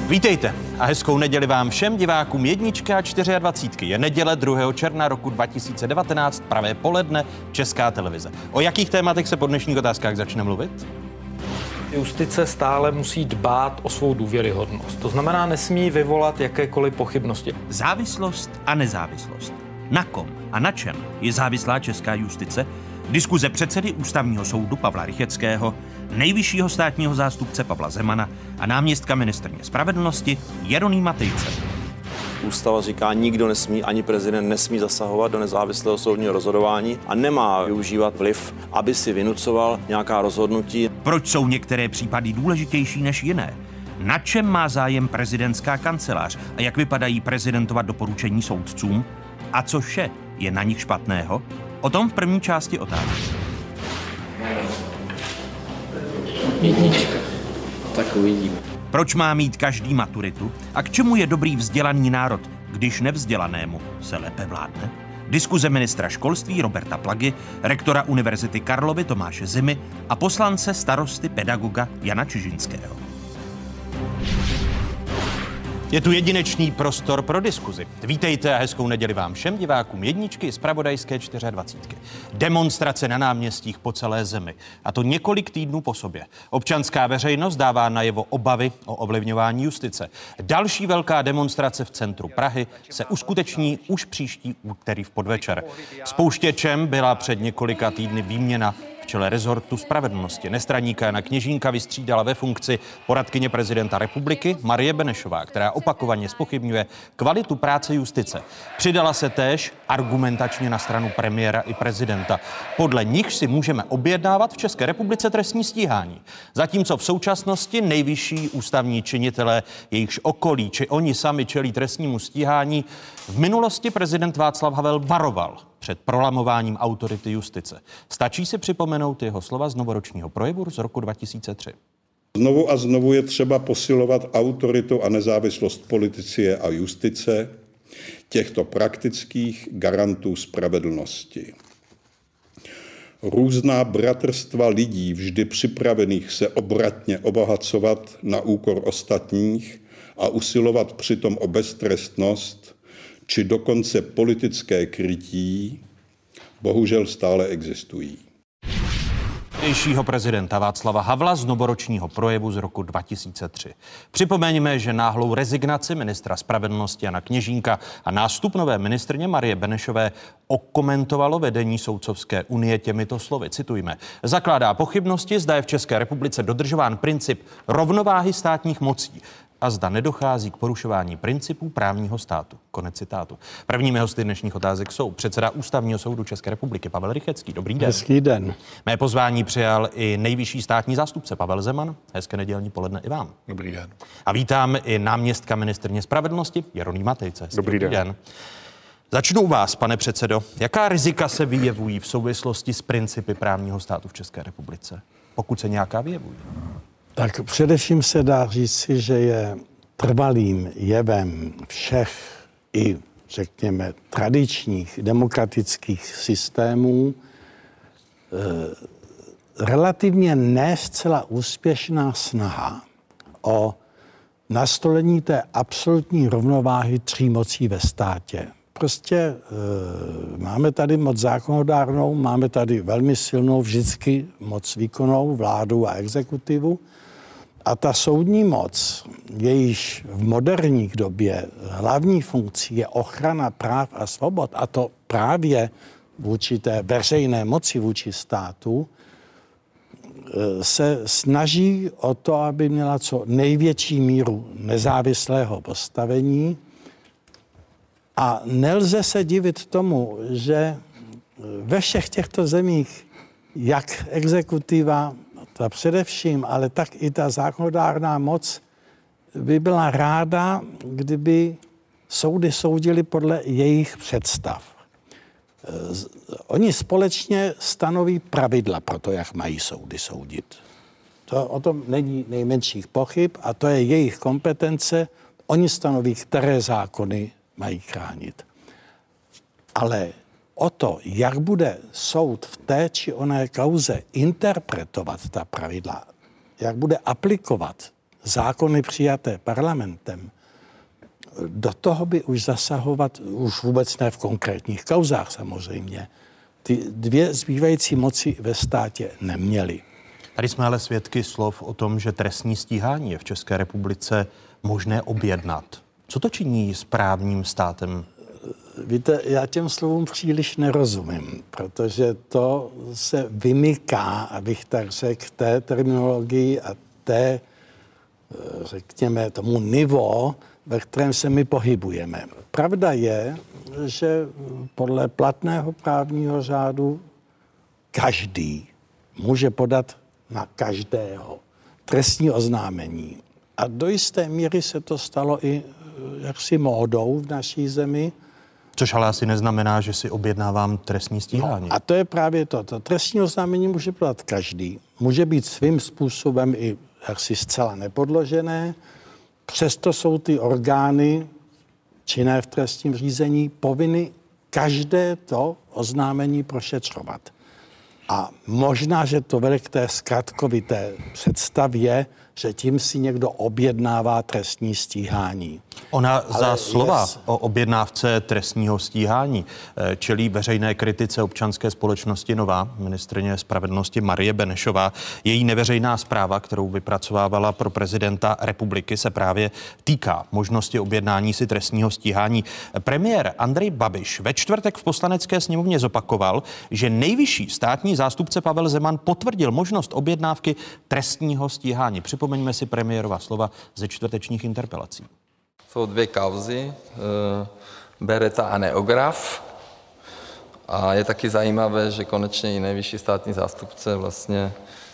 Vítejte a hezkou neděli vám všem divákům Jedničky a 24. Je neděle 2. června roku 2019, pravé poledne, Česká televize. O jakých tématech se po dnešních otázkách začne mluvit? Justice stále musí dbát o svou důvěryhodnost. To znamená, nesmí vyvolat jakékoliv pochybnosti. Závislost a nezávislost. Na kom a na čem je závislá česká justice? Diskuze předsedy Ústavního soudu Pavla Rychetského, nejvyššího státního zástupce Pavla Zemana a náměstka ministryně spravedlnosti Jeronýma Tejce. Ústava říká, nikdo nesmí, ani prezident nesmí zasahovat do nezávislého soudního rozhodování a nemá využívat vliv, aby si vynucoval nějaká rozhodnutí. Proč jsou některé případy důležitější než jiné? Na čem má zájem prezidentská kancelář a jak vypadají prezidentova doporučení soudcům? A co vše je na nich špatného? O tom v první části otázky. Jednička. Tak uvidíme. Proč má mít každý maturitu a k čemu je dobrý vzdělaný národ, když nevzdělanému se lépe vládne? Diskuze ministra školství Roberta Plagy, rektora Univerzity Karlovy Tomáše Zimy a poslance starosty pedagoga Jana Čižinského. Je tu jedinečný prostor pro diskuzi. Vítejte a hezkou neděli vám všem divákům Jedničky zpravodajské 24. Demonstrace na náměstích po celé zemi. A to několik týdnů po sobě. Občanská veřejnost dává najevo obavy o ovlivňování justice. Další velká demonstrace v centru Prahy se uskuteční už příští úterý v podvečer. Spouštěčem byla před několika týdny výměna v čele rezortu spravedlnosti. Nestraníka Jana Kněžínka vystřídala ve funkci poradkyně prezidenta republiky Marie Benešová, která opakovaně zpochybňuje kvalitu práce justice. Přidala se též argumentačně na stranu premiéra i prezidenta. Podle nich si můžeme objednávat v České republice trestní stíhání. Zatímco v současnosti nejvyšší ústavní činitelé, jejichž okolí či oni sami čelí trestnímu stíhání, v minulosti prezident Václav Havel varoval před prolamováním autority justice. Stačí si připomenout jeho slova z novoročního projevu z roku 2003. Znovu a znovu je třeba posilovat autoritu a nezávislost policie a justice, těchto praktických garantů spravedlnosti. Různá bratrstva lidí vždy připravených se obratně obohacovat na úkor ostatních a usilovat přitom o beztrestnost, či dokonce politické krytí, bohužel stále existují. Nejvyššího prezidenta Václava Havla z novoročního projevu z roku 2003. Připomeňme, že náhlou rezignaci ministra spravedlnosti Jana Kněžínka a nástup nové ministryně Marie Benešové okomentovalo vedení Soudcovské unie těmito slovy. Citujme. Zakládá pochybnosti, zda je v České republice dodržován princip rovnováhy státních mocí a zda nedochází k porušování principů právního státu. Konec citátu. Prvními hosty dnešních otázek jsou předseda Ústavního soudu České republiky Pavel Rychetský. Dobrý den. Hezký den. Mé pozvání přijal i nejvyšší státní zástupce Pavel Zeman. Hezké nedělní poledne i vám. Dobrý den. A vítám i náměstka ministryně spravedlnosti Jeronýma Tejce. Dobrý den. Začnu u vás, pane předsedo. Jaká rizika se vyjevují v souvislosti s principy právního státu v České republice, pokud se nějaká vyjevují? Tak především se dá říci, že je trvalým jevem všech i, řekněme, tradičních demokratických systémů relativně ne zcela úspěšná snaha o nastolení té absolutní rovnováhy tří mocí ve státě. Prostě máme tady moc zákonodárnou, máme tady velmi silnou vždycky moc výkonnou, vládu a exekutivu. A ta soudní moc, jejíž v moderní době hlavní funkcí je ochrana práv a svobod, a to právě vůči té veřejné moci, vůči státu, se snaží o to, aby měla co největší míru nezávislého postavení. A nelze se divit tomu, že ve všech těchto zemích, jak exekutiva, ta především, ale tak i ta zákonodárná moc by byla ráda, kdyby soudy soudily podle jejich představ. Oni společně stanoví pravidla pro to, jak mají soudy soudit. O tom není nejmenších pochyb a to je jejich kompetence. Oni stanoví, které zákony mají chránit. Ale o to, jak bude soud v té či oné kauze interpretovat ta pravidla, jak bude aplikovat zákony přijaté parlamentem, do toho by už zasahovat, už vůbec ne v konkrétních kauzách samozřejmě, ty dvě zbývající moci ve státě neměly. Tady jsme ale svědky slov o tom, že trestní stíhání je v České republice možné objednat. Co to činí s právním státem? Víte, já těm slovům příliš nerozumím, protože to se vymyká, abych tak řekl, té terminologii a té, řekněme, tomu nivo, ve kterém se my pohybujeme. Pravda je, že podle platného právního řádu každý může podat na každého trestní oznámení. A do jisté míry se to stalo i jaksi módou v naší zemi. Což ale asi neznamená, že si objednávám trestní stíhání. No, a to je právě to. To trestní oznámení může podat každý. Může být svým způsobem i jaksi zcela nepodložené. Přesto jsou ty orgány činné v trestním řízení povinny každé to oznámení prošetřovat. A možná, že to vede k té zkratkovité představě, že tím si někdo objednává trestní stíhání. Ona za slova o objednávce trestního stíhání čelí veřejné kritice občanské společnosti Nová, ministryně spravedlnosti Marie Benešová. Její neveřejná zpráva, kterou vypracovávala pro prezidenta republiky, se právě týká možnosti objednání si trestního stíhání. Premiér Andrej Babiš ve čtvrtek v Poslanecké sněmovně zopakoval, že nejvyšší státní zástupce Pavel Zeman potvrdil možnost objednávky trestního stíhání. Připomeňme si premiérova slova ze čtvrtečních interpelací. Jsou dvě kauzy, Beretta a Neograf. A je taky zajímavé, že konečně i nejvyšší státní zástupce vlastně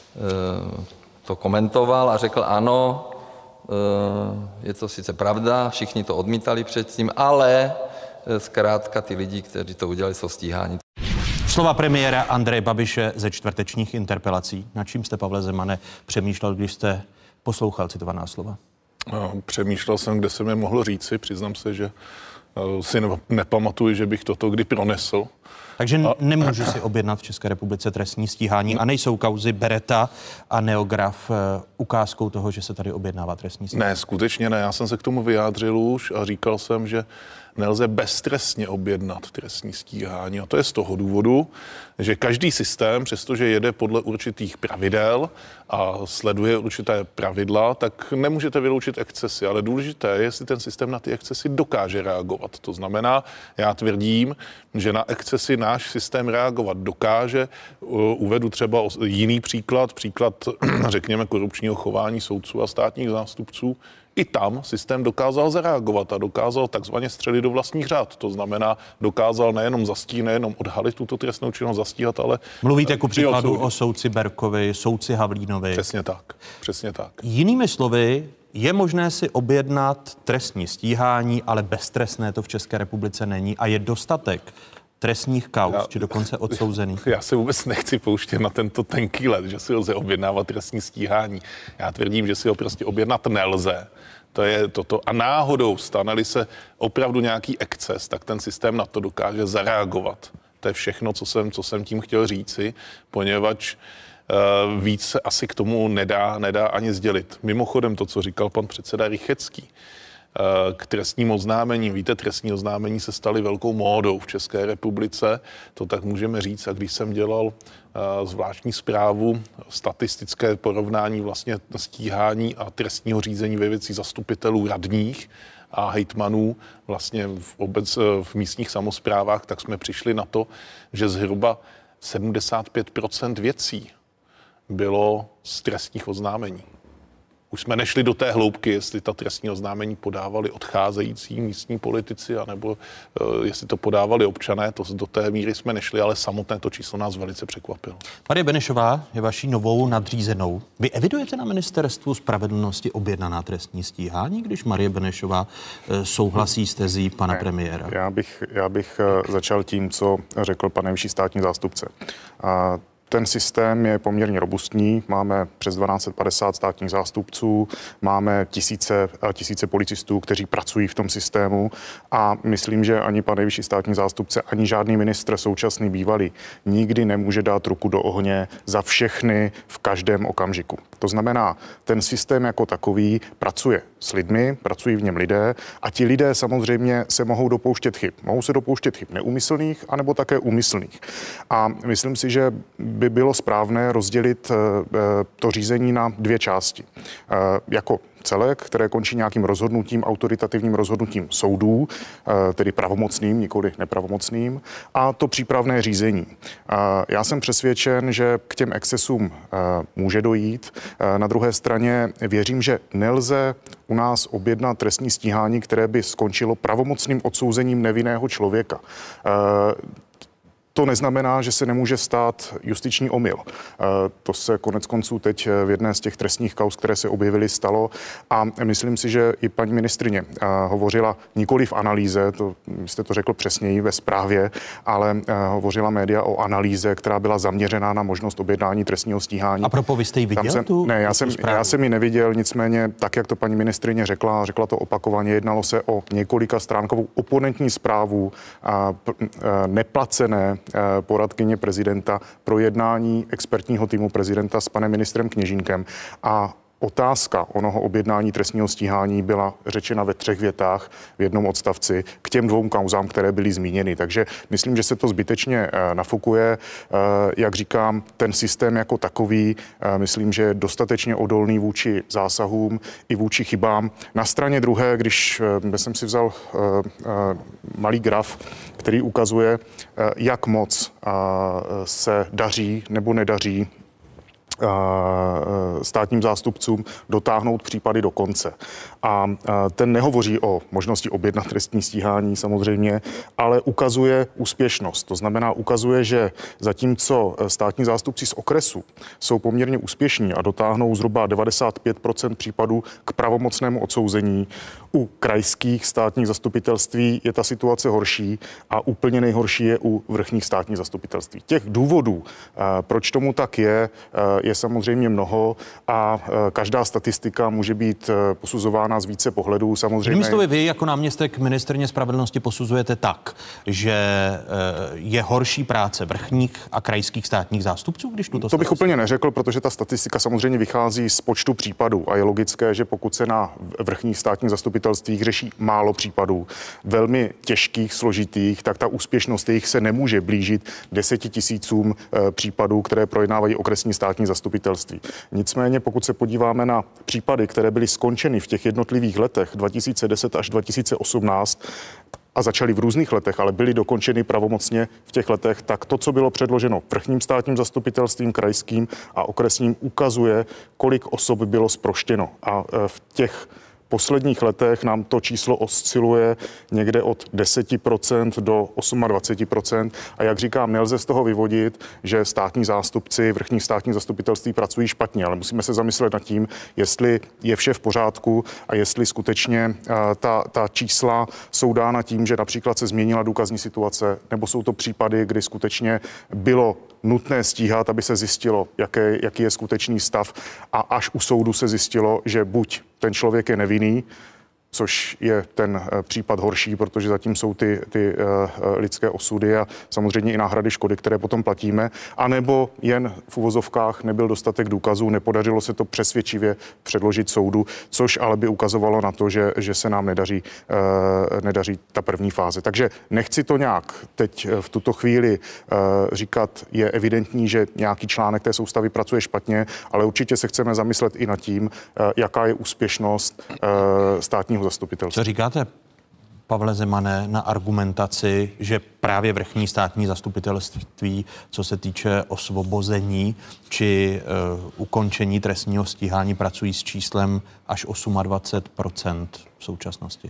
to komentoval a řekl ano, je to sice pravda, všichni to odmítali předtím, ale zkrátka ty lidi, kteří to udělali, jsou stíháni. Slova premiéra Andreje Babiše ze čtvrtečních interpelací. Na čím jste, Pavle Zemane, přemýšlel, když jste poslouchal citovaná slova? Přemýšlel jsem, kde jsem je mohl říci. Přiznám se, že si nepamatuji, že bych toto kdy pronesl. Takže nemůžu si objednat v České republice trestní stíhání a nejsou kauzy Beretta a Neograf ukázkou toho, že se tady objednává trestní stíhání? Ne, skutečně ne. Já jsem se k tomu vyjádřil už a říkal jsem, že nelze beztrestně objednat trestní stíhání. A to je z toho důvodu, že každý systém, přestože jede podle určitých pravidel a sleduje určité pravidla, tak nemůžete vyloučit excesy. Ale důležité je, jestli ten systém na ty excesy dokáže reagovat. To znamená, já tvrdím, že na excesy náš systém reagovat dokáže. Uvedu třeba jiný příklad, řekněme, korupčního chování soudců a státních zástupců. I tam systém dokázal zareagovat a dokázal takzvaně střelit do vlastních řád. To znamená, dokázal nejenom odhalit tuto trestnou činnost, zastíhat, ale... Mluvíte ku příkladu o soudci Berkovi, soudci Havlínovi. Přesně tak. Jinými slovy, je možné si objednat trestní stíhání, ale beztrestné to v České republice není a je dostatek trestních kauz, či dokonce odsouzených. Já se vůbec nechci pouštět na tento tenký led, že si lze objednávat trestní stíhání. Já tvrdím, že si ho prostě objednat nelze. To je toto. A náhodou stane-li se opravdu nějaký exces, tak ten systém na to dokáže zareagovat. To je všechno, co jsem tím chtěl říci, poněvadž víc se asi k tomu nedá ani sdělit. Mimochodem to, co říkal pan předseda Rychetský, k trestním oznámením. Víte, trestní oznámení se staly velkou módou v České republice, to tak můžeme říct. A když jsem dělal zvláštní zprávu, statistické porovnání vlastně stíhání a trestního řízení ve věci zastupitelů radních a hejtmanů vlastně v místních samosprávách, tak jsme přišli na to, že zhruba 75% věcí bylo z trestních oznámení. Už jsme nešli do té hloubky, jestli ta trestní oznámení podávali odcházející místní politici, anebo jestli to podávali občané, to do té míry jsme nešli, ale samotné to číslo nás velice překvapilo. Marie Benešová je vaší novou nadřízenou. Vy evidujete na Ministerstvu spravedlnosti objednaná trestní stíhání, když Marie Benešová souhlasí s tezí pana premiéra? Já bych začal tím, co řekl pan nejvyšší státní zástupce. ten systém je poměrně robustní. Máme přes 1250 státních zástupců, máme tisíce policistů, kteří pracují v tom systému a myslím, že ani pan nejvyšší státní zástupce, ani žádný ministr současný bývalý nikdy nemůže dát ruku do ohně za všechny v každém okamžiku. To znamená, ten systém jako takový pracuje s lidmi, pracují v něm lidé a ti lidé samozřejmě se mohou dopouštět chyb. Mohou se dopouštět chyb neúmyslných, anebo také úmyslných. A myslím si, že by bylo správné rozdělit to řízení na dvě části. Jako celek, které končí nějakým rozhodnutím, autoritativním rozhodnutím soudů, tedy pravomocným, nikoli nepravomocným, a to přípravné řízení. Já jsem přesvědčen, že k těm excesům může dojít. Na druhé straně věřím, že nelze u nás objednat trestní stíhání, které by skončilo pravomocným odsouzením nevinného člověka. To neznamená, že se nemůže stát justiční omyl. To se konec konců teď v jedné z těch trestních kauz, které se objevily, stalo a myslím si, že i paní ministryně hovořila nikoli v analýze, jste to řekl přesněji ve zprávě, ale hovořila média o analýze, která byla zaměřená na možnost objednání trestního stíhání. A propo, vy jste ji viděl? Ne, já jsem ji neviděl, nicméně tak, jak to paní ministryně řekla to opakovaně, jednalo se o několika stránkovou oponentní zprávu neplacené poradkyně prezidenta pro jednání expertního týmu prezidenta s panem ministrem Kněžínkem a otázka onoho objednání trestního stíhání byla řečena ve 3 větách v jednom odstavci k těm 2 kauzám, které byly zmíněny. Takže myslím, že se to zbytečně nafukuje. Jak říkám, ten systém jako takový, myslím, že je dostatečně odolný vůči zásahům i vůči chybám. Na straně druhé, když jsem si vzal malý graf, který ukazuje, jak moc se daří nebo nedaří státním zástupcům dotáhnout případy do konce. A ten nehovoří o možnosti objednat trestní stíhání samozřejmě, ale ukazuje úspěšnost. To znamená, ukazuje, že zatímco státní zástupci z okresu jsou poměrně úspěšní a dotáhnou zhruba 95% případů k pravomocnému odsouzení, u krajských státních zastupitelství je ta situace horší a úplně nejhorší je u vrchních státních zastupitelství. Těch důvodů, proč tomu tak je samozřejmě mnoho a každá statistika může být posuzována z více pohledů. Samozřejmě. Vy jako náměstek ministryně spravedlnosti posuzujete tak, že je horší práce vrchních a krajských státních zástupců, když to bych úplně neřekl, protože ta statistika samozřejmě vychází z počtu případů a je logické, že pokud se na vrchních státních zastupitelstvích řeší málo případů, velmi těžkých, složitých, tak ta úspěšnost jejich se nemůže blížit 10 000 případů, které projednávají okresní státní zastupitelství. Nicméně, pokud se podíváme na případy, které byly skončeny v těch jednotlivých letech 2010 až 2018 a začaly v různých letech, ale byly dokončeny pravomocně v těch letech, tak to, co bylo předloženo vrchním státním zastupitelstvím, krajským a okresním, ukazuje, kolik osob bylo zproštěno. A v těch posledních letech nám to číslo osciluje někde od 10% do 28%. A jak říkám, nelze z toho vyvodit, že státní zástupci vrchních státních zastupitelství pracují špatně, ale musíme se zamyslet nad tím, jestli je vše v pořádku a jestli skutečně ta čísla jsou dána tím, že například se změnila důkazní situace, nebo jsou to případy, kdy skutečně bylo nutné stíhat, aby se zjistilo, jaký je skutečný stav a až u soudu se zjistilo, že buď ten člověk je nevinný, což je ten případ horší, protože zatím jsou ty lidské osudy a samozřejmě i náhrady škody, které potom platíme, anebo jen v uvozovkách nebyl dostatek důkazů, nepodařilo se to přesvědčivě předložit soudu, což ale by ukazovalo na to, že se nám nedaří ta první fáze. Takže nechci to nějak teď v tuto chvíli říkat, je evidentní, že nějaký článek té soustavy pracuje špatně, ale určitě se chceme zamyslet i nad tím, jaká je úspěšnost státního zastupitelství. Co říkáte, Pavle Zemane, na argumentaci, že právě vrchní státní zastupitelství, co se týče osvobození či ukončení trestního stíhání, pracují s číslem až 28% v současnosti?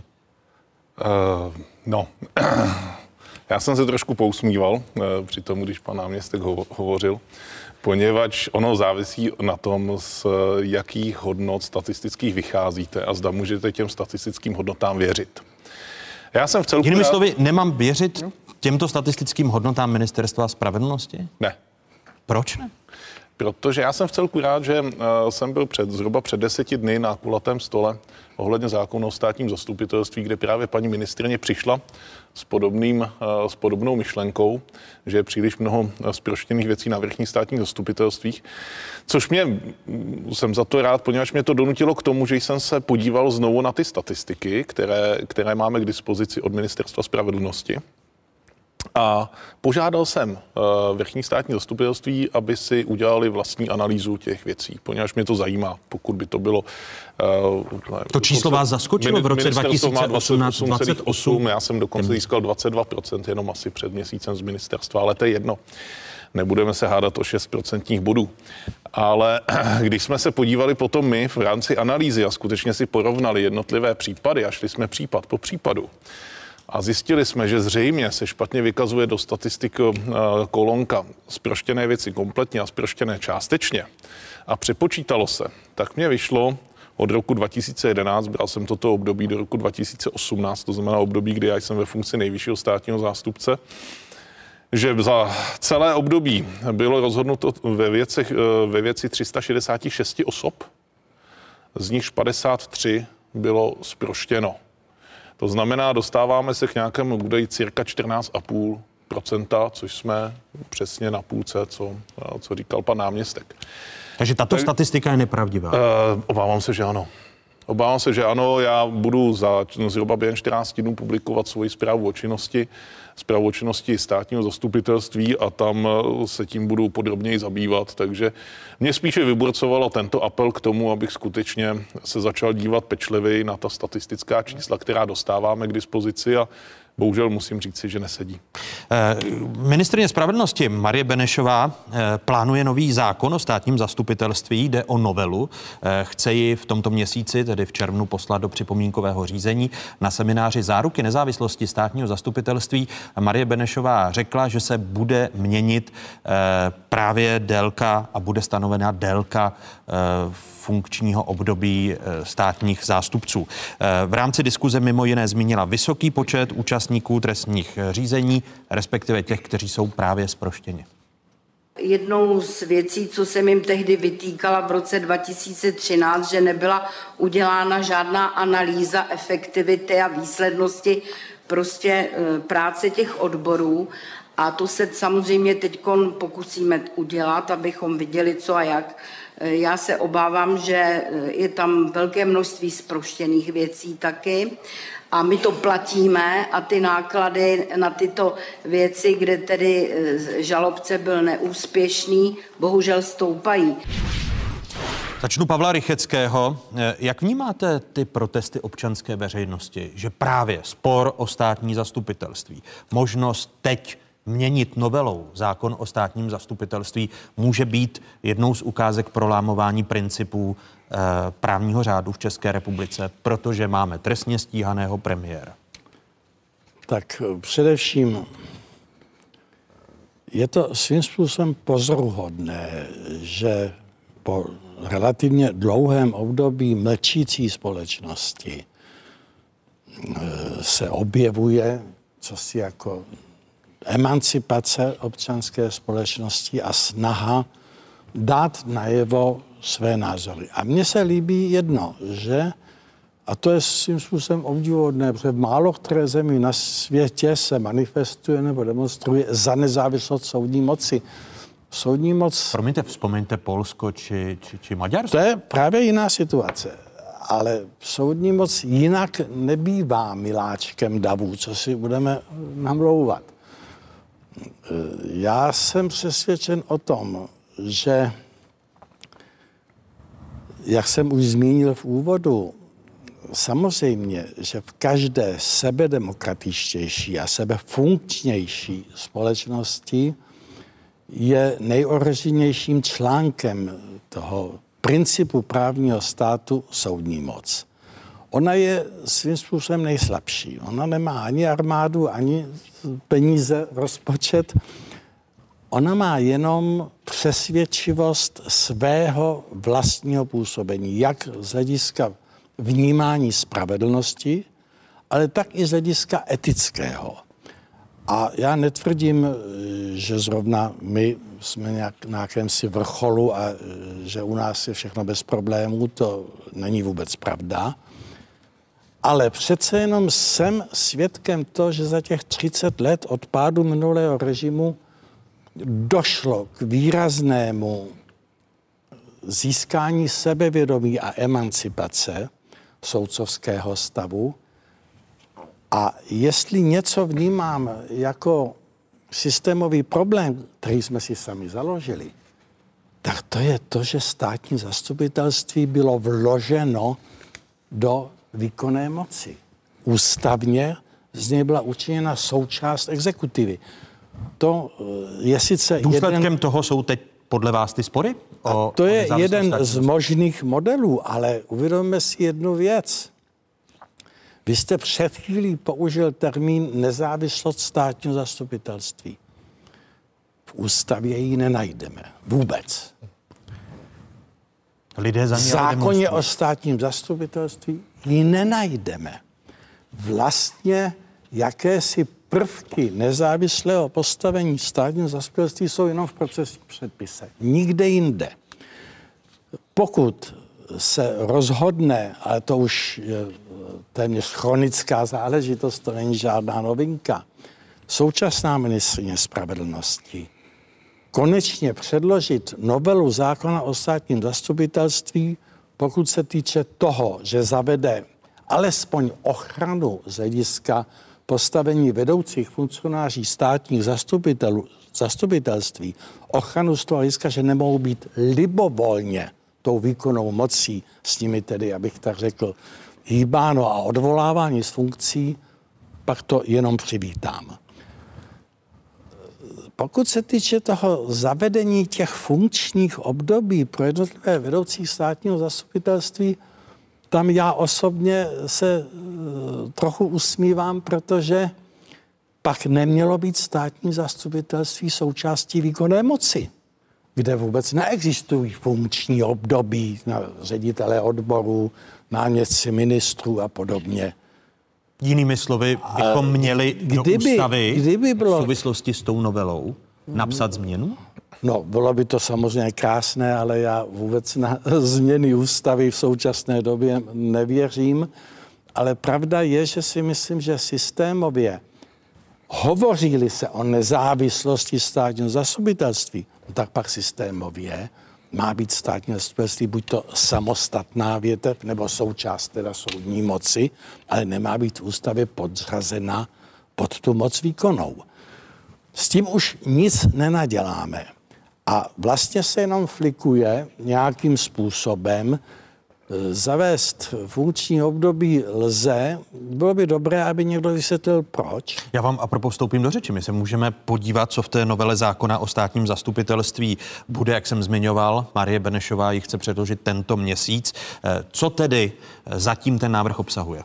Já jsem se trošku pousmíval při tom, když pan náměstek hovořil, poněvadž ono závisí na tom, z jakých hodnot statistických vycházíte a zda můžete těm statistickým hodnotám věřit. Já jsem v celku... Jinými slovy, nemám věřit těmto statistickým hodnotám Ministerstva spravedlnosti? Ne. Proč ne? Protože já jsem v celku rád, že jsem byl zhruba před 10 dny na kulatém stole ohledně zákona o státním zastupitelství, kde právě paní ministryně přišla s podobnou myšlenkou, že je příliš mnoho zproštěných věcí na vrchních státních zastupitelstvích, což jsem za to rád, poněvadž mě to donutilo k tomu, že jsem se podíval znovu na ty statistiky, které máme k dispozici od Ministerstva spravedlnosti. A požádal jsem vrchní státní zastupitelství, aby si udělali vlastní analýzu těch věcí, poněvadž mě to zajímá, pokud by to bylo... To číslo vás zaskočilo v roce 2018 28, já jsem dokonce získal 22%, jenom asi před měsícem z ministerstva, ale to je jedno. Nebudeme se hádat o 6% bodů. Ale když jsme se podívali potom my v rámci analýzy a skutečně si porovnali jednotlivé případy a šli jsme případ po případu, a zjistili jsme, že zřejmě se špatně vykazuje do statistik kolonka zproštěné věci kompletně a zproštěné částečně a přepočítalo se, tak mě vyšlo od roku 2011, bral jsem toto období do roku 2018, to znamená období, kdy já jsem ve funkci nejvyššího státního zástupce, že za celé období bylo rozhodnuto ve věci 366 osob, z nichž 53 bylo zproštěno. To znamená, dostáváme se k nějakému údaji cirka 14,5%, což jsme přesně na půlce, co říkal pan náměstek. Takže tato statistika je nepravdivá. Obávám se, že ano. Já budu za zhruba během 14 dnů publikovat svoji zprávu o činnosti státního zastupitelství a tam se tím budu podrobněji zabývat, takže mě spíše vyburcovala tento apel k tomu, abych skutečně se začal dívat pečlivěji na ta statistická čísla, která dostáváme k dispozici a bohužel musím říci, že nesedí. Ministryně spravedlnosti Marie Benešová plánuje nový zákon o státním zastupitelství, jde o novelu. Chce ji v tomto měsíci, tedy v červnu, poslat do připomínkového řízení. Na semináři Záruky nezávislosti státního zastupitelství Marie Benešová řekla, že se bude měnit právě délka a bude stanovena délka funkčního období státních zástupců. V rámci diskuze mimo jiné zmínila vysoký počet účastníků trestních řízení, respektive těch, kteří jsou právě zproštěni. Jednou z věcí, co jsem jim tehdy vytýkala v roce 2013, že nebyla udělána žádná analýza efektivity a výslednosti prostě práce těch odborů. A to se samozřejmě teď pokusíme udělat, abychom viděli, co a jak. Já se obávám, že je tam velké množství zproštěných věcí taky a my to platíme a ty náklady na tyto věci, kde tedy žalobce byl neúspěšný, bohužel stoupají. Začnu Pavla Rycheckého. Jak vnímáte ty protesty občanské veřejnosti, že právě spor o státní zastupitelství, možnost teď měnit novelou zákon o státním zastupitelství může být jednou z ukázek prolámování principů právního řádu v České republice, protože máme trestně stíhaného premiéra? Tak především je to svým způsobem pozoruhodné, že po relativně dlouhém období mlčící společnosti se objevuje cosi jako emancipace občanské společnosti a snaha dát najevo své názory. A mně se líbí jedno, že, a to je svým způsobem obdivuhodné, protože v málo které zemi na světě se manifestuje nebo demonstruje za nezávislost soudní moci. Soudní moc... Promiňte, vzpomeňte Polsko či Maďarsko. To je právě jiná situace. Ale soudní moc jinak nebývá miláčkem davů, co si budeme namlouvat. Já jsem přesvědčen o tom, že, jak jsem už zmínil v úvodu, samozřejmě, že v každé sebedemokratičtější a sebefunkčnější společnosti je nejohroženějším článkem toho principu právního státu soudní moc. Ona je svým způsobem nejslabší. Ona nemá ani armádu, ani peníze, rozpočet. Ona má jenom přesvědčivost svého vlastního působení, jak z hlediska vnímání spravedlnosti, ale tak i z hlediska etického. A já netvrdím, že zrovna my jsme na jakémsi vrcholu a že u nás je všechno bez problémů, to není vůbec pravda. Ale přece jenom jsem svědkem toho, že za těch 30 let od pádu minulého režimu došlo k výraznému získání sebevědomí a emancipace soudcovského stavu. A jestli něco vnímám jako systémový problém, který jsme si sami založili, tak to je to, že státní zastupitelství bylo vloženo do výkonné moci. Ústavně z něj byla učiněna součást exekutivy. To je sice důsledkem toho jsou teď podle vás ty spory? To je jeden z možných modelů, ale uvědomme si jednu věc. Vy jste před chvílí použil termín nezávislost státního zastupitelství. V ústavě ji nenajdeme. Vůbec. Lidé za v zákoně o státním zastupitelství ji nenajdeme. Vlastně jakési prvky nezávislého postavení státního zastupitelství jsou jenom v procesních předpisech. Nikde jinde. Pokud se rozhodne, ale to už je téměř chronická záležitost, to není žádná novinka, současná ministryně spravedlnosti konečně předložit novelu zákona o státním zastupitelství, pokud se týče toho, že zavede alespoň ochranu z hlediska postavení vedoucích funkcionáří státních zastupitelství, ochranu z toho hlediska, že nemohou být libovolně tou výkonnou mocí, s nimi tedy, abych tak řekl, hýbáno a odvolávání z funkcí, pak to jenom přivítám. Pokud se týče toho zavedení těch funkčních období pro jednotlivé vedoucí státního zastupitelství, tam já osobně se trochu usmívám, protože pak nemělo být státní zastupitelství součástí výkonné moci, kde vůbec neexistují funkční období na ředitele odborů, náměstci ministrů a podobně. Jinými slovy, bychom měli do ústavy v souvislosti s tou novelou napsat změnu? No, bylo by to samozřejmě krásné, ale já vůbec na změny ústavy v současné době nevěřím. Ale pravda je, že si myslím, že systémově hovoří-li se o nezávislosti státního zastupitelství, tak pak systémově má být státní zastupitelství buď to samostatná větev, nebo součást teda soudní moci, ale nemá být v ústavě podřazena pod tu moc výkonnou. S tím už nic nenaděláme. A vlastně se jenom flikuje nějakým způsobem. Zavést funkční období lze. Bylo by dobré, aby někdo vysvětlil, proč. Já vám apropo vstoupím do řeči. My se můžeme podívat, co v té novele zákona o státním zastupitelství bude, jak jsem zmiňoval. Marie Benešová ji chce předložit tento měsíc. Co tedy zatím ten návrh obsahuje?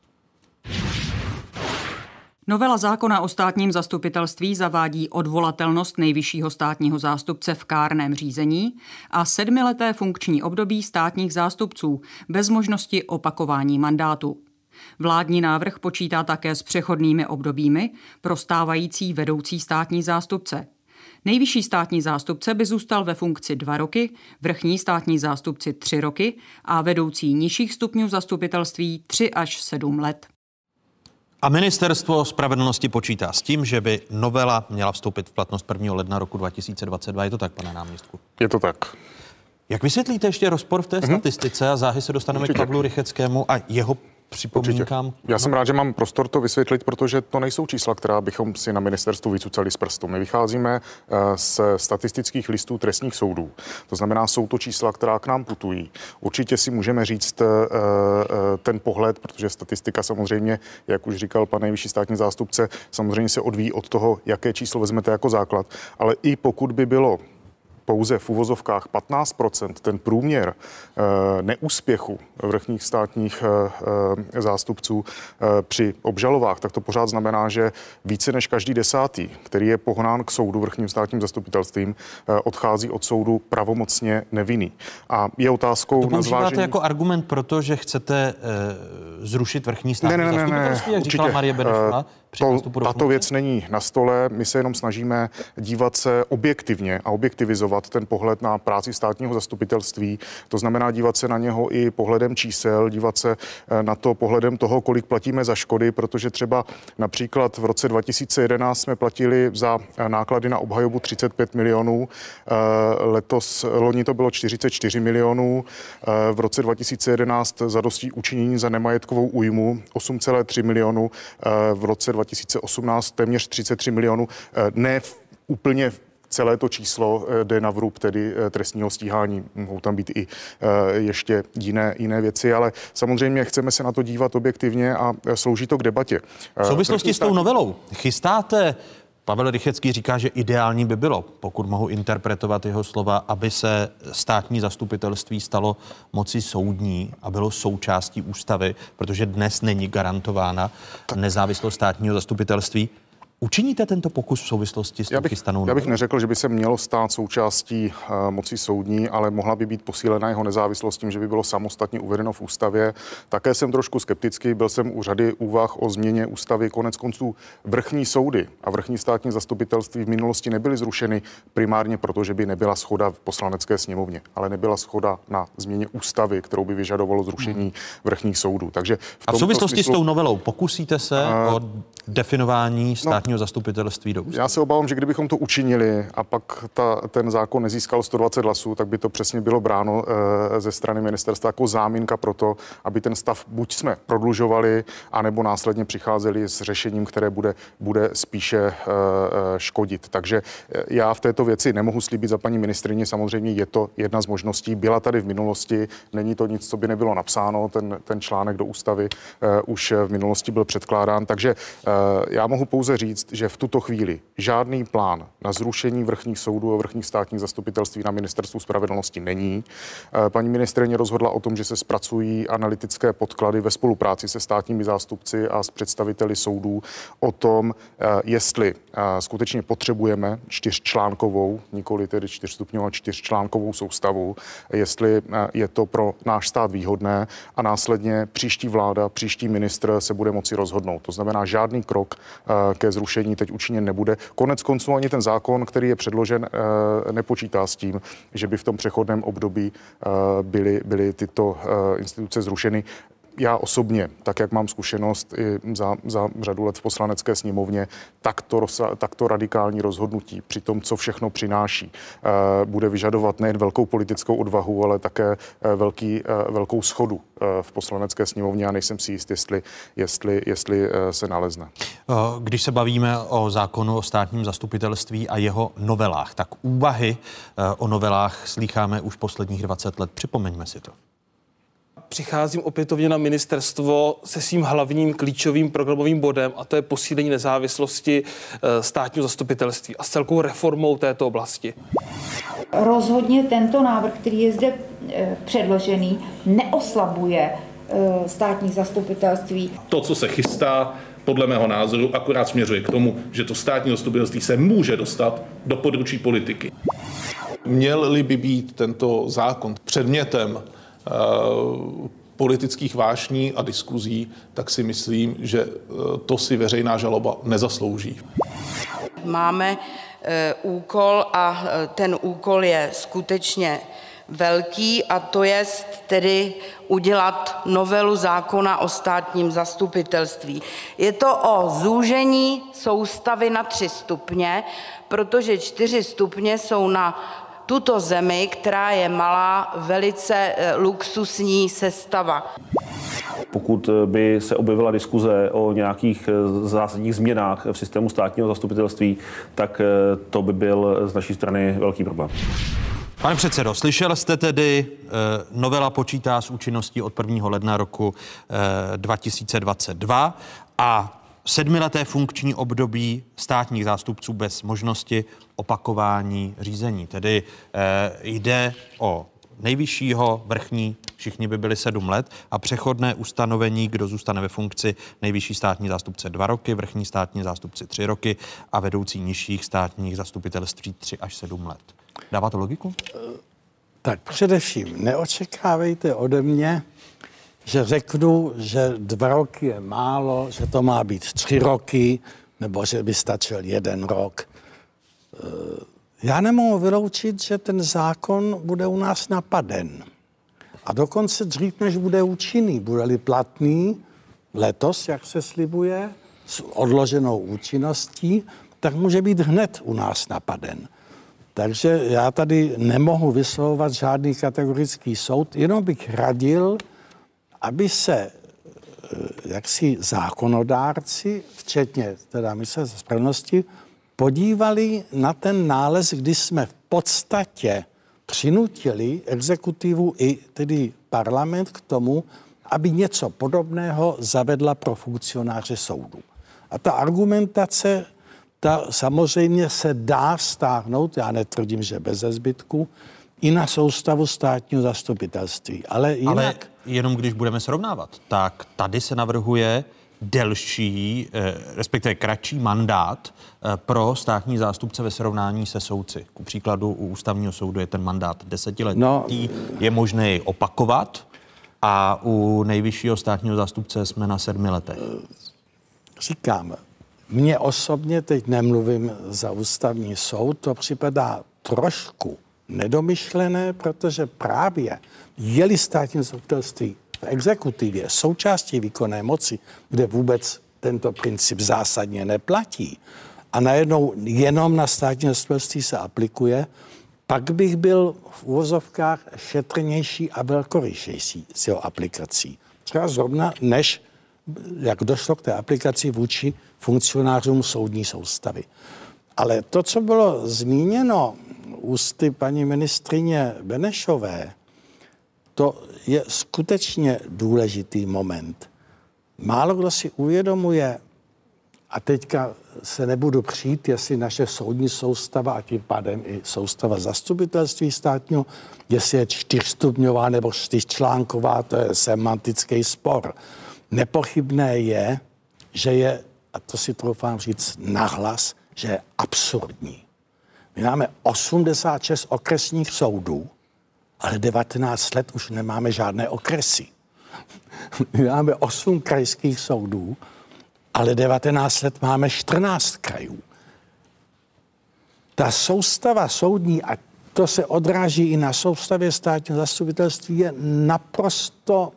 Novela zákona o státním zastupitelství zavádí odvolatelnost nejvyššího státního zástupce v kárném řízení a 7leté funkční období státních zástupců bez možnosti opakování mandátu. Vládní návrh počítá také s přechodnými obdobími pro stávající vedoucí státní zástupce. Nejvyšší státní zástupce by zůstal ve funkci 2 roky, vrchní státní zástupci 3 roky a vedoucí nižších stupňů zastupitelství 3 až 7 let. A ministerstvo spravedlnosti počítá s tím, že by novela měla vstoupit v platnost 1. ledna roku 2022. Je to tak, pane náměstku? Je to tak. Jak vysvětlíte ještě rozpor v té statistice a záhy se dostaneme k Pavlu Rycheckému a jeho připomínkám? Já jsem rád, že mám prostor to vysvětlit, protože to nejsou čísla, která bychom si na ministerstvu vycucali z prstu. My vycházíme z statistických listů trestních soudů. To znamená, jsou to čísla, která k nám putují. Určitě si můžeme říct ten pohled, protože statistika samozřejmě, jak už říkal pan nejvyšší státní zástupce, samozřejmě se odvíjí od toho, jaké číslo vezmete jako základ. Ale i pokud by bylo pouze v uvozovkách 15%, ten průměr neúspěchu vrchních státních zástupců při obžalovách, tak to pořád znamená, že více než každý 10., který je pohnán k soudu vrchním státním zastupitelstvím, odchází od soudu pravomocně nevinný. A je otázkou to používáte jako argument pro to, že chcete zrušit vrchní státní zastupitelství, jak říkala Marie Benešová? Tato věc není na stole, my se jenom snažíme dívat se objektivně a objektivizovat ten pohled na práci státního zastupitelství, to znamená dívat se na něho i pohledem čísel, dívat se na to pohledem toho, kolik platíme za škody, protože třeba například v roce 2011 jsme platili za náklady na obhajobu 35 milionů, loni to bylo 44 milionů, v roce 2011 zadostí učinění za nemajetkovou újmu 8,3 milionů, v roce 2018 téměř 33 milionů. Ne úplně celé to číslo jde na vrub tedy trestního stíhání. Mohou tam být i ještě jiné věci, ale samozřejmě chceme se na to dívat objektivně a slouží to k debatě. V souvislosti s tou novelou chystáte, Pavel Rychecký říká, že ideální by bylo, pokud mohu interpretovat jeho slova, aby se státní zastupitelství stalo moci soudní a bylo součástí ústavy, protože dnes není garantována nezávislost státního zastupitelství. Učiníte tento pokus v souvislosti s tou chystanou? Já bych neřekl, že by se mělo stát součástí moci soudní, ale mohla by být posílena jeho nezávislost tím, že by bylo samostatně uvedeno v ústavě. Také jsem trošku skeptický, byl jsem u řady úvah o změně ústavy. Konec konců vrchní soudy a vrchní státní zastupitelství v minulosti nebyly zrušeny primárně proto, že by nebyla shoda v Poslanecké sněmovně, ale nebyla shoda na změně ústavy, kterou by vyžadovalo zrušení vrchních soudů. Takže v souvislosti s tou novelou pokusíte se o definování státního zastupitelství do ústavy? Já se obávám, že kdybychom to učinili a pak ten zákon nezískal 120 hlasů, tak by to přesně bylo bráno ze strany ministerstva jako záminka pro to, aby ten stav buď jsme prodlužovali, anebo následně přicházeli s řešením, které bude spíše škodit. Takže já v této věci nemohu slíbit za paní ministryni, samozřejmě je to jedna z možností. Byla tady v minulosti, není to nic, co by nebylo napsáno, ten článek do ústavy už v minulosti byl předkládán, takže já mohu pouze říct, že v tuto chvíli žádný plán na zrušení vrchních soudů a vrchních státních zastupitelství na ministerstvu spravedlnosti není. Paní ministryně rozhodla o tom, že se zpracují analytické podklady ve spolupráci se státními zástupci a s představiteli soudů o tom, jestli skutečně potřebujeme 4článkovou, nikoli tedy 4stupňovou, 4článkovou soustavu, jestli je to pro náš stát výhodné a následně příští vláda, příští ministr se bude moci rozhodnout. To znamená, žádný krok ke zrušení teď učiněn nebude. Konec konců ani ten zákon, který je předložen, nepočítá s tím, že by v tom přechodném období byly tyto instituce zrušeny. Já osobně, tak jak mám zkušenost i za řadu let v Poslanecké sněmovně, takto radikální rozhodnutí při tom, co všechno přináší, bude vyžadovat nejen velkou politickou odvahu, ale také velkou shodu v Poslanecké sněmovně a nejsem si jist, jestli se nalezne. Když se bavíme o zákonu o státním zastupitelství a jeho novelách, tak úvahy o novelách slýcháme už posledních 20 let. Připomeňme si to. Přicházím opětovně na ministerstvo se svým hlavním klíčovým programovým bodem a to je posílení nezávislosti státního zastupitelství a s celkou reformou této oblasti. Rozhodně tento návrh, který je zde předložený, neoslabuje státní zastupitelství. To, co se chystá, podle mého názoru akorát směřuje k tomu, že to státní zastupitelství se může dostat do područí politiky. Měl-li by být tento zákon předmětem politických vášní a diskuzí, tak si myslím, že to si veřejná žaloba nezaslouží. Máme úkol a ten úkol je skutečně velký a to je tedy udělat novelu zákona o státním zastupitelství. Je to o zúžení soustavy na 3 stupně, protože 4 stupně jsou na tuto zemi, která je malá, velice luxusní sestava. Pokud by se objevila diskuze o nějakých zásadních změnách v systému státního zastupitelství, tak to by byl z naší strany velký problém. Pane předsedo, slyšel jste tedy, novela počítá s účinností od 1. ledna roku 2022 a 7leté funkční období státních zástupců bez možnosti opakování řízení. Tedy jde o nejvyššího, vrchní, všichni by byli 7 let a přechodné ustanovení, kdo zůstane ve funkci, nejvyšší státní zástupce 2 roky, vrchní státní zástupci 3 roky a vedoucí nižších státních zastupitelství 3 až 7 let. Dává to logiku? Tak především neočekávejte ode mě, že řeknu, že 2 roky je málo, že to má být 3 roky, nebo že by stačil 1 rok. Já nemohu vyloučit, že ten zákon bude u nás napaden. A dokonce dřív, než bude účinný, bude-li platný letos, jak se slibuje, s odloženou účinností, tak může být hned u nás napaden. Takže já tady nemohu vyslovovat žádný kategorický soud, jenom bych radil, aby se jaksi zákonodárci, včetně teda Ministerstva spravedlnosti, podívali na ten nález, kdy jsme v podstatě přinutili exekutivu i tedy parlament k tomu, aby něco podobného zavedla pro funkcionáře soudu. A ta argumentace, ta samozřejmě se dá vztáhnout, já netvrdím, že bez zbytku, i na soustavu státního zastupitelství. Ale jinak... Ale jenom když budeme srovnávat, tak tady se navrhuje delší, respektive kratší mandát pro státní zástupce ve srovnání se soudci. Ku příkladu u ústavního soudu je ten mandát 10letý, je možné jej opakovat a u nejvyššího státního zástupce jsme na 7 letech. Říkám, mně osobně, teď nemluvím za ústavní soud, to připadá trošku nedomyšlené, protože právě je-li státní zastupitelství v exekutivě součástí výkonné moci, kde vůbec tento princip zásadně neplatí a najednou jenom na státní zastupitelství se aplikuje, pak bych byl v uvozovkách šetrnější a velkorysejší s jeho aplikací. Třeba zrovna než jak došlo k té aplikaci vůči funkcionářům soudní soustavy. Ale to, co bylo zmíněno ústy paní ministryně Benešové, to je skutečně důležitý moment. Málo kdo si uvědomuje, a teďka se nebudu přijít, jestli naše soudní soustava a tím pádem i soustava zastupitelství státního, jestli je 4stupňová nebo 4článková, to je semantický spor. Nepochybné je, že je, a to si troufám říct nahlas, že je absurdní. My máme 86 okresních soudů, ale 19 let už nemáme žádné okresy. My máme 8 krajských soudů, ale 19 let máme 14 krajů. Ta soustava soudní, a to se odráží i na soustavě státního zastupitelství, je naprosto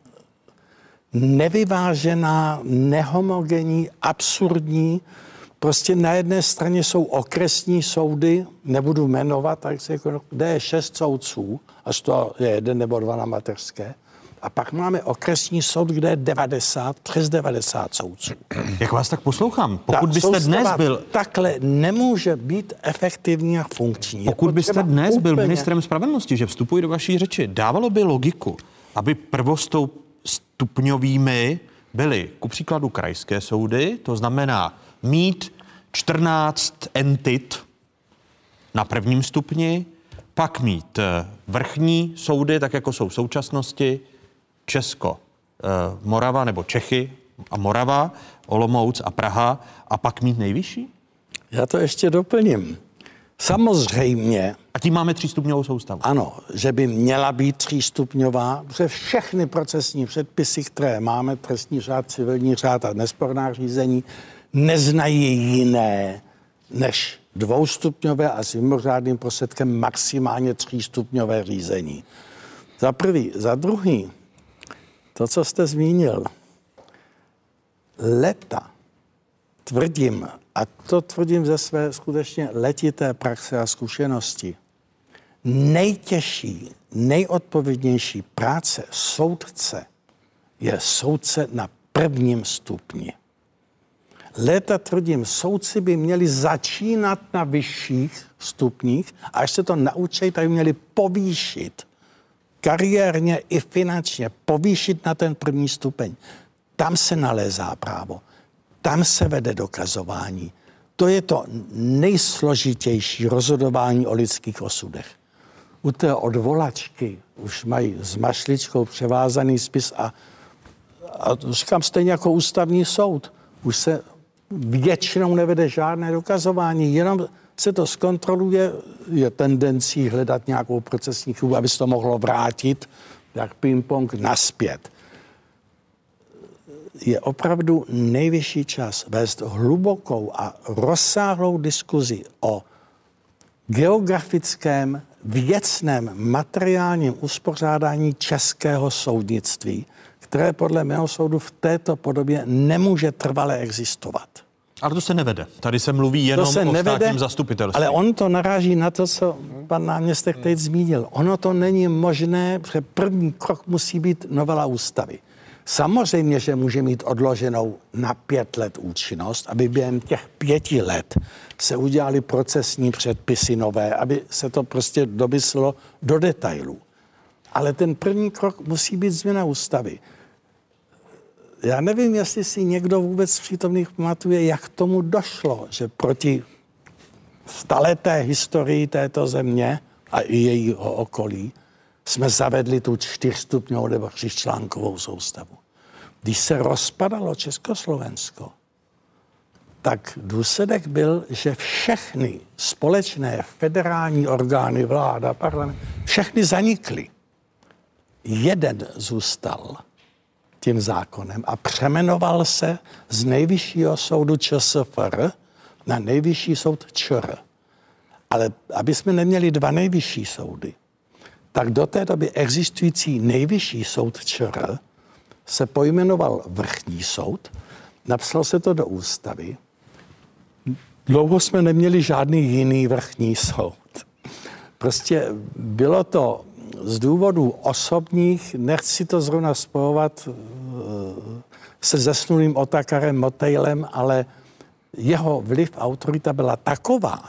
nevyvážená, nehomogenní, absurdní. Prostě na jedné straně jsou okresní soudy, nebudu jmenovat, tak se jako, kde je 6 soudců, a z toho je 1 nebo 2 na mateřské. A pak máme okresní soud, kde je 90, přes 90 soudců. Jak vás tak poslouchám, pokud byste dnes byl... Takhle nemůže být efektivní a funkční. Pokud byste dnes byl ministrem spravedlnosti, že vstupuji do vaší řeči, dávalo by logiku, aby prvostupňovými byly ku příkladu krajské soudy, to znamená mít 14 entit na 1. stupni, pak mít vrchní soudy, tak jako jsou v současnosti, Česko, Morava nebo Čechy a Morava, Olomouc a Praha, a pak mít nejvyšší? Já to ještě doplním. Samozřejmě. A tím máme 3stupňovou soustavu. Ano, že by měla být 3stupňová, protože všechny procesní předpisy, které máme, trestní řád, civilní řád a nesporná řízení, neznají jiné než 2stupňové a s mimořádným prostředkem maximálně 3stupňové řízení. Za prvý. Za druhý, to, co jste zmínil, leta, tvrdím, a to tvrdím ze své skutečně letité praxe a zkušenosti, nejtěžší, nejodpovědnější práce soudce je soudce na 1. stupni. Léta tvrdím, soudci by měli začínat na vyšších stupních a až se to naučí, tak by měli povýšit kariérně i finančně, povýšit na ten 1. stupeň. Tam se nalézá právo, tam se vede dokazování. To je to nejsložitější rozhodování o lidských osudech. U té odvolačky už mají s mašličkou převázaný spis a říkám stejně jako ústavní soud. Už se většinou nevede žádné dokazování, jenom se to zkontroluje, je tendencí hledat nějakou procesní chybu, aby se to mohlo vrátit, jak ping-pong, naspět. je opravdu nejvyšší čas vést hlubokou a rozsáhlou diskuzi o geografickém, věcném, materiálním uspořádání českého soudnictví, které podle mého soudu v této podobě nemůže trvale existovat. Ale to se nevede. Tady se mluví jenom o státním zastupitelství. Ale on to naráží na to, co pan náměstek teď zmínil. Ono to není možné, protože první krok musí být novela ústavy. Samozřejmě, že může mít odloženou na 5 let účinnost, aby během těch 5 let se udělali procesní předpisy nové, aby se to prostě domyslelo do detailů. Ale ten první krok musí být změna ústavy. Já nevím, jestli si někdo vůbec z přítomných pamatuje, jak tomu došlo, že proti staleté historii této země a i jejího okolí jsme zavedli tu 4stupňovou nebo 4článkovou soustavu. Když se rozpadalo Československo, tak důsledek byl, že všechny společné federální orgány, vláda, parlament, všechny zanikly. Jeden zůstal tím zákonem a přemenoval se z nejvyššího soudu ČSFR na nejvyšší soud ČR. Ale aby jsme neměli 2 nejvyšší soudy, tak do té doby existující nejvyšší soud ČR se pojmenoval vrchní soud, napsal se to do ústavy. Dlouho jsme neměli žádný jiný vrchní soud. Prostě bylo to z důvodů osobních, nechci to zrovna spojovat se zesnulým Otakarem Motejlem, ale jeho vliv a autorita byla taková,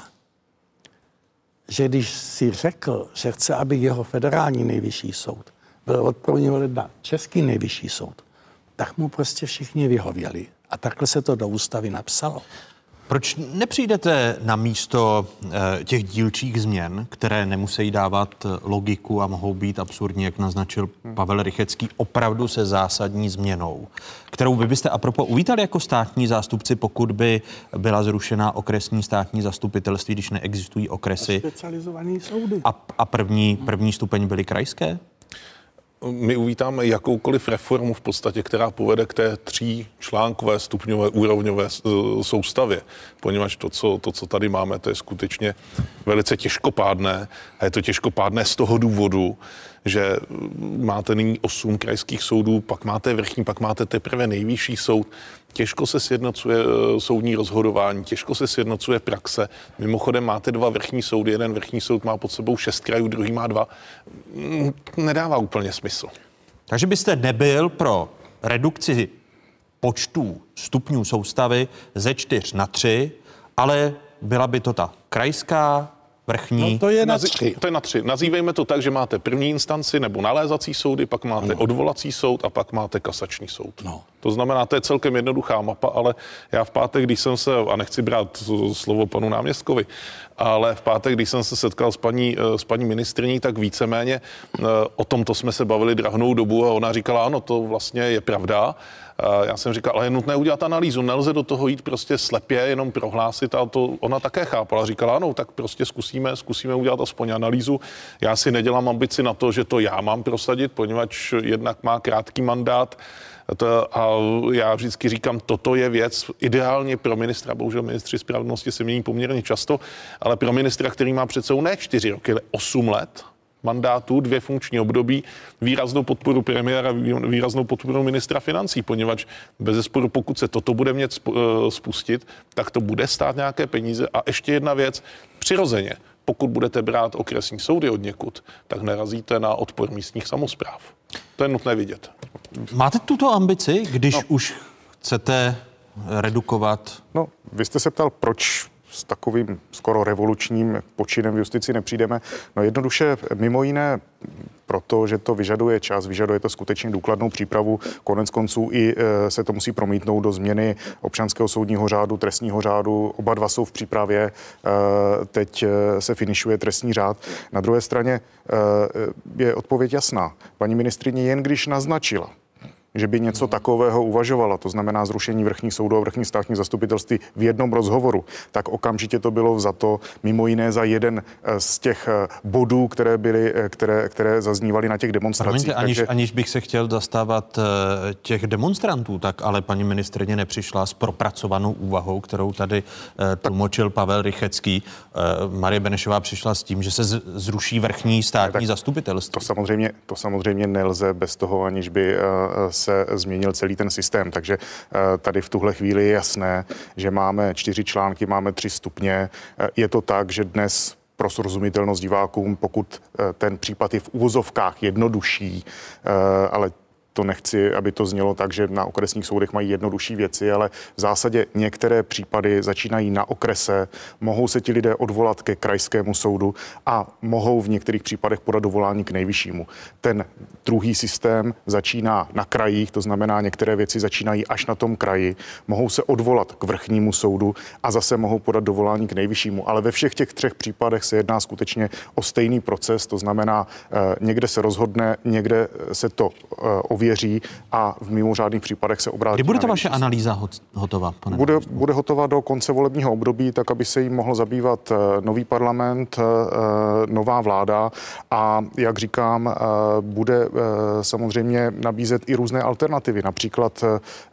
že když si řekl, že chce, aby jeho federální nejvyšší soud byl od 1. ledna český nejvyšší soud, tak mu prostě všichni vyhověli. A takhle se to do ústavy napsalo. Proč nepřijdete na místo těch dílčích změn, které nemusí dávat logiku a mohou být absurdní, jak naznačil Pavel Rychecký, opravdu se zásadní změnou, kterou vy byste apropos uvítali jako státní zástupci, pokud by byla zrušena okresní státní zastupitelství, když neexistují okresy specializované soudy. A první stupeň byly krajské? My uvítáme jakoukoliv reformu v podstatě, která povede k té 3článkové stupňové úrovňové soustavě, poněvadž to, co tady máme, to je skutečně velice těžkopádné a je to těžkopádné z toho důvodu, že máte nyní 8 krajských soudů, pak máte vrchní, pak máte teprve nejvyšší soud. Těžko se sjednocuje soudní rozhodování, těžko se sjednocuje praxe. Mimochodem máte 2 vrchní soudy, jeden vrchní soud má pod sebou 6 krajů, druhý má 2. Nedává úplně smysl. Takže byste nebyl pro redukci počtu stupňů soustavy ze 4 na 3, ale byla by to ta krajská, vrchní. No to je na 3. To je na 3. Nazývejme to tak, že máte první instanci nebo nalézací soudy, pak máte odvolací soud a pak máte kasační soud. No. To znamená, to je celkem jednoduchá mapa, ale já v pátek, když jsem se, a nechci brát slovo panu náměstkovi, ale v pátek, když jsem se setkal s paní ministryní, tak víceméně o tomto jsme se bavili drahnou dobu a ona říkala, ano, to vlastně je pravda. Já jsem říkal, ale je nutné udělat analýzu, nelze do toho jít prostě slepě, jenom prohlásit, a to ona také chápala. Říkala, ano, tak prostě zkusíme udělat aspoň analýzu. Já si nedělám ambici na to, že to já mám prosadit, poněvadž jednak má krátký mandát, a já vždycky říkám, toto je věc ideálně pro ministra, bohužel ministři spravedlnosti se mění poměrně často, ale pro ministra, který má před sebou ne 4 roky, ale 8 let mandátu, 2 funkční období, výraznou podporu premiéra, výraznou podporu ministra financí, poněvadž bezesporu, pokud se toto bude mět spustit, tak to bude stát nějaké peníze. A ještě jedna věc, přirozeně, pokud budete brát okresní soudy od někud, tak narazíte na odpor místních samospráv. To je nutné vidět. Máte tuto ambici, když už chcete redukovat? No, vy jste se ptal, proč s takovým skoro revolučním počinem v justici nepřijdeme. No jednoduše, mimo jiné, protože to vyžaduje čas, vyžaduje to skutečně důkladnou přípravu. Konec konců i se to musí promítnout do změny občanského soudního řádu, trestního řádu. Oba dva jsou v přípravě. Teď se finišuje trestní řád. Na druhé straně je odpověď jasná. Paní ministryně jen když naznačila, že by něco takového uvažovala, to znamená zrušení vrchních soudů a vrchních státních zastupitelství v jednom rozhovoru, tak okamžitě to bylo vzato mimo jiné za jeden z těch bodů, které zaznívaly na těch demonstracích. Promiňte, aniž bych se chtěl zastávat těch demonstrantů, tak ale paní ministryně nepřišla s propracovanou úvahou, kterou tady tlumočil Pavel Rychecký. Marie Benešová přišla s tím, že se zruší vrchní státní zastupitelství. To samozřejmě nelze bez toho, aniž by se změnil celý ten systém. Takže tady v tuhle chvíli je jasné, že máme 4 články, máme 3 stupně. Je to tak, že dnes pro srozumitelnost divákům, pokud ten případ je v uvozovkách jednodušší, ale to nechci, aby to znělo tak, že na okresních soudech mají jednodušší věci, ale v zásadě některé případy začínají na okrese, mohou se ti lidé odvolat ke krajskému soudu a mohou v některých případech podat dovolání k nejvyššímu. Ten druhý systém začíná na krajích, to znamená, některé věci začínají až na tom kraji, mohou se odvolat k vrchnímu soudu a zase mohou podat dovolání k nejvyššímu. Ale ve všech těch 3 případech se jedná skutečně o stejný proces, to znamená, někde se rozhodne, někde se to ověří a v mimořádných případech se obrátí. Kdy bude ta vaše analýza hotová, pane? Bude hotová do konce volebního období, tak aby se jí mohl zabývat nový parlament, nová vláda a jak říkám, bude samozřejmě nabízet i různé alternativy. Například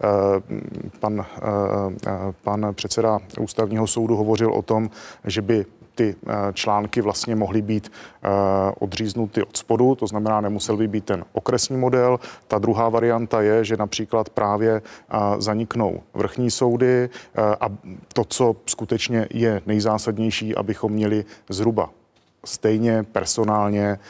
pan předseda Ústavního soudu hovořil o tom, že by ty články vlastně mohly být odříznuty od spodu, to znamená, nemusel by být ten okresní model. Ta druhá varianta je, že například právě zaniknou vrchní soudy a to, co skutečně je nejzásadnější, abychom měli zhruba stejně personálně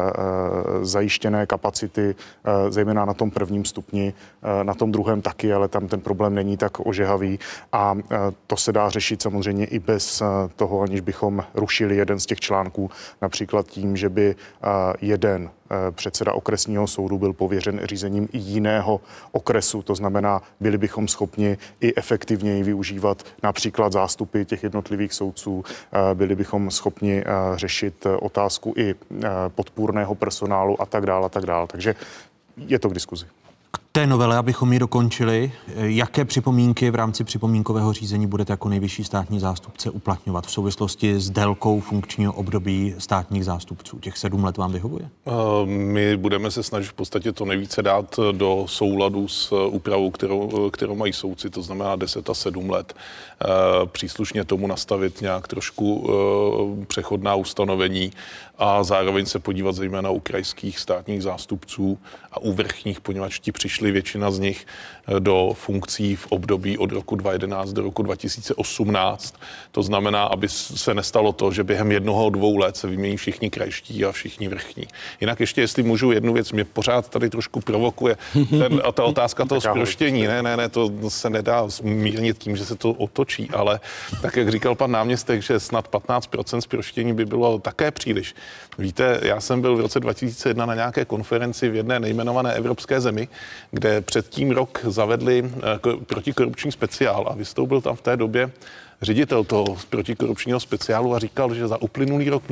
zajištěné kapacity, zejména na tom prvním stupni, na tom druhém taky, ale tam ten problém není tak ožehavý a to se dá řešit samozřejmě i bez toho, aniž bychom rušili jeden z těch článků, například tím, že by jeden předseda okresního soudu byl pověřen řízením i jiného okresu. To znamená, byli bychom schopni i efektivněji využívat například zástupy těch jednotlivých soudců, byli bychom schopni řešit otázku i podpůrného personálu a tak dále, a tak dále. Takže je to k diskuzi. Té novele, abychom ji dokončili, jaké připomínky v rámci připomínkového řízení budete jako nejvyšší státní zástupce uplatňovat v souvislosti s délkou funkčního období státních zástupců? Těch 7 let vám vyhovuje? My budeme se snažit v podstatě to nejvíce dát do souladu s úpravou, kterou mají soudci, to znamená 10 a 7 let. Příslušně tomu nastavit nějak trošku přechodná ustanovení a zároveň se podívat zejména u krajských státních zástupců a u vrchních, poněvadž ti přišli většina z nich do funkcí v období od roku 2011 do roku 2018. To znamená, aby se nestalo to, že během 1-2 let se vymění všichni krajští a všichni vrchní. Jinak ještě, jestli můžu jednu věc, mě pořád tady trošku provokuje ta otázka toho zproštění. Ne, to se nedá zmírnit tím, že se to otočí, ale tak, jak říkal pan náměstek, že snad 15% zproštění by bylo také příliš. Víte, já jsem byl v roce 2001 na nějaké konferenci v jedné nejmenované evropské zemi, kde předtím rok zavedli protikorupční speciál a vystoupil tam v té době ředitel toho protikorupčního speciálu a říkal, že za uplynulý rok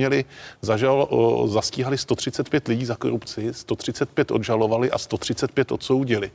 zastíhali 135 lidí za korupci, 135 odžalovali a 135 odsoudili.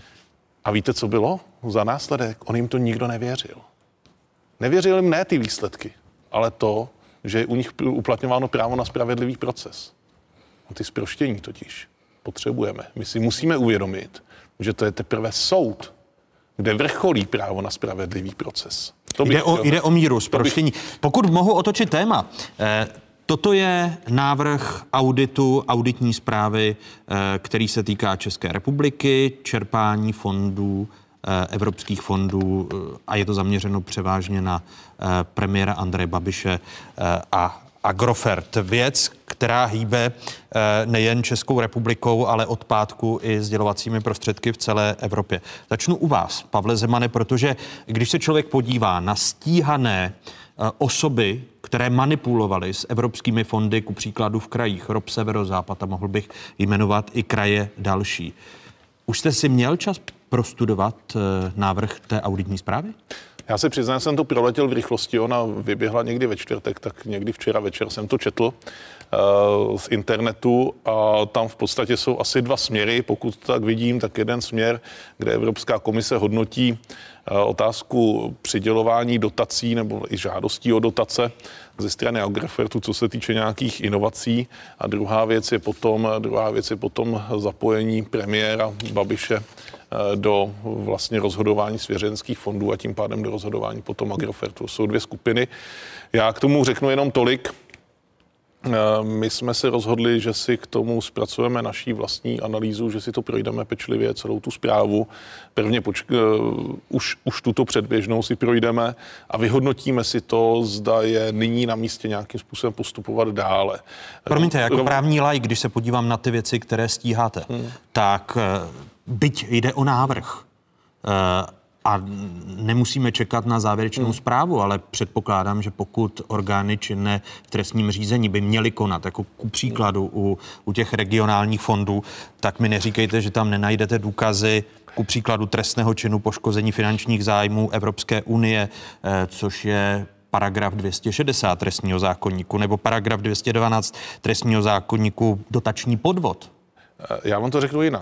A víte, co bylo za následek? On jim to nikdo nevěřil. Nevěřil jim ne ty výsledky, ale to, že je u nich uplatňováno právo na spravedlivý proces. A ty zproštění totiž potřebujeme. My si musíme uvědomit, že to je teprve soud, kde vrcholí právo na spravedlivý proces. Jde o míru zproštění. Pokud mohu otočit téma, toto je návrh auditní zprávy, který se týká České republiky, čerpání fondů, evropských fondů a je to zaměřeno převážně na premiéra Andreje Babiše a Agrofert. Věc, která hýbe nejen Českou republikou, ale od pátku i sdělovacími prostředky v celé Evropě. Začnu u vás, Pavle Zemane, protože když se člověk podívá na stíhané osoby, které manipulovaly s evropskými fondy, ku příkladu v krajích ROP Severozápad, a mohl bych jmenovat i kraje další. Už jste si měl čas prostudovat návrh té auditní zprávy? Já se přiznám, jsem to proletěl v rychlosti, ona vyběhla někdy ve čtvrtek, tak někdy včera večer jsem to četl. z internetu a tam v podstatě jsou asi dva směry. Pokud tak vidím, tak jeden směr, kde Evropská komise hodnotí otázku přidělování dotací nebo i žádostí o dotace ze strany Agrofertu, co se týče nějakých inovací. A druhá věc je potom zapojení premiéra Babiše do vlastně rozhodování svěřenských fondů a tím pádem do rozhodování potom Agrofertu. Jsou dvě skupiny. Já k tomu řeknu jenom tolik. My jsme se rozhodli, že si k tomu zpracujeme naší vlastní analýzu, že si to projdeme pečlivě, celou tu zprávu. Prvně už tuto předběžnou si projdeme a vyhodnotíme si to, zda je nyní na místě nějakým způsobem postupovat dále. Promiňte, jako právní laik, když se podívám na ty věci, které stíháte, tak byť jde o návrh, a nemusíme čekat na závěrečnou zprávu, ale předpokládám, že pokud orgány činné v trestním řízení by měly konat, jako ku příkladu u těch regionálních fondů, tak mi neříkejte, že tam nenajdete důkazy ku příkladu trestného činu poškození finančních zájmů Evropské unie, což je paragraf 260 trestního zákoníku, nebo paragraf 212 trestního zákoníku dotační podvod. Já vám to řeknu jinak.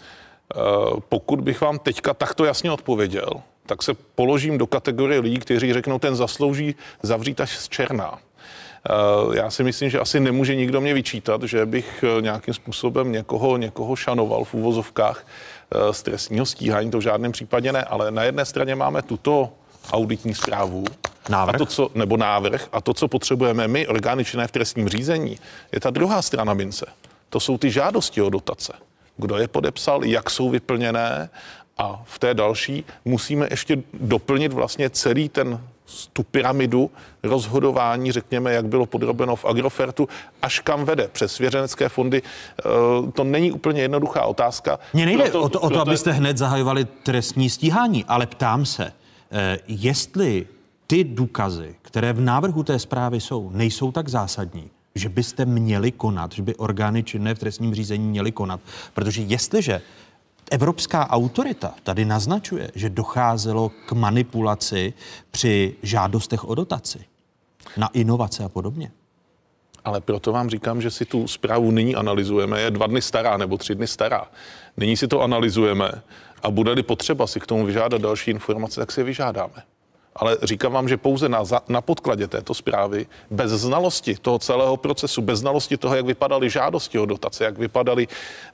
Pokud bych vám teďka takto jasně odpověděl, tak se položím do kategorie lidí, kteří řeknou, ten zaslouží zavřít až z černá. Já si myslím, že asi nemůže nikdo mě vyčítat, že bych nějakým způsobem někoho šanoval v uvozovkách z trestního stíhání, to v žádném případě ne, ale na jedné straně máme tuto auditní zprávu, návrh a to, co potřebujeme my, orgány činné v trestním řízení, je ta druhá strana mince. To jsou ty žádosti o dotace. Kdo je podepsal, jak jsou vyplněné a v té další musíme ještě doplnit vlastně celý tu pyramidu rozhodování, řekněme, jak bylo podrobeno v Agrofertu, až kam vede přes svěřenecké fondy. To není úplně jednoduchá otázka. Mně nejde o to, abyste hned zahajovali trestní stíhání, ale ptám se, jestli ty důkazy, které v návrhu té zprávy jsou, nejsou tak zásadní, že byste měli konat, že by orgány činné v trestním řízení měly konat. Protože jestliže evropská autorita tady naznačuje, že docházelo k manipulaci při žádostech o dotaci na inovace a podobně. Ale proto vám říkám, že si tu zprávu nyní analyzujeme. Je 2 dny stará nebo 3 dny stará. Nyní si to analyzujeme a bude-li potřeba si k tomu vyžádat další informace, tak si je vyžádáme. Ale říkám vám, že pouze na podkladě této zprávy, bez znalosti toho celého procesu, bez znalosti toho, jak vypadaly žádosti o dotace, jak vypadaly,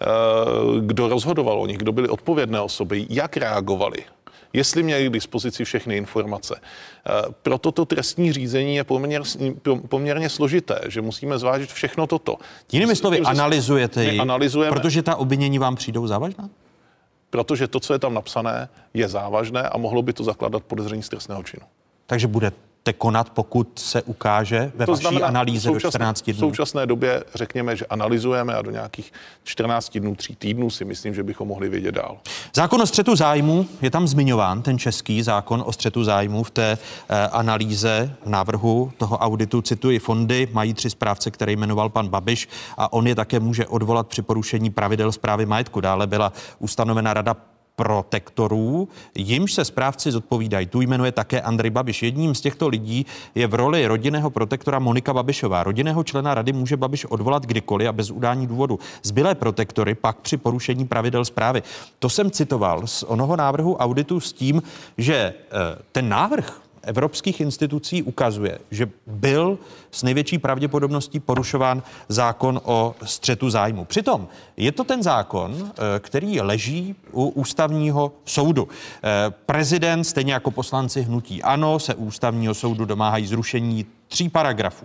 kdo rozhodoval o nich, kdo byly odpovědné osoby, jak reagovali, jestli měli k dispozici všechny informace. Proto to trestní řízení je poměrně složité, že musíme zvážit všechno toto. Jinými slovy, analyzujete ji, protože ta obvinění vám přijdou závažná? Protože to, co je tam napsané, je závažné a mohlo by to zakládat podezření z trestného činu. Takže budete konat, pokud se ukáže ve vaší analýze do 14 dnů? V současné době řekněme, že analyzujeme a do nějakých 14 dnů, 3 týdnů si myslím, že bychom mohli vědět dál. Zákon o střetu zájmu je tam zmiňován, ten český zákon o střetu zájmu v té analýze návrhu toho auditu. Cituji, fondy mají 3 správce, které jmenoval pan Babiš a on je také může odvolat při porušení pravidel správy majetku. Dále byla ustanovena rada protektorů, jimž se správci zodpovídají. Tu jmenuje také Andrej Babiš. Jedním z těchto lidí je v roli rodinného protektora Monika Babišová. Rodinného člena rady může Babiš odvolat kdykoliv a bez udání důvodu. Zbylé protektory pak při porušení pravidel správy. To jsem citoval z onoho návrhu auditu s tím, že ten návrh evropských institucí ukazuje, že byl s největší pravděpodobností porušován zákon o střetu zájmu. Přitom je to ten zákon, který leží u ústavního soudu. Prezident, stejně jako poslanci hnutí ANO, se u ústavního soudu domáhají zrušení 3 paragrafů.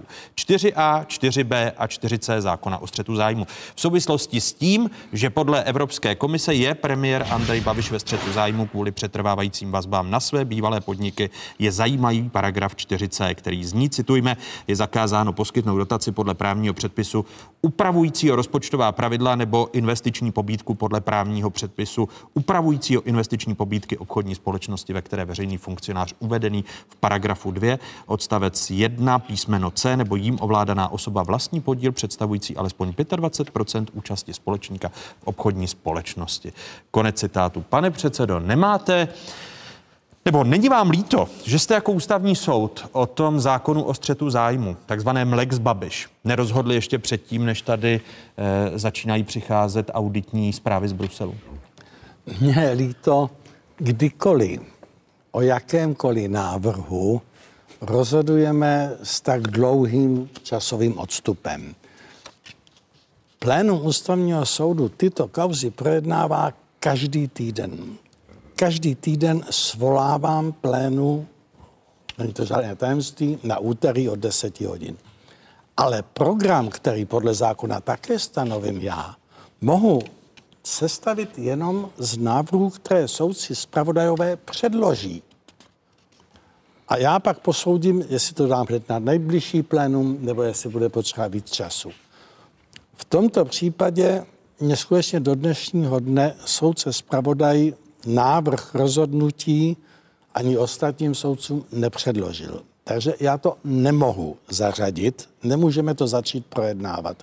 4a, 4b a 4c zákona o střetu zájmu. V souvislosti s tím, že podle Evropské komise je premiér Andrej Babiš ve střetu zájmu kvůli přetrvávajícím vazbám na své bývalé podniky, je zajímavý paragraf 4c, který zní, citujme, je zakázáno poskytnout dotaci podle právního předpisu upravujícího rozpočtová pravidla nebo investiční pobídku podle právního předpisu upravujícího investiční pobídky obchodní společnosti, ve které veřejný funkcionář uvedený v paragrafu 2 odstavec 1 písmeno C nebo jím ovládaná osoba vlastní podíl představující alespoň 25% účasti společníka v obchodní společnosti. Konec citátu. Pane předsedo, nemáte Nebo není vám líto, že jste jako ústavní soud o tom zákonu o střetu zájmu, takzvaném Lex Babiš, nerozhodli ještě předtím, než tady začínají přicházet auditní zprávy z Bruselu? Mně je líto, kdykoliv o jakémkoliv návrhu rozhodujeme s tak dlouhým časovým odstupem. Plénum ústavního soudu tyto kauzy projednává každý týden. Každý týden svolávám plénu, není to žádné tajemství, na úterý od 10 hodin. Ale program, který podle zákona také stanovím já, mohu sestavit jenom z návrhů, které soudci zpravodajové předloží. A já pak posoudím, jestli to dám hned na nejbližší plénum, nebo jestli bude potřeba víc času. V tomto případě mě skutečně do dnešního dne soudce zpravodaj návrh rozhodnutí ani ostatním soudcům nepředložil. Takže já to nemohu zařadit, nemůžeme to začít projednávat.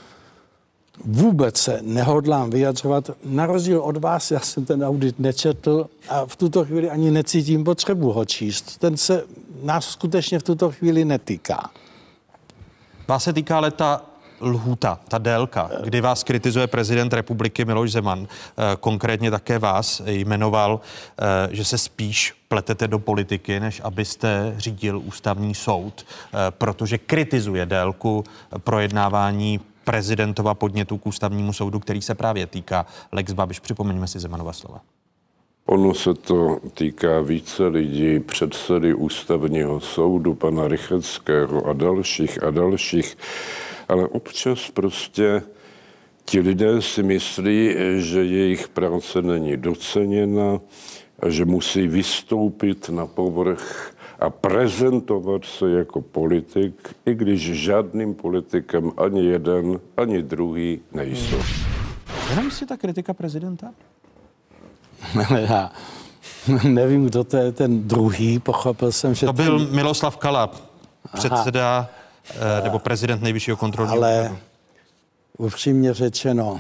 Vůbec se nehodlám vyjadřovat. Na rozdíl od vás, já jsem ten audit nečetl a v tuto chvíli ani necítím potřebu ho číst. Ten se nás skutečně v tuto chvíli netýká. Vás se týká ale ta lhůta, ta délka, kdy vás kritizuje prezident republiky Miloš Zeman, konkrétně také vás jmenoval, že se spíš pletete do politiky, než abyste řídil ústavní soud, protože kritizuje délku projednávání prezidentova podnětu k ústavnímu soudu, který se právě týká Lex Babiš. Připomeňme si Zemanova slova. Ono se to týká více lidí, předsedy ústavního soudu, pana Rychetského a dalších. Ale občas prostě ti lidé si myslí, že jejich práce není doceněna a že musí vystoupit na povrch a prezentovat se jako politik, i když žádným politikem ani jeden, ani druhý nejsou. Jenom si ta kritika prezidenta? Já nevím, kdo to je ten druhý, pochopil jsem, že... To byl Miloslav Kala, předseda nebo prezident Nejvyššího kontrolního úřadu. Ale upřímně řečeno,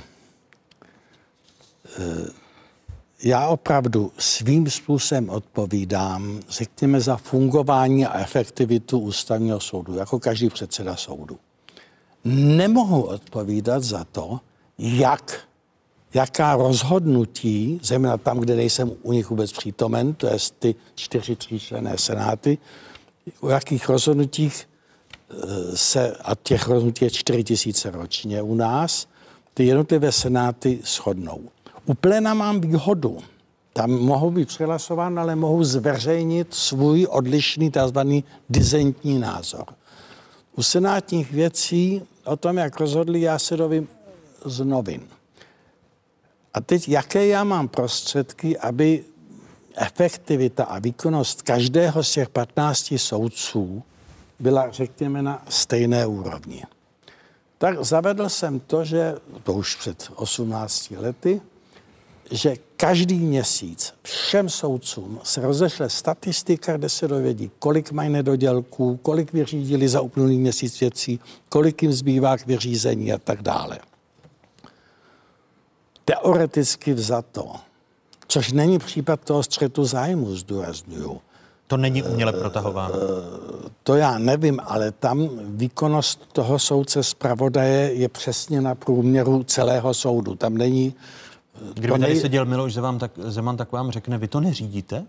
já opravdu svým způsobem odpovídám, řekněme, za fungování a efektivitu ústavního soudu, jako každý předseda soudu. Nemohu odpovídat za to, jaká rozhodnutí, zejména tam, kde nejsem u nich vůbec přítomen, to je ty 4 tříčlenné senáty, o jakých rozhodnutích a těch rozhodnutí je 4 000 ročně u nás, ty jednotlivé senáty shodnou. U pléna mám výhodu. Tam mohou být přehlasovány, ale mohou zveřejnit svůj odlišný tzv. Disentní názor. U senátních věcí o tom, jak rozhodli, já se dovím z novin. A teď, jaké já mám prostředky, aby efektivita a výkonnost každého z těch 15 soudců byla, řekněme, na stejné úrovni. Tak zavedl jsem to, že, to už před 18 lety, že každý měsíc všem soudcům se rozešle statistika, kde se dovědí, kolik mají nedodělků, kolik vyřídili za uplynulý měsíc věcí, kolik jim zbývá k vyřízení a tak dále. Teoreticky vzato, což není případ toho střetu zájmu, zdůrazňuju. To není uměle protahováno. To já nevím, ale tam výkonnost toho soudce zpravodaje je přesně na průměru celého soudu. Tam není... Kdyby tady seděl Miloš Zeman, tak vám řekne, vy to neřídíte?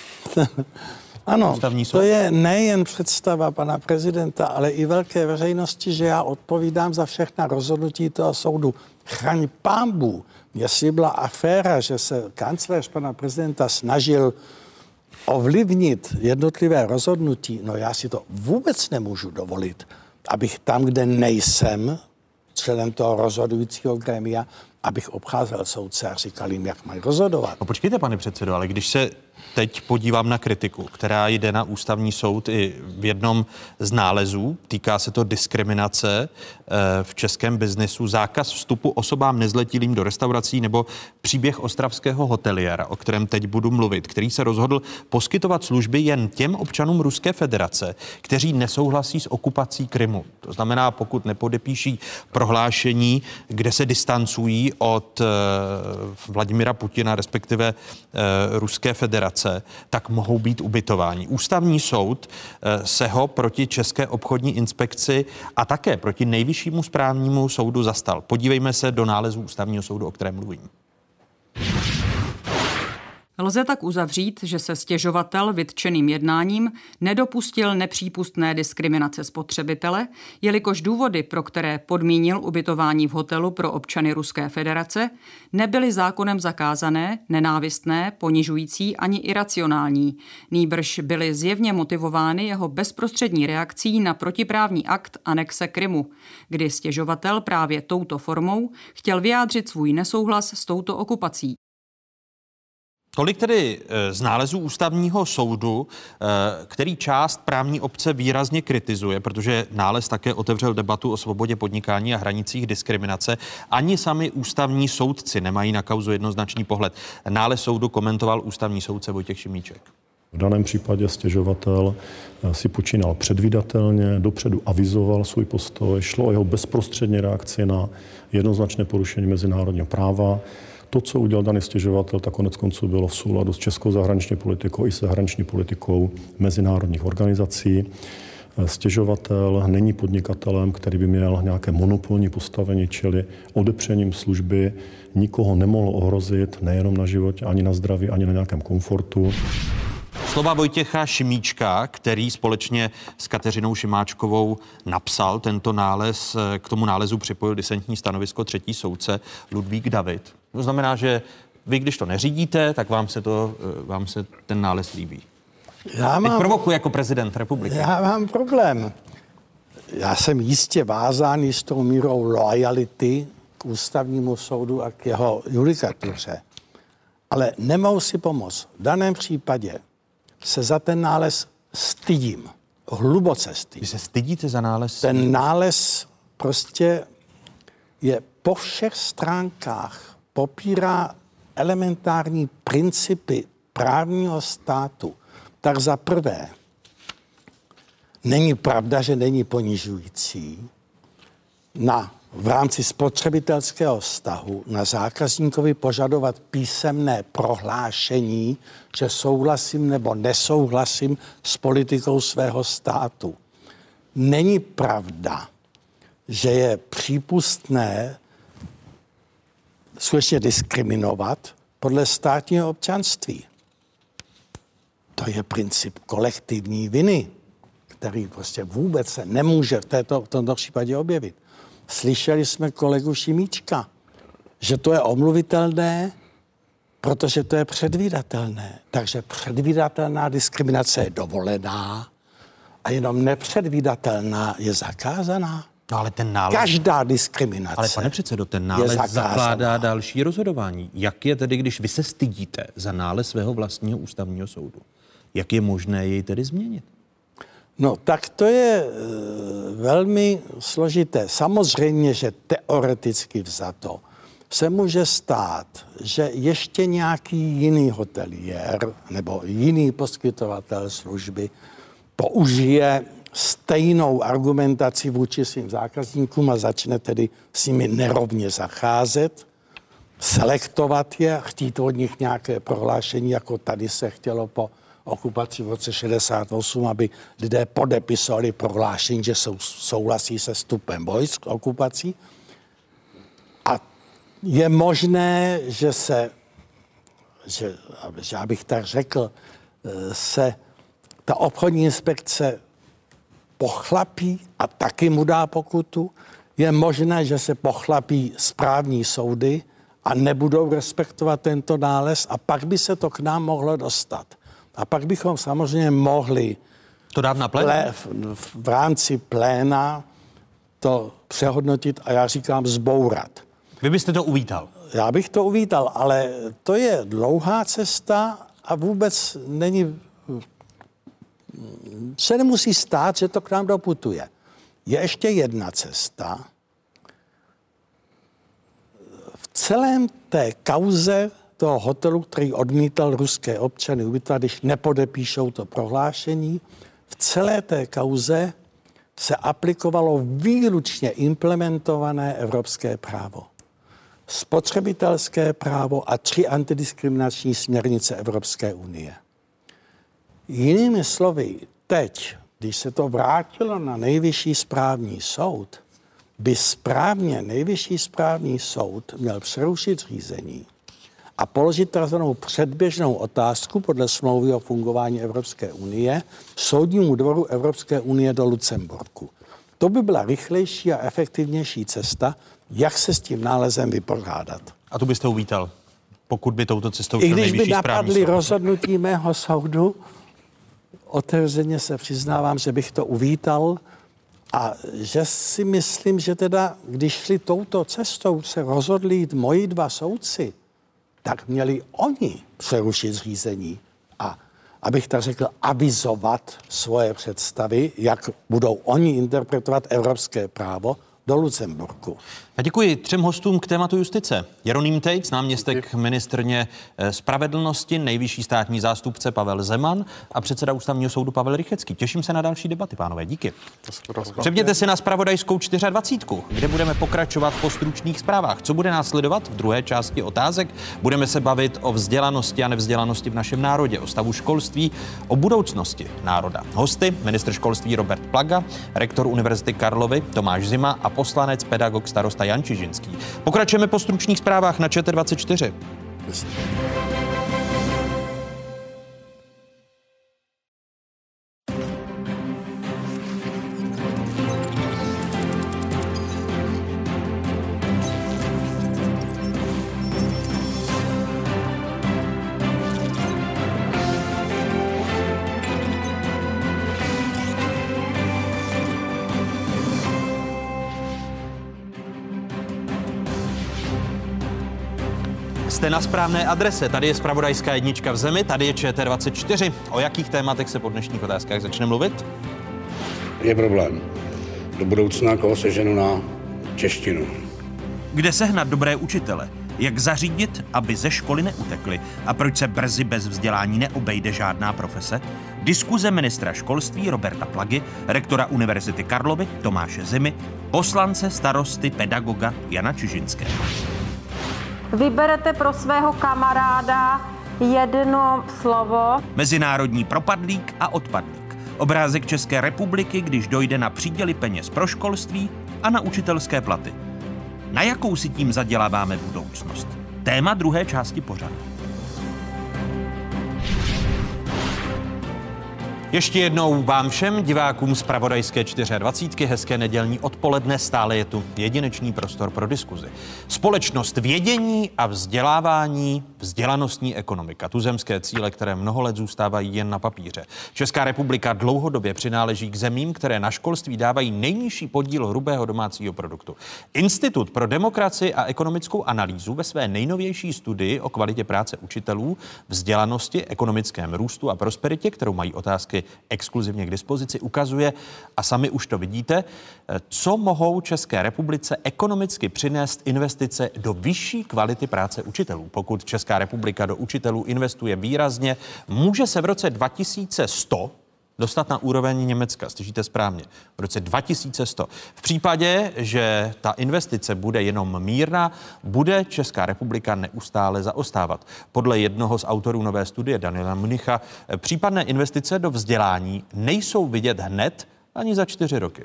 Ano, to je nejen představa pana prezidenta, ale i velké veřejnosti, že já odpovídám za všechna rozhodnutí toho soudu. Chraň pánbůh, jestli byla aféra, že se kancléř pana prezidenta snažil ovlivnit jednotlivé rozhodnutí, no já si to vůbec nemůžu dovolit, abych tam, kde nejsem členem toho rozhodujícího grémia, abych obcházel soudce a říkal jim, jak mají rozhodovat. No počkejte, pane předsedo, ale když se teď podívám na kritiku, která jde na ústavní soud i v jednom z nálezů, týká se to diskriminace v českém biznesu, zákaz vstupu osobám nezletilým do restaurací nebo příběh ostravského hoteliéra, o kterém teď budu mluvit, který se rozhodl poskytovat služby jen těm občanům Ruské federace, kteří nesouhlasí s okupací Krymu. To znamená, pokud nepodepíší prohlášení, kde se distancují od Vladimira Putina, respektive Ruské federace, federace, tak mohou být ubytováni. Ústavní soud se ho proti České obchodní inspekci a také proti Nejvyššímu správnímu soudu zastal. Podívejme se do nálezu Ústavního soudu, o kterém mluvím. Lze tak uzavřít, že se stěžovatel vytčeným jednáním nedopustil nepřípustné diskriminace spotřebitele, jelikož důvody, pro které podmínil ubytování v hotelu pro občany Ruské federace, nebyly zákonem zakázané, nenávistné, ponižující ani iracionální. Nýbrž byly zjevně motivovány jeho bezprostřední reakcí na protiprávní akt anexe Krymu, kdy stěžovatel právě touto formou chtěl vyjádřit svůj nesouhlas s touto okupací. Tolik tedy z nálezů Ústavního soudu, který část právní obce výrazně kritizuje, protože nález také otevřel debatu o svobodě podnikání a hranicích diskriminace. Ani sami ústavní soudci nemají na kauzu jednoznačný pohled. Nález soudu komentoval ústavní soudce Vojtěch Šimíček. V daném případě stěžovatel si počínal předvídatelně, dopředu avizoval svůj postoj, šlo o jeho bezprostřední reakci na jednoznačné porušení mezinárodního práva. To, co udělal daný stěžovatel, tak konec konců bylo v souladu s českou zahraniční politikou i se zahraniční politikou mezinárodních organizací. Stěžovatel není podnikatelem, který by měl nějaké monopolní postavení, čili odepřením služby nikoho nemohlo ohrozit, nejenom na životě, ani na zdraví, ani na nějakém komfortu. Slova Vojtěcha Šimíčka, který společně s Kateřinou Šimáčkovou napsal tento nález, k tomu nálezu připojil disentní stanovisko třetí soudce Ludvík David. To znamená, že vy, když to neřídíte, tak vám se ten nález líbí. Teď provokuji jako prezident republiky. Já mám problém. Já jsem jistě vázán jistou mírou loajality k Ústavnímu soudu a k jeho judikatuře. Ale nemohu si pomoct. V daném případě se za ten nález stydím. Hluboce stydím. Vy se stydíte za nález? Ten nález prostě je po všech stránkách popírá elementární principy právního státu. Tak za prvé, není pravda, že není ponižující v rámci spotřebitelského vztahu na zákazníkovi požadovat písemné prohlášení, že souhlasím nebo nesouhlasím s politikou svého státu. Není pravda, že je přípustné skutečně diskriminovat podle státního občanství. To je princip kolektivní viny, který prostě vůbec se nemůže v tomto případě objevit. Slyšeli jsme kolegu Šimíčka, že to je omluvitelné, protože to je předvídatelné. Takže předvídatelná diskriminace je dovolená a jenom nepředvídatelná je zakázaná. No, ale ten nález... Každá diskriminace. Ale pane předsedo, ten nález zakládá další rozhodování. Jak je tedy, když vy se stydíte za nález svého vlastního ústavního soudu? Jak je možné jej tedy změnit? No, tak to je velmi složité. Samozřejmě, že teoreticky vzato se může stát, že ještě nějaký jiný hoteliér nebo jiný poskytovatel služby použije stejnou argumentaci vůči svým zákazníkům a začne tedy s nimi nerovně zacházet, selektovat je, chtít od nich nějaké prohlášení, jako tady se chtělo po okupaci v roce 68, aby lidé podepisovali prohlášení, že souhlasí se vstupem vojsk k okupací. A je možné, že abych tak řekl, se ta obchodní inspekce pochlapí a taky mu dá pokutu. Je možné, že se pochlapí správní soudy a nebudou respektovat tento nález a pak by se to k nám mohlo dostat. A pak bychom samozřejmě mohli to dát na pléna? V rámci pléna to přehodnotit a já říkám zbourat. Vy byste to uvítal? Já bych to uvítal, ale to je dlouhá cesta a vůbec se nemusí stát, že to k nám doputuje. Je ještě jedna cesta. V celém té kauze toho hotelu, který odmítal ruské občany ubytovat, když nepodepíšou to prohlášení, v celé té kauze se aplikovalo výlučně implementované evropské právo. spotřebitelské právo a 3 antidiskriminační směrnice Evropské unie. Jinými slovy, teď, když se to vrátilo na Nejvyšší správní soud, by správně Nejvyšší správní soud měl přerušit řízení a položit takzvanou předběžnou otázku podle smlouvy o fungování Evropské unie Soudnímu dvoru Evropské unie do Lucemburku. To by byla rychlejší a efektivnější cesta, jak se s tím nálezem vypořádat. A tu byste uvítal, pokud by touto cestou I když by napadly rozhodnutí mého soudu, otevřeně se přiznávám, že bych to uvítal a že si myslím, že teda, když šli touto cestou, se rozhodli jít moji 2 soudci, tak měli oni přerušit řízení a, abych tak řekl, avizovat svoje představy, jak budou oni interpretovat evropské právo do Lucemburku. A děkuji 3 hostům k tématu justice. Jeroným Tejc, náměstek ministryně spravedlnosti, nejvyšší státní zástupce Pavel Zeman a předseda Ústavního soudu Pavel Rychetský. Těším se na další debaty, pánové. Díky. Přepněte si na Zpravodajskou 24, kde budeme pokračovat po stručných zprávách. Co bude následovat v druhé části otázek? Budeme se bavit o vzdělanosti a nevzdělanosti v našem národě, o stavu školství, o budoucnosti národa. Hosty ministr školství Robert Plaga, rektor Univerzity Karlovy Tomáš Zima a poslanec, pedagog, starosta Jan Čižinský. Pokračujeme po stručných zprávách na ČT24. Jste na správné adrese. Tady je Zpravodajská jednička v zemi, tady je ČT24. O jakých tématech se po dnešních otázkách začne mluvit? Je problém. Do budoucna koho seženu na češtinu. Kde sehnat dobré učitele? Jak zařídit, aby ze školy neutekli? A proč se brzy bez vzdělání neobejde žádná profese? Diskuze ministra školství Roberta Plagy, rektora Univerzity Karlovy Tomáše Zimy, poslance, starosty, pedagoga Jana Čižinského. Vyberete pro svého kamaráda jedno slovo. Mezinárodní propadlík a odpadlík. Obrázek České republiky, když dojde na příděly peněz pro školství a na učitelské platy. Na jakou si tím zaděláváme budoucnost? Téma druhé části pořadu. Ještě jednou vám všem divákům Zpravodajské 24 hezké nedělní odpoledne, stále je tu jedinečný prostor pro diskuzi. Společnost vědění a vzdělávání, vzdělanostní ekonomika, tuzemské cíle, které mnoho let zůstávají jen na papíře. Česká republika dlouhodobě přináleží k zemím, které na školství dávají nejnižší podíl hrubého domácího produktu. Institut pro demokracii a ekonomickou analýzu ve své nejnovější studii o kvalitě práce učitelů, vzdělanosti, ekonomickém růstu a prosperitě, kterou mají otázky exkluzivně k dispozici, ukazuje, a sami už to vidíte, co mohou České republice ekonomicky přinést investice do vyšší kvality práce učitelů. Pokud Česká republika do učitelů investuje výrazně, může se v roce 2100 dostat na úroveň Německa, slyšíte správně, v roce 2100. V případě, že ta investice bude jenom mírná, bude Česká republika neustále zaostávat. Podle jednoho z autorů nové studie, Daniela Mnicha, případné investice do vzdělání nejsou vidět hned ani za 4 roky.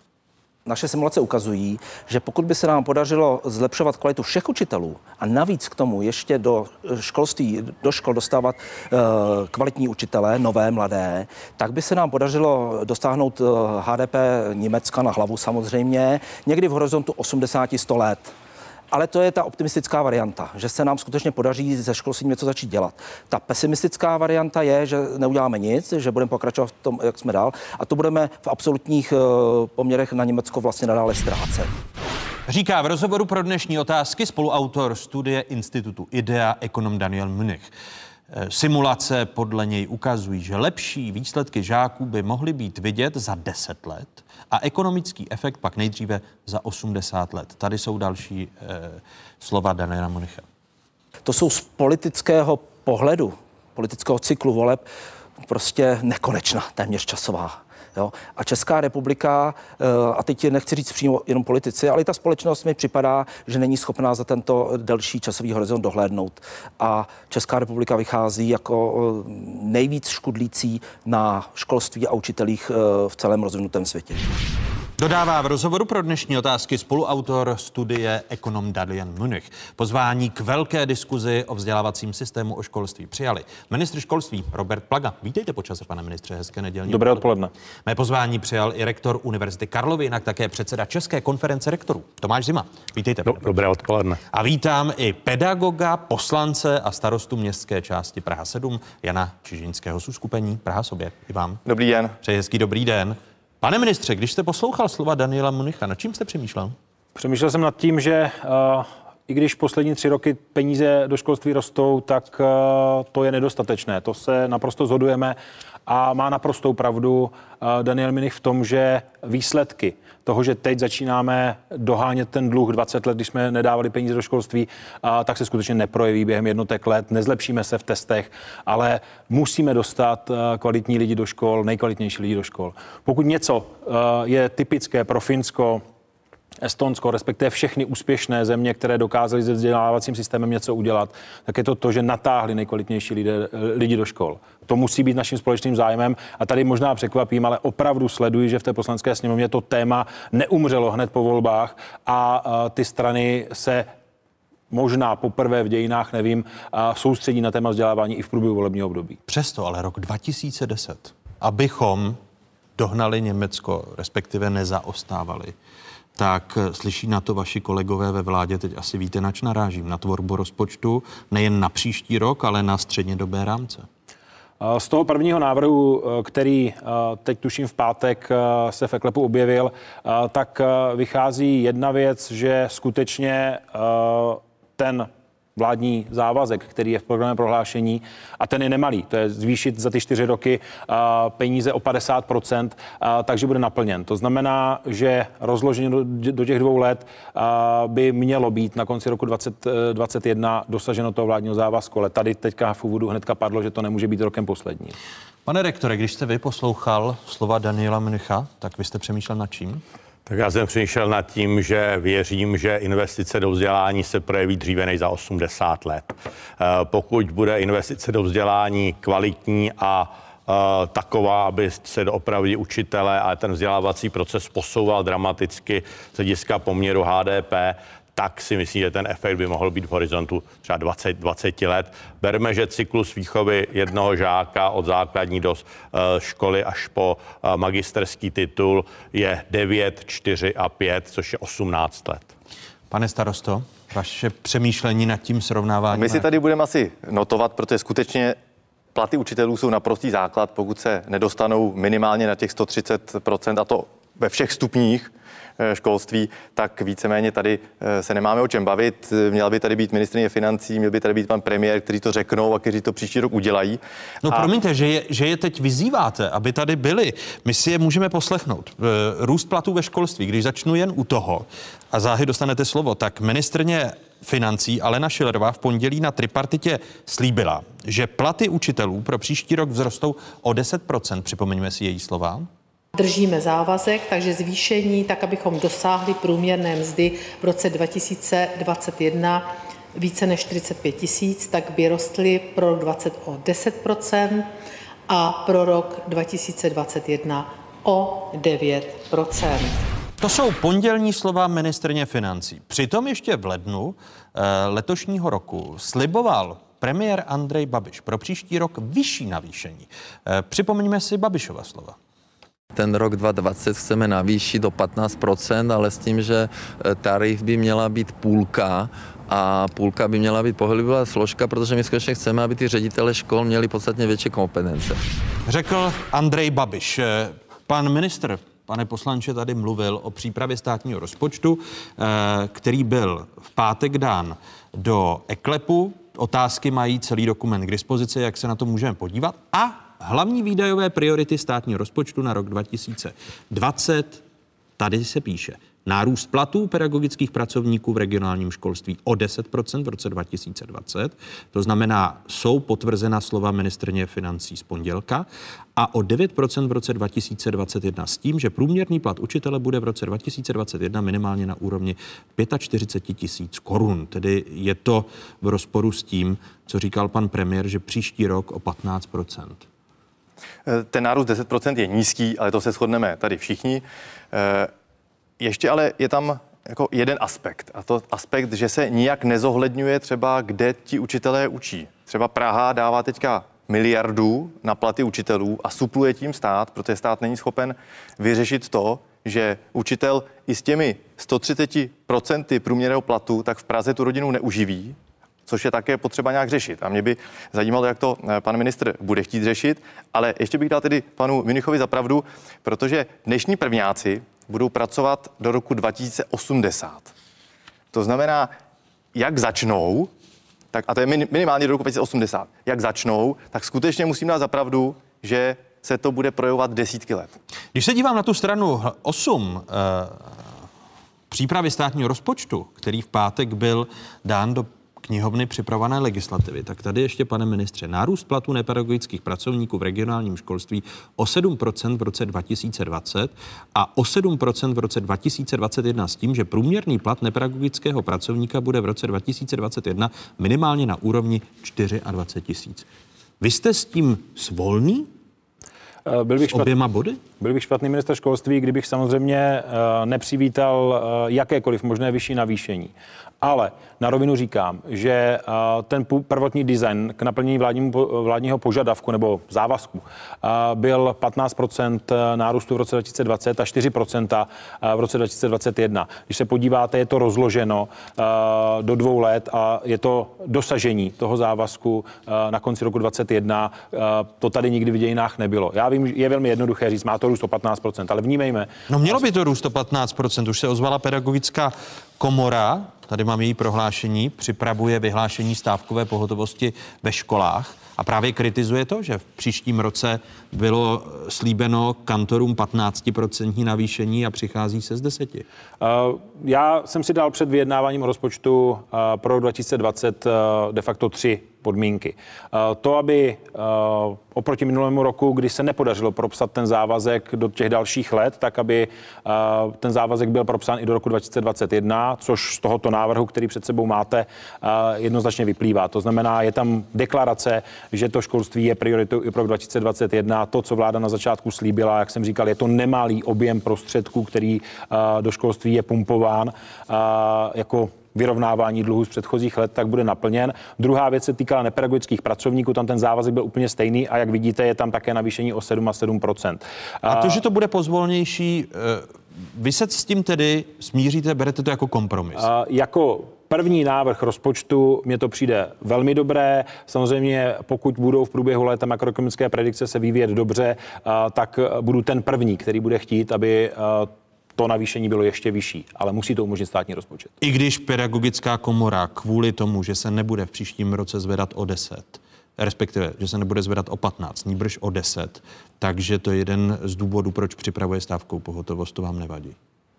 Naše simulace ukazují, že pokud by se nám podařilo zlepšovat kvalitu všech učitelů a navíc k tomu ještě do školství, do škol dostávat kvalitní učitele, nové, mladé, tak by se nám podařilo dostáhnout HDP Německa na hlavu samozřejmě někdy v horizontu 80-100 let. Ale to je ta optimistická varianta, že se nám skutečně podaří ze školství něco začít dělat. Ta pesimistická varianta je, že neuděláme nic, že budeme pokračovat v tom, jak jsme dál, a to budeme v absolutních poměrech na Německo vlastně nadále ztrácet. Říká v rozhovoru pro dnešní otázky spoluautor studie institutu IDEA ekonom Daniel Mnich. Simulace podle něj ukazují, že lepší výsledky žáků by mohly být vidět za 10 let a ekonomický efekt pak nejdříve za 80 let. Tady jsou další slova Daniela Mnicha. To jsou z politického pohledu, politického cyklu voleb prostě nekonečná téměř časová Jo? A Česká republika, a teď nechci říct přímo jenom politici, ale i ta společnost mi připadá, že není schopná za tento delší časový horizont dohlédnout. A Česká republika vychází jako nejvíc škudlící na školství a učitelích v celém rozvinutém světě. Dodává v rozhovoru pro dnešní otázky spoluautor studie ekonom Daniel Münich. Pozvání k velké diskuzi o vzdělávacím systému o školství přijali ministr školství Robert Plaga. Vítejte po čase, pane ministře, hezké nedělní. Dobré odpoledne. Mé pozvání přijal i rektor Univerzity Karlovy, jinak také předseda České konference rektorů Tomáš Zima. Vítejte. Dobré odpoledne. A vítám i pedagoga, poslance a starostu městské části Praha 7 Jana Čižinského z uskupení Praha sobě. I vám. Dobrý den. Přeji hezký dobrý den. Pane ministře, když jste poslouchal slova Daniela Münicha, nad čím jste přemýšlel? Přemýšlel jsem nad tím, že i když poslední 3 roky peníze do školství rostou, tak to je nedostatečné. To se naprosto shodujeme a má naprostou pravdu Daniel Münich v tom, že výsledky toho, že teď začínáme dohánět ten dluh 20 let, když jsme nedávali peníze do školství, tak se skutečně neprojeví během jednotek let, nezlepšíme se v testech, ale musíme dostat kvalitní lidi do škol, nejkvalitnější lidi do škol. Pokud něco je typické pro Finsko, Estonsko, respektive všechny úspěšné země, které dokázaly se vzdělávacím systémem něco udělat, tak je to to, že natáhli nejkvalitnější lidi do škol. To musí být naším společným zájmem a tady možná překvapím, ale opravdu sleduji, že v té poslanecké sněmovně to téma neumřelo hned po volbách a ty strany se možná poprvé v dějinách, nevím, soustředí na téma vzdělávání i v průběhu volebního období. Přesto ale rok 2010, abychom dohnali Německo, respektive nezaostávali, tak slyší na to vaši kolegové ve vládě, teď asi víte, nač narážím, na tvorbu rozpočtu nejen na příští rok, ale na střednědobé rámce. Z toho prvního návrhu, který teď tuším v pátek se v eKLEPu objevil, tak vychází jedna věc, že skutečně ten vládní závazek, který je v programovém prohlášení, a ten je nemalý, to je zvýšit za ty 4 roky peníze o 50%, takže bude naplněn. To znamená, že rozložení do těch 2 let by mělo být na konci roku 2021 dosaženo toho vládního závazku, ale tady teďka v úvodu hnedka padlo, že to nemůže být rokem posledním. Pane rektore, když jste vy poslouchal slova Daniela Münicha, tak vy jste přemýšlel nad čím? Tak já jsem přemýšlel nad tím, že věřím, že investice do vzdělání se projeví dříve než za 80 let. Pokud bude investice do vzdělání kvalitní a taková, aby se opravdu učitelé a ten vzdělávací proces posouval dramaticky z hlediska poměru HDP, tak si myslím, že ten efekt by mohl být v horizontu třeba 20 let. Berme, že cyklus výchovy jednoho žáka od základní do školy až po magisterský titul je 9, 4 a 5, což je 18 let. Pane starosto, vaše přemýšlení nad tím srovnáváním? My si tady budeme asi notovat, protože skutečně platy učitelů jsou naprostý základ, pokud se nedostanou minimálně na těch 130%, a to ve všech stupních školství, tak víceméně tady se nemáme o čem bavit. Měla by tady být ministryně financí, měl by tady být pan premiér, kteří to řeknou a kteří to příští rok udělají. No promiňte, že je teď vyzýváte, aby tady byli. My si je můžeme poslechnout. Růst platů ve školství, když začnu jen u toho, a záhy dostanete slovo, tak ministryně financí Alena Schillerová v pondělí na tripartitě slíbila, že platy učitelů pro příští rok vzrostou o 10%. Připomeňme si její slova. Držíme závazek, takže zvýšení, tak abychom dosáhli průměrné mzdy v roce 2021 více než 45 000, tak by rostly pro rok 20 o 10% a pro rok 2021 o 9%. To jsou pondělní slova ministryně financí. Přitom ještě v lednu letošního roku sliboval premiér Andrej Babiš pro příští rok vyšší navýšení. Připomeňme si Babišova slova. Ten rok 2020 chceme navýšit do 15%, ale s tím, že tarif by měla být půlka a půlka by měla být pohyblivá složka, protože my skutečně chceme, aby ty ředitele škol měli podstatně větší kompetence. Řekl Andrej Babiš. Pan ministr, pane poslanče, tady mluvil o přípravě státního rozpočtu, který byl v pátek dán do eKLEPu. Otázky mají celý dokument k dispozici, jak se na to můžeme podívat. A hlavní výdajové priority státního rozpočtu na rok 2020, tady se píše nárůst platů pedagogických pracovníků v regionálním školství o 10% v roce 2020. To znamená, jsou potvrzena slova ministryně financí z pondělka a o 9% v roce 2021 s tím, že průměrný plat učitele bude v roce 2021 minimálně na úrovni 45 000 korun. Tedy je to v rozporu s tím, co říkal pan premiér, že příští rok o 15%. Ten nárůst 10% je nízký, ale to se shodneme tady všichni. Ještě ale je tam jako jeden aspekt, a to aspekt, že se nijak nezohledňuje třeba, kde ti učitelé učí. Třeba Praha dává teďka miliardu na platy učitelů a supluje tím stát, protože stát není schopen vyřešit to, že učitel i s těmi 130% průměrného platu, tak v Praze tu rodinu neuživí, což je také potřeba nějak řešit. A mě by zajímalo, jak to pan ministr bude chtít řešit, ale ještě bych dal tedy panu Münichovi za pravdu, protože dnešní prvňáci budou pracovat do roku 2080. To znamená, jak začnou, tak, a to je minimálně do roku 2080, jak začnou, tak skutečně musím dát za pravdu, že se to bude projevovat desítky let. Když se dívám na tu stranu 8 přípravy státního rozpočtu, který v pátek byl dán do knihovny připravované legislativy, tak tady ještě, pane ministře, nárůst platů nepedagogických pracovníků v regionálním školství o 7% v roce 2020 a o 7% v roce 2021 s tím, že průměrný plat nepedagogického pracovníka bude v roce 2021 minimálně na úrovni 24 000. Vy jste s tím svolný? Oběma body? Byl bych špatný ministr školství, kdybych samozřejmě nepřivítal jakékoliv možné vyšší navýšení. Ale na rovinu říkám, že ten prvotní design k naplnění vládního požadavku nebo závazku byl 15% nárůstu v roce 2020 a 4% v roce 2021. Když se podíváte, je to rozloženo do 2 let a je to dosažení toho závazku na konci roku 2021. To tady nikdy v dějinách nebylo. Já vím, je velmi jednoduché říct, má to růst o 15%, ale vnímejme. No mělo by to růst o 15%, už se ozvala pedagogická komora, tady mám její prohlášení, připravuje vyhlášení stávkové pohotovosti ve školách a právě kritizuje to, že v příštím roce bylo slíbeno kantorům 15% navýšení a přichází se z 10%. Já jsem si dal před vyjednáváním o rozpočtu pro 2020 de facto 3 podmínky. To, aby oproti minulému roku, kdy se nepodařilo propsat ten závazek do těch dalších let, tak aby ten závazek byl propsán i do roku 2021, což z tohoto návrhu, který před sebou máte, jednoznačně vyplývá. To znamená, je tam deklarace, že to školství je prioritou i pro 2021. To, co vláda na začátku slíbila, jak jsem říkal, je to nemalý objem prostředků, který do školství je pumpován jako vyrovnávání dluhů z předchozích let, tak bude naplněn. Druhá věc se týkala nepedagogických pracovníků, tam ten závazek byl úplně stejný a jak vidíte, je tam také navýšení o 7%. A to, že to bude pozvolnější, vy se s tím tedy smíříte, berete to jako kompromis? Jako první návrh rozpočtu mně to přijde velmi dobré. Samozřejmě, pokud budou v průběhu léta makroekonomické predikce se vyvíjet dobře, tak budu ten první, který bude chtít, aby to navýšení bylo ještě vyšší, ale musí to umožnit státní rozpočet. I když pedagogická komora kvůli tomu, že se nebude v příštím roce zvedat o 10, respektive, že se nebude zvedat o 15, nýbrž o 10, takže to je jeden z důvodů, proč připravuje stávkovou pohotovost, to vám nevadí?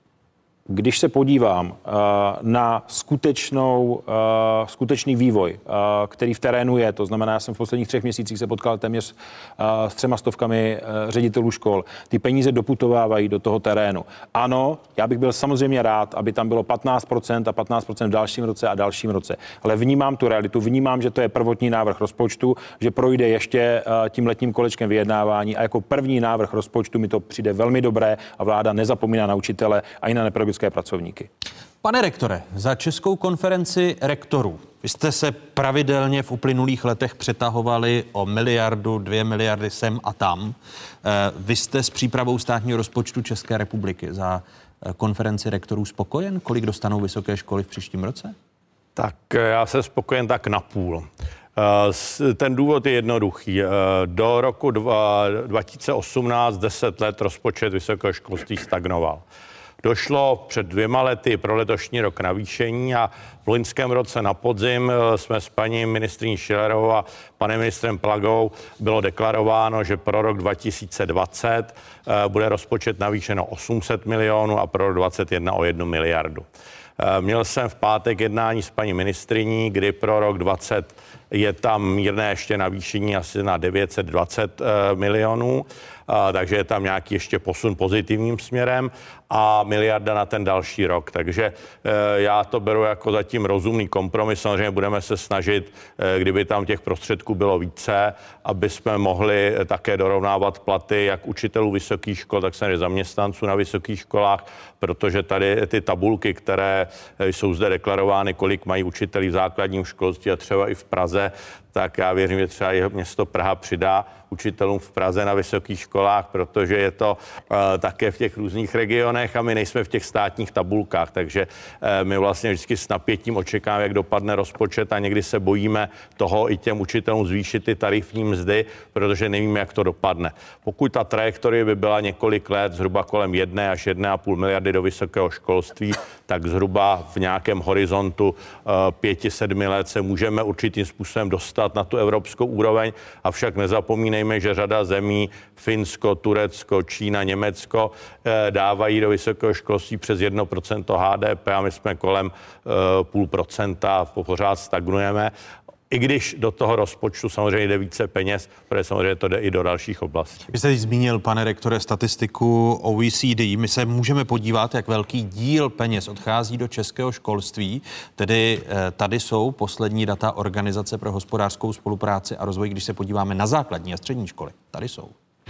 Když se podívám na skutečný vývoj, který v terénu je, to znamená, já jsem v posledních 3 měsících se potkal téměř s 300 ředitelů škol. Ty peníze doputovávají do toho terénu. Ano, já bych byl samozřejmě rád, aby tam bylo 15% a 15% v dalším roce a dalším roce. Ale vnímám tu realitu, vnímám, že to je prvotní návrh rozpočtu, že projde ještě tím letním kolečkem vyjednávání a jako první návrh rozpočtu mi to přijde velmi dobré a vláda nezapomíná na učitele a i na nepedagogické pracovníky. Pane rektore, za Českou konferenci rektorů vy jste se pravidelně v uplynulých letech přetahovali o 1 miliardu, 2 miliardy sem a tam. Vy jste s přípravou státního rozpočtu České republiky za konferenci rektorů spokojen? Kolik dostanou vysoké školy v příštím roce? Tak já jsem spokojen tak napůl. Ten důvod je jednoduchý. Do roku 2018 10 let rozpočet vysokého školství stagnoval. Došlo před 2 lety pro letošní rok navýšení a v loňském roce na podzim jsme s paní ministryní Schillerovou a panem ministrem Plagou bylo deklarováno, že pro rok 2020 bude rozpočet navýšeno 800 milionů a pro rok 2021 o 1 miliardu. Měl jsem v pátek jednání s paní ministryní, kdy pro rok 20 je tam mírné ještě navýšení asi na 920 milionů, takže je tam nějaký ještě posun pozitivním směrem a miliarda na ten další rok. Takže já to beru jako zatím rozumný kompromis. Samozřejmě budeme se snažit, kdyby tam těch prostředků bylo více, aby jsme mohli také dorovnávat platy jak učitelů vysokých škol, tak samozřejmě zaměstnanců na vysokých školách, protože tady ty tabulky, které jsou zde deklarovány, kolik mají učitelí v základním školství a třeba i v Praze, tak já věřím, že třeba i město Praha přidá učitelům v Praze na vysokých školách, protože je to také v těch různých regionech a my nejsme v těch státních tabulkách, takže my vlastně vždycky s napětím očekáváme, jak dopadne rozpočet a někdy se bojíme toho i těm učitelům zvýšit ty tarifní mzdy, protože nevíme, jak to dopadne. Pokud ta trajektorie by byla několik let, zhruba kolem 1 až 1,5 miliardy do vysokého školství, tak zhruba v nějakém horizontu 5-7 let se můžeme určitým způsobem dostat na tu evropskou úroveň, avšak nezapomínejme, že řada zemí, Finsko, Turecko, Čína, Německo, dávají do vysokého školství přes 1% HDP a my jsme kolem 0,5%, pořád stagnujeme. I když do toho rozpočtu samozřejmě jde více peněz, protože samozřejmě to jde i do dalších oblastí. Vy jste teď zmínil, pane rektore, statistiku OECD. My se můžeme podívat, jak velký díl peněz odchází do českého školství. Tedy tady jsou poslední data Organizace pro hospodářskou spolupráci a rozvoj, když se podíváme na základní a střední školy. Tady jsou.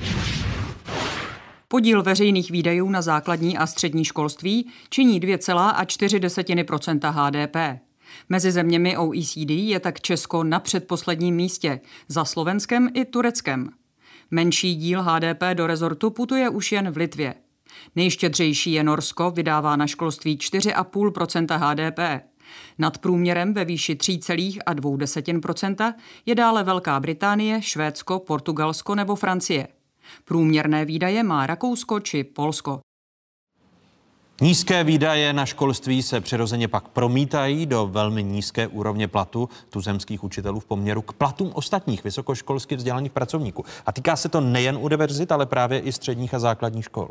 Podíl veřejných výdajů na základní a střední školství činí 2,4% HDP. Mezi zeměmi OECD je tak Česko na předposledním místě, za Slovenskem i Tureckem. Menší díl HDP do rezortu putuje už jen v Litvě. Nejštědřejší je Norsko, vydává na školství 4,5% HDP. Nad průměrem ve výši 3,2% je dále Velká Británie, Švédsko, Portugalsko nebo Francie. Průměrné výdaje má Rakousko či Polsko. Nízké výdaje na školství se přirozeně pak promítají do velmi nízké úrovně platu tuzemských učitelů v poměru k platům ostatních vysokoškolsky vzdělaných pracovníků. A týká se to nejen univerzit, ale právě i středních a základních škol.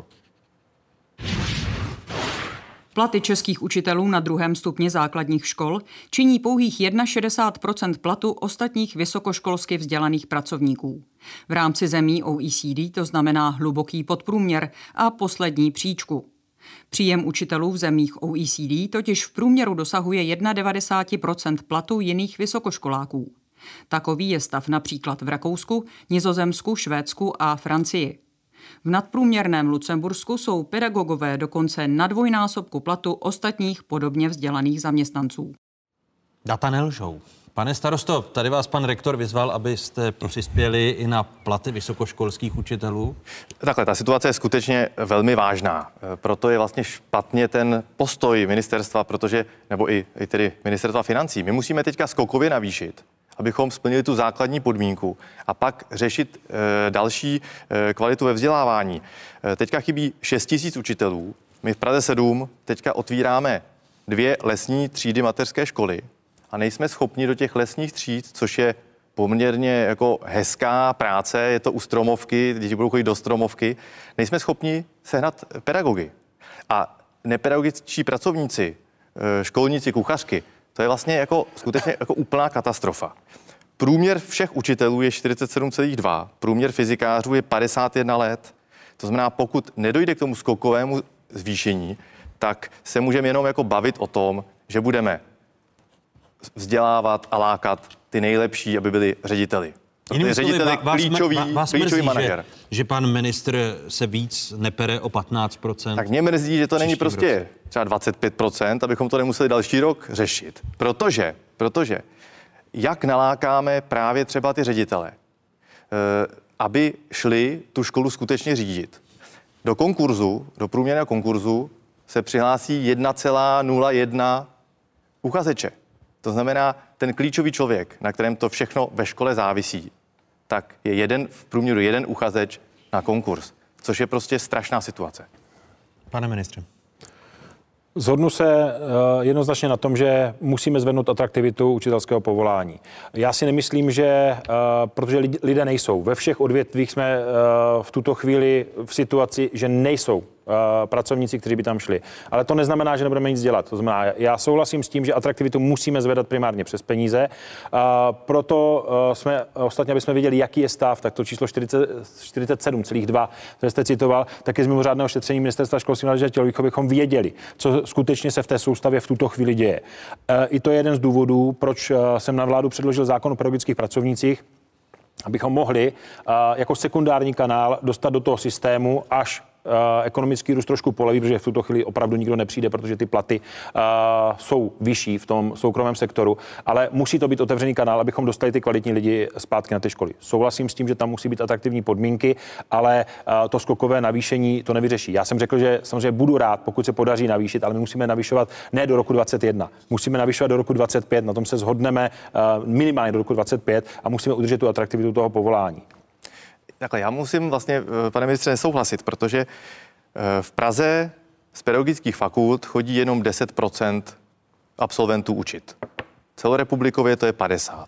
Platy českých učitelů na 2. stupni základních škol činí pouhých 61% platu ostatních vysokoškolsky vzdělaných pracovníků. V rámci zemí OECD to znamená hluboký podprůměr a poslední příčku. Příjem učitelů v zemích OECD totiž v průměru dosahuje 91% platu jiných vysokoškoláků. Takový je stav například v Rakousku, Nizozemsku, Švédsku a Francii. V nadprůměrném Lucembursku jsou pedagogové dokonce na 2násobku platu ostatních podobně vzdělaných zaměstnanců. Data nelžou. Pane starosto, tady vás pan rektor vyzval, abyste přispěli i na platy vysokoškolských učitelů. Takhle, ta situace je skutečně velmi vážná. Proto je vlastně špatně ten postoj ministerstva, nebo i tedy ministerstva financí. My musíme teďka skokově navýšit, abychom splnili tu základní podmínku a pak řešit další kvalitu ve vzdělávání. Teďka chybí 6 000 učitelů. My v Praze 7 teďka otvíráme 2 lesní třídy mateřské školy a nejsme schopni do těch lesních tříd, což je poměrně jako hezká práce, je to u stromovky, děti budou chodit do stromovky, nejsme schopni sehnat pedagogy. A nepedagogičtí pracovníci, školníci, kuchařky, to je vlastně jako skutečně jako úplná katastrofa. Průměr všech učitelů je 47,2, průměr fyzikářů je 51 let. To znamená, pokud nedojde k tomu skokovému zvýšení, tak se můžeme jenom jako bavit o tom, že budeme vzdělávat a lákat ty nejlepší, aby byli řediteli. Ředitel je klíčový manažer. Že pan ministr se víc nepere o 15%. Tak mě mrzí, že to není prostě třeba 25%, abychom to nemuseli další rok řešit. Protože jak nalákáme právě třeba ty ředitele, aby šli tu školu skutečně řídit. Do průměrného konkurzu se přihlásí 1,01 uchazeče. To znamená, ten klíčový člověk, na kterém to všechno ve škole závisí, tak je v průměru jeden uchazeč na konkurs, což je prostě strašná situace. Pane ministře. Zhodnu se jednoznačně na tom, že musíme zvednout atraktivitu učitelského povolání. Já si nemyslím, že, protože lidé nejsou. Ve všech odvětvích jsme v tuto chvíli v situaci, že nejsou pracovníci, kteří by tam šli. Ale to neznamená, že nebudeme nic dělat. To znamená, já souhlasím s tím, že atraktivitu musíme zvedat primárně přes peníze. Proto jsme ostatně, aby jsme věděli, jaký je stav, tak to číslo 47,2, které jste citoval, tak je z mimořádného šetření Ministerstva školství, mládeže a tělovýchovy, bychom věděli, co skutečně se v té soustavě v tuto chvíli děje. I to je jeden z důvodů, proč jsem na vládu předložil zákon o pedagogických pracovnících, abychom mohli jako sekundární kanál dostat do toho systému, až ekonomický růst trošku poleví, protože v tuto chvíli opravdu nikdo nepřijde, protože ty platy jsou vyšší v tom soukromém sektoru, ale musí to být otevřený kanál, abychom dostali ty kvalitní lidi zpátky na ty školy. Souhlasím s tím, že tam musí být atraktivní podmínky, ale to skokové navýšení to nevyřeší. Já jsem řekl, že samozřejmě budu rád, pokud se podaří navýšit, ale my musíme navyšovat ne do roku 2021, musíme navyšovat do roku 2025, na tom se shodneme minimálně do roku 2025 a musíme udržet tu atraktivitu toho povolání. Takhle, já musím vlastně, pane ministře, nesouhlasit, protože v Praze z pedagogických fakult chodí jenom 10% absolventů učit. Celorepublikově to je 50%.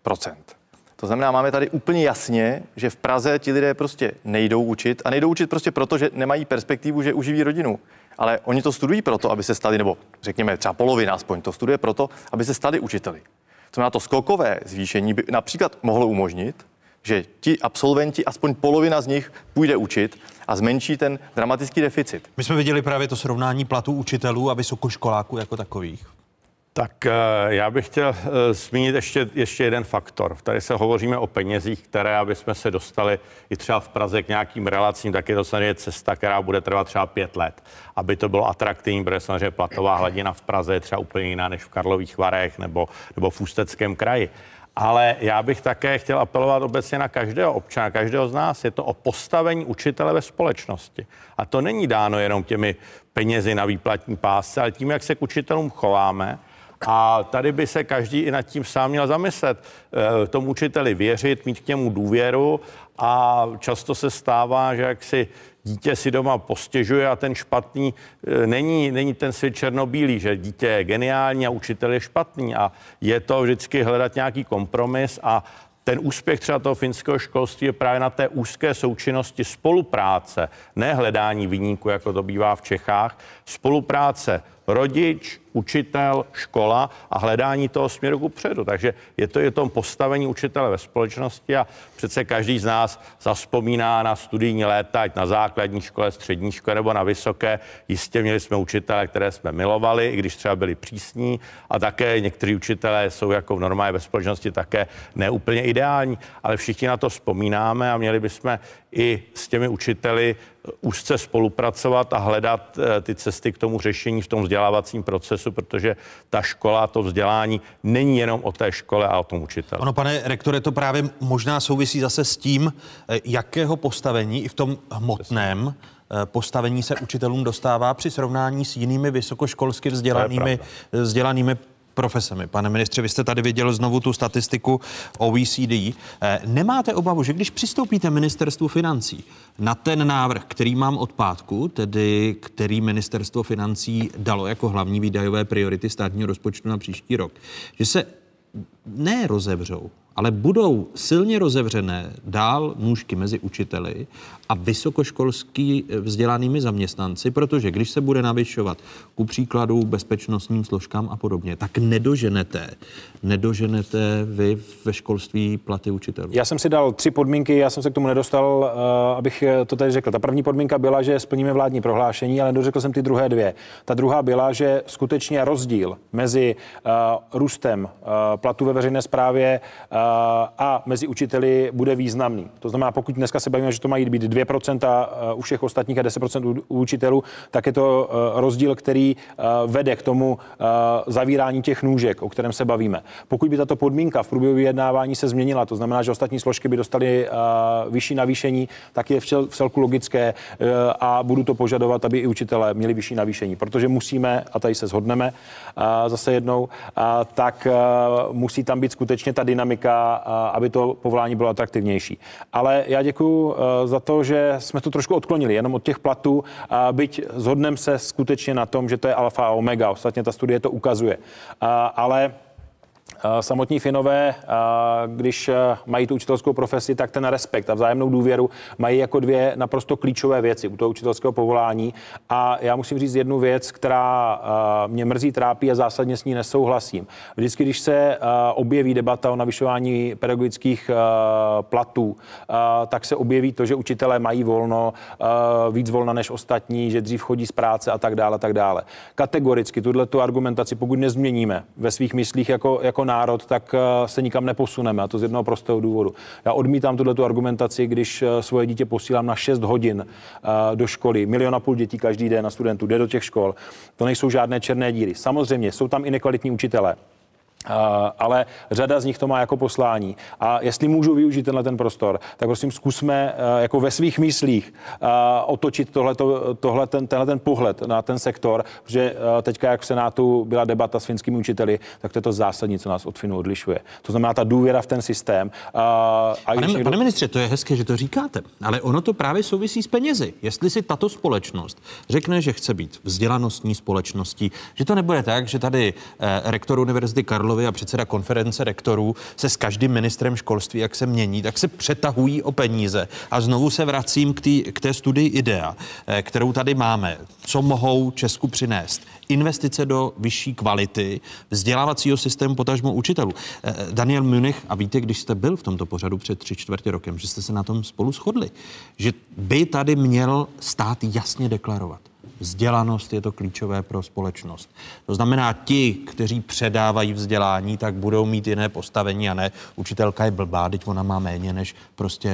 To znamená, máme tady úplně jasně, že v Praze ti lidé prostě nejdou učit a nejdou učit prostě proto, že nemají perspektivu, že uživí rodinu. Ale oni to studují proto, aby se stali, nebo řekněme třeba polovina aspoň to studuje proto, aby se stali učiteli. To znamená, to skokové zvýšení by například mohlo umožnit, že ti absolventi, aspoň polovina z nich, půjde učit a zmenší ten dramatický deficit. My jsme viděli právě to srovnání platů učitelů a vysokoškoláků jako takových. Tak já bych chtěl zmínit ještě jeden faktor. Tady se hovoříme o penězích, které, aby jsme se dostali i třeba v Praze k nějakým relacím, tak je to samozřejmě cesta, která bude trvat třeba 5 let. Aby to bylo atraktivní, protože samozřejmě platová hladina v Praze je třeba úplně jiná než v Karlových Varech nebo v Ústeckém kraji. Ale já bych také chtěl apelovat obecně na každého občana, každého z nás. Je to o postavení učitele ve společnosti. A to není dáno jenom těmi penězi na výplatní pásce, ale tím, jak se k učitelům chováme. A tady by se každý i nad tím sám měl zamyslet. Tomu učiteli věřit, mít k němu důvěru a často se stává, že jak si dítě si doma postěžuje a ten špatný není ten svět černobílý, že dítě je geniální a učitel je špatný a je to vždycky hledat nějaký kompromis a ten úspěch třeba toho finského školství je právě na té úzké součinnosti spolupráce, ne hledání viníku, jako to bývá v Čechách, spolupráce rodič, učitel, škola a hledání toho směru kupředu. Takže je to postavení učitele ve společnosti a přece každý z nás zavzpomíná na studijní léta, ať na základní škole, střední škole nebo na vysoké. Jistě měli jsme učitele, které jsme milovali, i když třeba byli přísní a také někteří učitelé jsou jako v normálně ve společnosti také neúplně ideální, ale všichni na to vzpomínáme a měli bychom i s těmi učiteli úzce spolupracovat a hledat ty cesty k tomu řešení v tom vzdělávacím procesu, protože ta škola, to vzdělání není jenom o té škole a o tom učiteli. Ono, pane rektore, to právě možná souvisí zase s tím, jakého postavení i v tom hmotném postavení se učitelům dostává při srovnání s jinými vysokoškolsky vzdělanými profesemi. Pane ministře, vy jste tady viděl znovu tu statistiku OECD. Nemáte obavu, že když přistoupíte ministerstvu financí na ten návrh, který mám od pátku, tedy který ministerstvo financí dalo jako hlavní výdajové priority státního rozpočtu na příští rok, že se ne rozevřou, ale budou silně rozevřené dál nůžky mezi učiteli a vysokoškolský vzdělanými zaměstnanci, protože když se bude navyšovat ku příkladu bezpečnostním složkám a podobně, tak nedoženete vy ve školství platy učitelů. Já jsem si dal 3 podmínky, já jsem se k tomu nedostal, abych to tady řekl. Ta první podmínka byla, že splníme vládní prohlášení, ale nedořekl jsem ty druhé 2. Ta druhá byla, že skutečně rozdíl mezi růstem platů ve veřejné správě a mezi učiteli bude významný. To znamená, pokud dneska se bavíme, že to mají být 2% u všech ostatních a 10% u učitelů, tak je to rozdíl, který vede k tomu zavírání těch nůžek, o kterém se bavíme. Pokud by tato podmínka v průběhu vyjednávání se změnila, to znamená, že ostatní složky by dostaly vyšší navýšení, tak je v celku logické a budu to požadovat, aby i učitelé měli vyšší navýšení, protože musíme, a tady se shodneme zase jednou, tak musí tam být skutečně ta dynamika hlediska, aby to povolání bylo atraktivnější. Ale já děkuji za to, že jsme to trošku odklonili, jenom od těch platů, byť shodneme se skutečně na tom, že to je alfa a omega. Ostatně ta studie to ukazuje. Ale samotní Finové, když mají tu učitelskou profesi, tak ten respekt a vzájemnou důvěru mají jako dvě naprosto klíčové věci u toho učitelského povolání. A já musím říct jednu věc, která mě mrzí, trápí a zásadně s ní nesouhlasím. Vždycky, když se objeví debata o navyšování pedagogických platů, tak se objeví to, že učitelé mají volno, víc volna než ostatní, že dřív chodí z práce a tak dále, tak dále. Kategoricky tuhletu argumentaci, pokud nezměníme ve svých myslích jako národ, tak se nikam neposuneme, a to z jednoho prostého důvodu. Já odmítám tuhletu argumentaci, když svoje dítě posílám na 6 hodin do školy. 1,5 milionu dětí každý den na studentů jde do těch škol. To nejsou žádné černé díry. Samozřejmě jsou tam i nekvalitní učitelé. Ale řada z nich to má jako poslání. A jestli můžu využít ten prostor, tak prosím zkusme jako ve svých myslích otočit tenhle ten pohled na ten sektor, protože teďka, jak v Senátu byla debata s finskými učiteli, tak to je to zásadní, co nás od Finů odlišuje. To znamená ta důvěra v ten systém. Pane ministře, to je hezké, že to říkáte, ale ono to právě souvisí s penězi. Jestli si tato společnost řekne, že chce být vzdělanostní společností, že to nebude tak, že tady rektor Univerzity Karlovy a předseda konference rektorů se s každým ministrem školství, jak se mění, tak se přetahují o peníze. A znovu se vracím k té studii IDEA, kterou tady máme. Co mohou Česku přinést? Investice do vyšší kvality vzdělávacího systému, potažmo učitelů. Daniel Münich, a víte, když jste byl v tomto pořadu před 3/4 rokem, že jste se na tom spolu shodli, že by tady měl stát jasně deklarovat. Vzdělanost je to klíčové pro společnost. To znamená, ti, kteří předávají vzdělání, tak budou mít jiné postavení a ne učitelka je blbá, teď ona má méně než prostě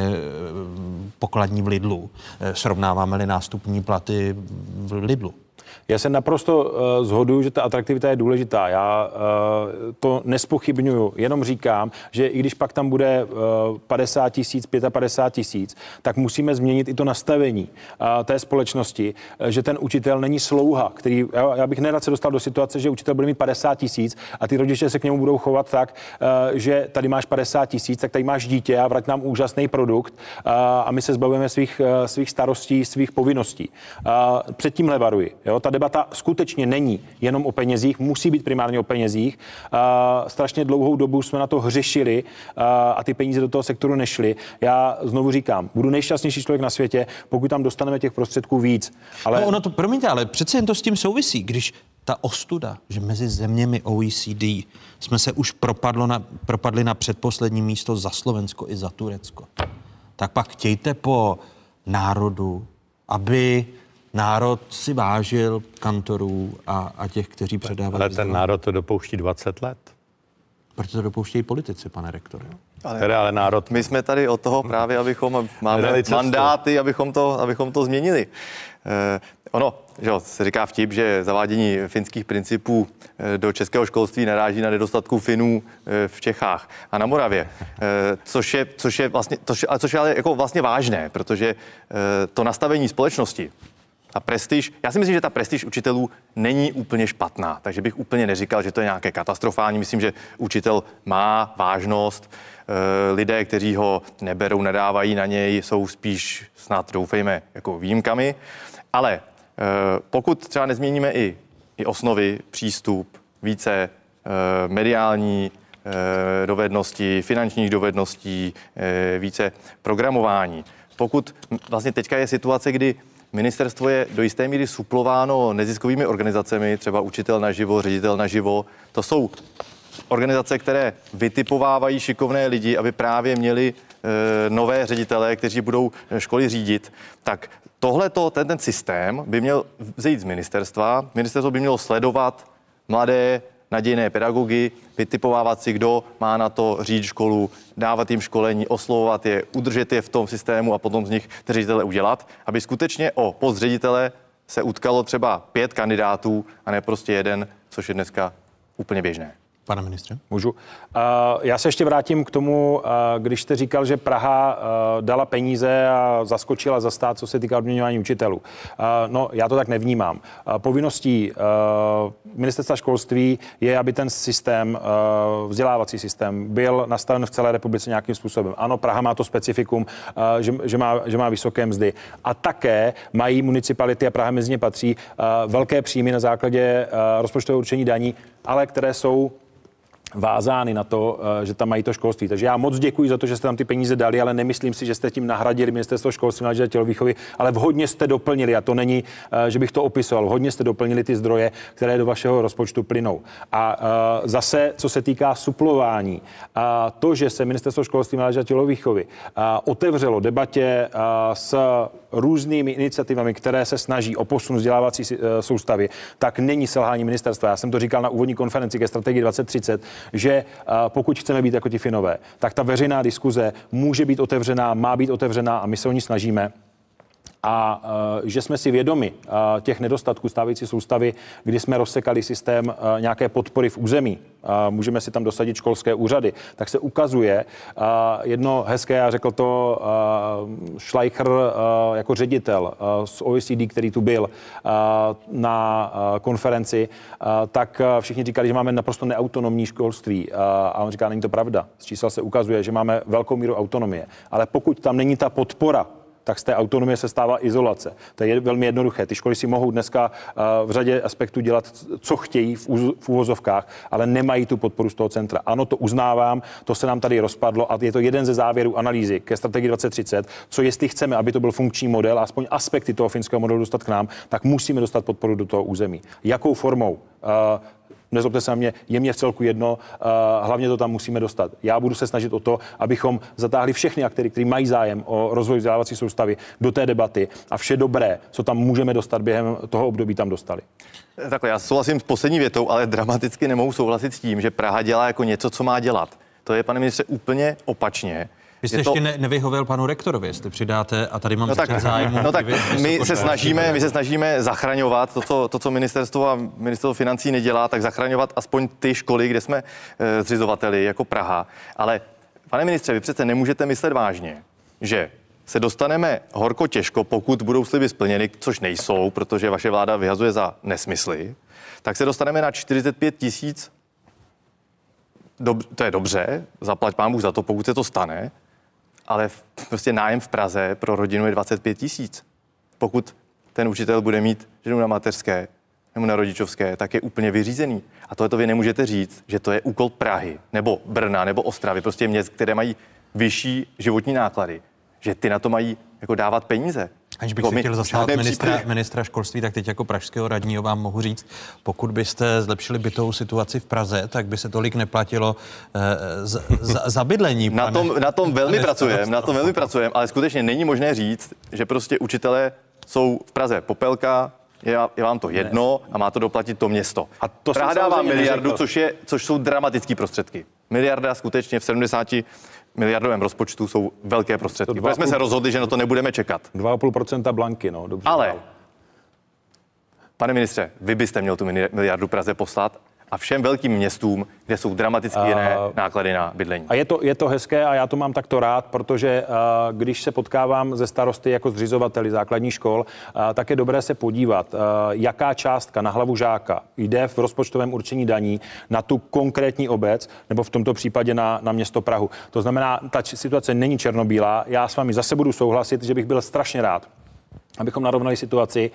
pokladní v Lidlu. Srovnáváme-li nástupní platy v Lidlu. Já se naprosto shoduju, že ta atraktivita je důležitá. Já to nespochybňuju, jenom říkám, že i když pak tam bude 50 tisíc, 55 tisíc, tak musíme změnit i to nastavení té společnosti, že ten učitel není slouha, který, já bych nerad se dostal do situace, že učitel bude mít 50 tisíc a ty rodiče se k němu budou chovat tak, že tady máš 50 tisíc, tak tady máš dítě a vrať nám úžasný produkt a my se zbavujeme svých starostí, svých povinností. Před tímhle varuji. Jo? Ta debata skutečně není jenom o penězích, musí být primárně o penězích. Strašně dlouhou dobu jsme na to hřešili a ty peníze do toho sektoru nešly. Já znovu říkám, budu nejšťastnější člověk na světě, pokud tam dostaneme těch prostředků víc. Ale... No ono to, promiňte, ale přece jen to s tím souvisí, když ta ostuda, že mezi zeměmi OECD jsme se už propadli na předposlední místo za Slovensko i za Turecko. Tak pak chtějte po národu, aby národ si vážil kantorů a těch, kteří předávají. Ale ten národ to dopouští 20 let. Proto to dopouštějí politici, pane rektore. Ale národ... My jsme tady od toho právě, abychom máme mandáty, abychom to změnili. Ono, že se říká vtip, že zavádění finských principů do českého školství naráží na nedostatku Finů v Čechách a na Moravě, což je ale jako vlastně vážné, protože to nastavení společnosti, ta prestiž, já si myslím, že ta prestiž učitelů není úplně špatná, takže bych úplně neříkal, že to je nějaké katastrofální. Myslím, že učitel má vážnost. Lidé, kteří ho neberou, nadávají na něj, jsou spíš snad, doufejme, jako výjimkami. Ale pokud třeba nezměníme i osnovy, přístup, více mediální dovedností, finančních dovedností, více programování. Pokud vlastně teďka je situace, kdy ministerstvo je do jisté míry suplováno neziskovými organizacemi, třeba Učitel naživo, Ředitel naživo. To jsou organizace, které vytipovávají šikovné lidi, aby právě měli nové ředitele, kteří budou školy řídit. Tak tohleto, ten systém by měl vzejít z ministerstva. Ministerstvo by mělo sledovat mladé, nadějné pedagogy, vytipovávat si, kdo má na to řídit školu, dávat jim školení, oslovovat je, udržet je v tom systému a potom z nich ty ředitele udělat, aby skutečně o post ředitele se utkalo třeba 5 kandidátů a ne prostě jeden, což je dneska úplně běžné. Pane ministře? Můžu. Já se ještě vrátím k tomu, když jste říkal, že Praha dala peníze a zaskočila za stát, co se týká odměňování učitelů. No, já to tak nevnímám. Povinností ministerstva školství je, aby ten systém, vzdělávací systém, byl nastaven v celé republice nějakým způsobem. Ano, Praha má to specifikum, že má vysoké mzdy. A také mají municipality, a Praha mezi ně patří, velké příjmy na základě rozpočtového určení daní, ale které jsou vázány na to, že tam mají to školství. Takže já moc děkuji za to, že jste tam ty peníze dali, ale nemyslím si, že jste tím nahradili ministerstvo školství, mládeže a tělovýchovy, ale vhodně jste doplnili, a to není, že bych to opisoval, hodně jste doplnili ty zdroje, které do vašeho rozpočtu plynou. A zase, co se týká suplování, to, že se ministerstvo školství, mládeže a tělovýchovy otevřelo debatě s různými iniciativami, které se snaží o posun vzdělávací soustavy, tak není selhání ministerstva. Já jsem to říkal na úvodní konferenci ke strategii 2030, že pokud chceme být jako ti Finové, tak ta veřejná diskuze může být otevřená, má být otevřená a my se o ní snažíme. A že jsme si vědomi těch nedostatků stávající soustavy, kdy jsme rozsekali systém nějaké podpory v území, můžeme si tam dosadit školské úřady, tak se ukazuje jedno hezké, já řekl to Schleicher jako ředitel z OECD, který tu byl na konferenci, tak všichni říkali, že máme naprosto neautonomní školství. A on říká, není to pravda. Z čísel se ukazuje, že máme velkou míru autonomie. Ale pokud tam není ta podpora, tak z té autonomie se stává izolace. To je velmi jednoduché. Ty školy si mohou dneska v řadě aspektů dělat, co chtějí v uvozovkách, ale nemají tu podporu z toho centra. Ano, to uznávám, to se nám tady rozpadlo a je to jeden ze závěrů analýzy ke strategii 2030, co jestli chceme, aby to byl funkční model, aspoň aspekty toho finského modelu dostat k nám, tak musíme dostat podporu do toho území. Jakou formou? Nezlobte se na mě, je mě v celku jedno, hlavně to tam musíme dostat. Já budu se snažit o to, abychom zatáhli všechny aktéry, kteří mají zájem o rozvoj vzdělávací soustavy do té debaty a vše dobré, co tam můžeme dostat během toho období, tam dostali. Takhle, já souhlasím s poslední větou, ale dramaticky nemohu souhlasit s tím, že Praha dělá jako něco, co má dělat. To je, pane ministře, úplně opačně. Vy jste ještě nevyhověl panu rektorovi, jestli přidáte, a tady mám zájmu. No tak my se snažíme zachraňovat to, co ministerstvo financí nedělá, tak zachraňovat aspoň ty školy, kde jsme zřizovateli jako Praha. Ale, pane ministře, vy přece nemůžete myslet vážně, že se dostaneme horko těžko, pokud budou sliby splněny, což nejsou, protože vaše vláda vyhazuje za nesmysly, tak se dostaneme na 45 000. To je dobře, zaplať pán Bůh za to, pokud se to stane, ale prostě nájem v Praze pro rodinu je 25 000. Pokud ten učitel bude mít ženu na mateřské nebo na rodičovské, tak je úplně vyřízený. A tohle to vy nemůžete říct, že to je úkol Prahy nebo Brna nebo Ostravy, prostě měst, které mají vyšší životní náklady, že ty na to mají jako dávat peníze. Aniž bych si chtěl zastat ministra školství, tak teď jako pražského radního vám mohu říct, pokud byste zlepšili bytovou situaci v Praze, tak by se tolik neplatilo za bydlení. Na tom velmi pracujeme, ale skutečně není možné říct, že prostě učitelé jsou v Praze popelka, je vám to jedno a má to doplatit to město. A to Praha dává miliardu, což jsou dramatické prostředky. Miliarda skutečně v 70 miliardovém rozpočtu jsou velké prostředky. Protože jsme se rozhodli, že na to nebudeme čekat. 2,5% blanky, no, dobře. Ale, pane ministře, vy byste měl tu miliardu Praze poslat a všem velkým městům, kde jsou dramaticky jiné náklady na bydlení. A je to hezké a já to mám takto rád, protože když se potkávám ze starosty jako zřizovateli základních škol, tak je dobré se podívat, jaká částka na hlavu žáka jde v rozpočtovém určení daní na tu konkrétní obec, nebo v tomto případě na město Prahu. To znamená, ta situace není černobílá. Já s vámi zase budu souhlasit, že bych byl strašně rád, abychom narovnali situaci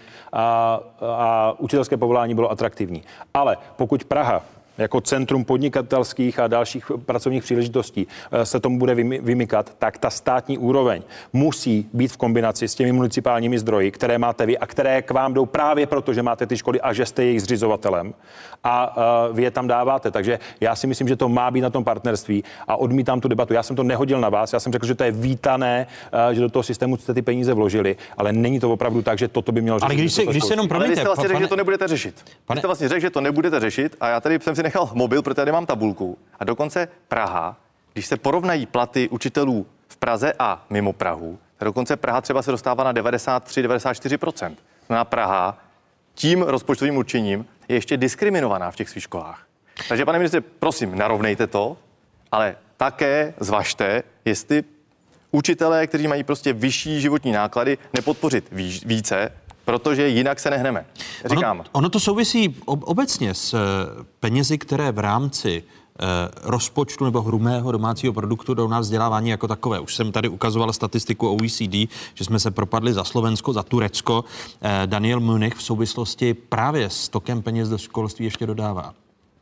a učitelské povolání bylo atraktivní. Ale pokud Praha jako centrum podnikatelských a dalších pracovních příležitostí se tomu bude vymykat, tak ta státní úroveň musí být v kombinaci s těmi municipálními zdroji, které máte vy a které k vám jdou právě proto, že máte ty školy a že jste jejich zřizovatelem a vy je tam dáváte. Takže já si myslím, že to má být na tom partnerství a odmítám tu debatu. Já jsem to nehodil na vás, já jsem řekl, že to je vítané, že do toho systému jste ty peníze vložili, ale není to opravdu tak, že toto by mělo řešit. Ale když se jenom promiňte, vy jste vlastně řekl, že to nebudete řešit. Vy jste vlastně řekl, že to nebudete řešit a já tady jsem si nechal mobil, protože tady mám tabulku. A dokonce Praha, když se porovnají platy učitelů v Praze a mimo Prahu, tak dokonce Praha třeba se dostává na 93-94%. No a Praha tím rozpočtovým určením je ještě diskriminovaná v těch svých školách. Takže, pane ministře, prosím, narovnejte to, ale také zvažte, jestli učitelé, kteří mají prostě vyšší životní náklady, nepodpořit více, protože jinak se nehneme. Říkám. Ono to souvisí obecně s penězi, které v rámci rozpočtu nebo hrubého domácího produktu jdou na vzdělávání jako takové. Už jsem tady ukazoval statistiku OECD, že jsme se propadli za Slovensko, za Turecko. Daniel Münich v souvislosti právě s tokem peněz do školství ještě dodává.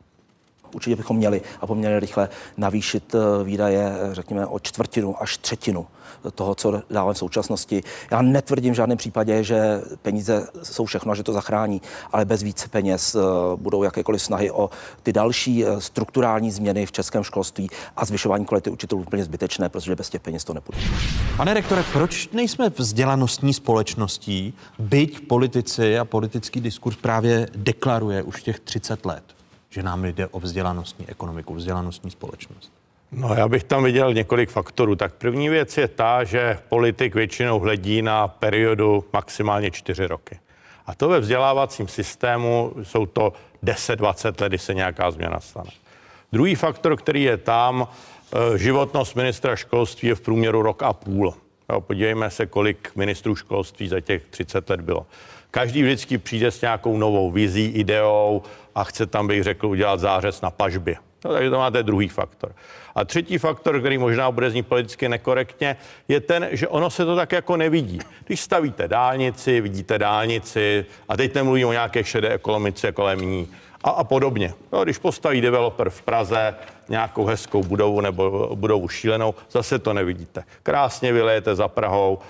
Určitě bychom měli a poměrně rychle navýšit výdaje, řekněme, o 1/4 až 1/3 toho, co dáváme v současnosti. Já netvrdím v žádném případě, že peníze jsou všechno a že to zachrání, ale bez více peněz budou jakékoliv snahy o ty další strukturální změny v českém školství a zvyšování kvality učitelů úplně zbytečné, protože bez těch peněz to nepůjde. Pane rektore, proč nejsme vzdělanostní společností, byť politici a politický diskurs právě deklaruje už těch 30 let, že nám jde o vzdělanostní ekonomiku, vzdělanostní společnost? No, já bych tam viděl několik faktorů. Tak první věc je ta, že politik většinou hledí na periodu maximálně 4 roky. A to ve vzdělávacím systému jsou to 10-20 let, kdy se nějaká změna stane. Druhý faktor, který je tam, životnost ministra školství je v průměru 1,5 roku. Podívejme se, kolik ministrů školství za těch 30 let bylo. Každý vždycky přijde s nějakou novou vizí, ideou a chce tam, bych řekl, udělat zářez na pažbě. No, takže to máte druhý faktor. A třetí faktor, který možná bude znít politicky nekorektně, je ten, že ono se to tak jako nevidí. Když stavíte dálnici, vidíte dálnici a teď nemluvím o nějaké šedé ekonomice kolem ní a podobně. No, když postaví developer v Praze nějakou hezkou budovu nebo budovu šílenou, zase to nevidíte. Krásně vylejete za Prahou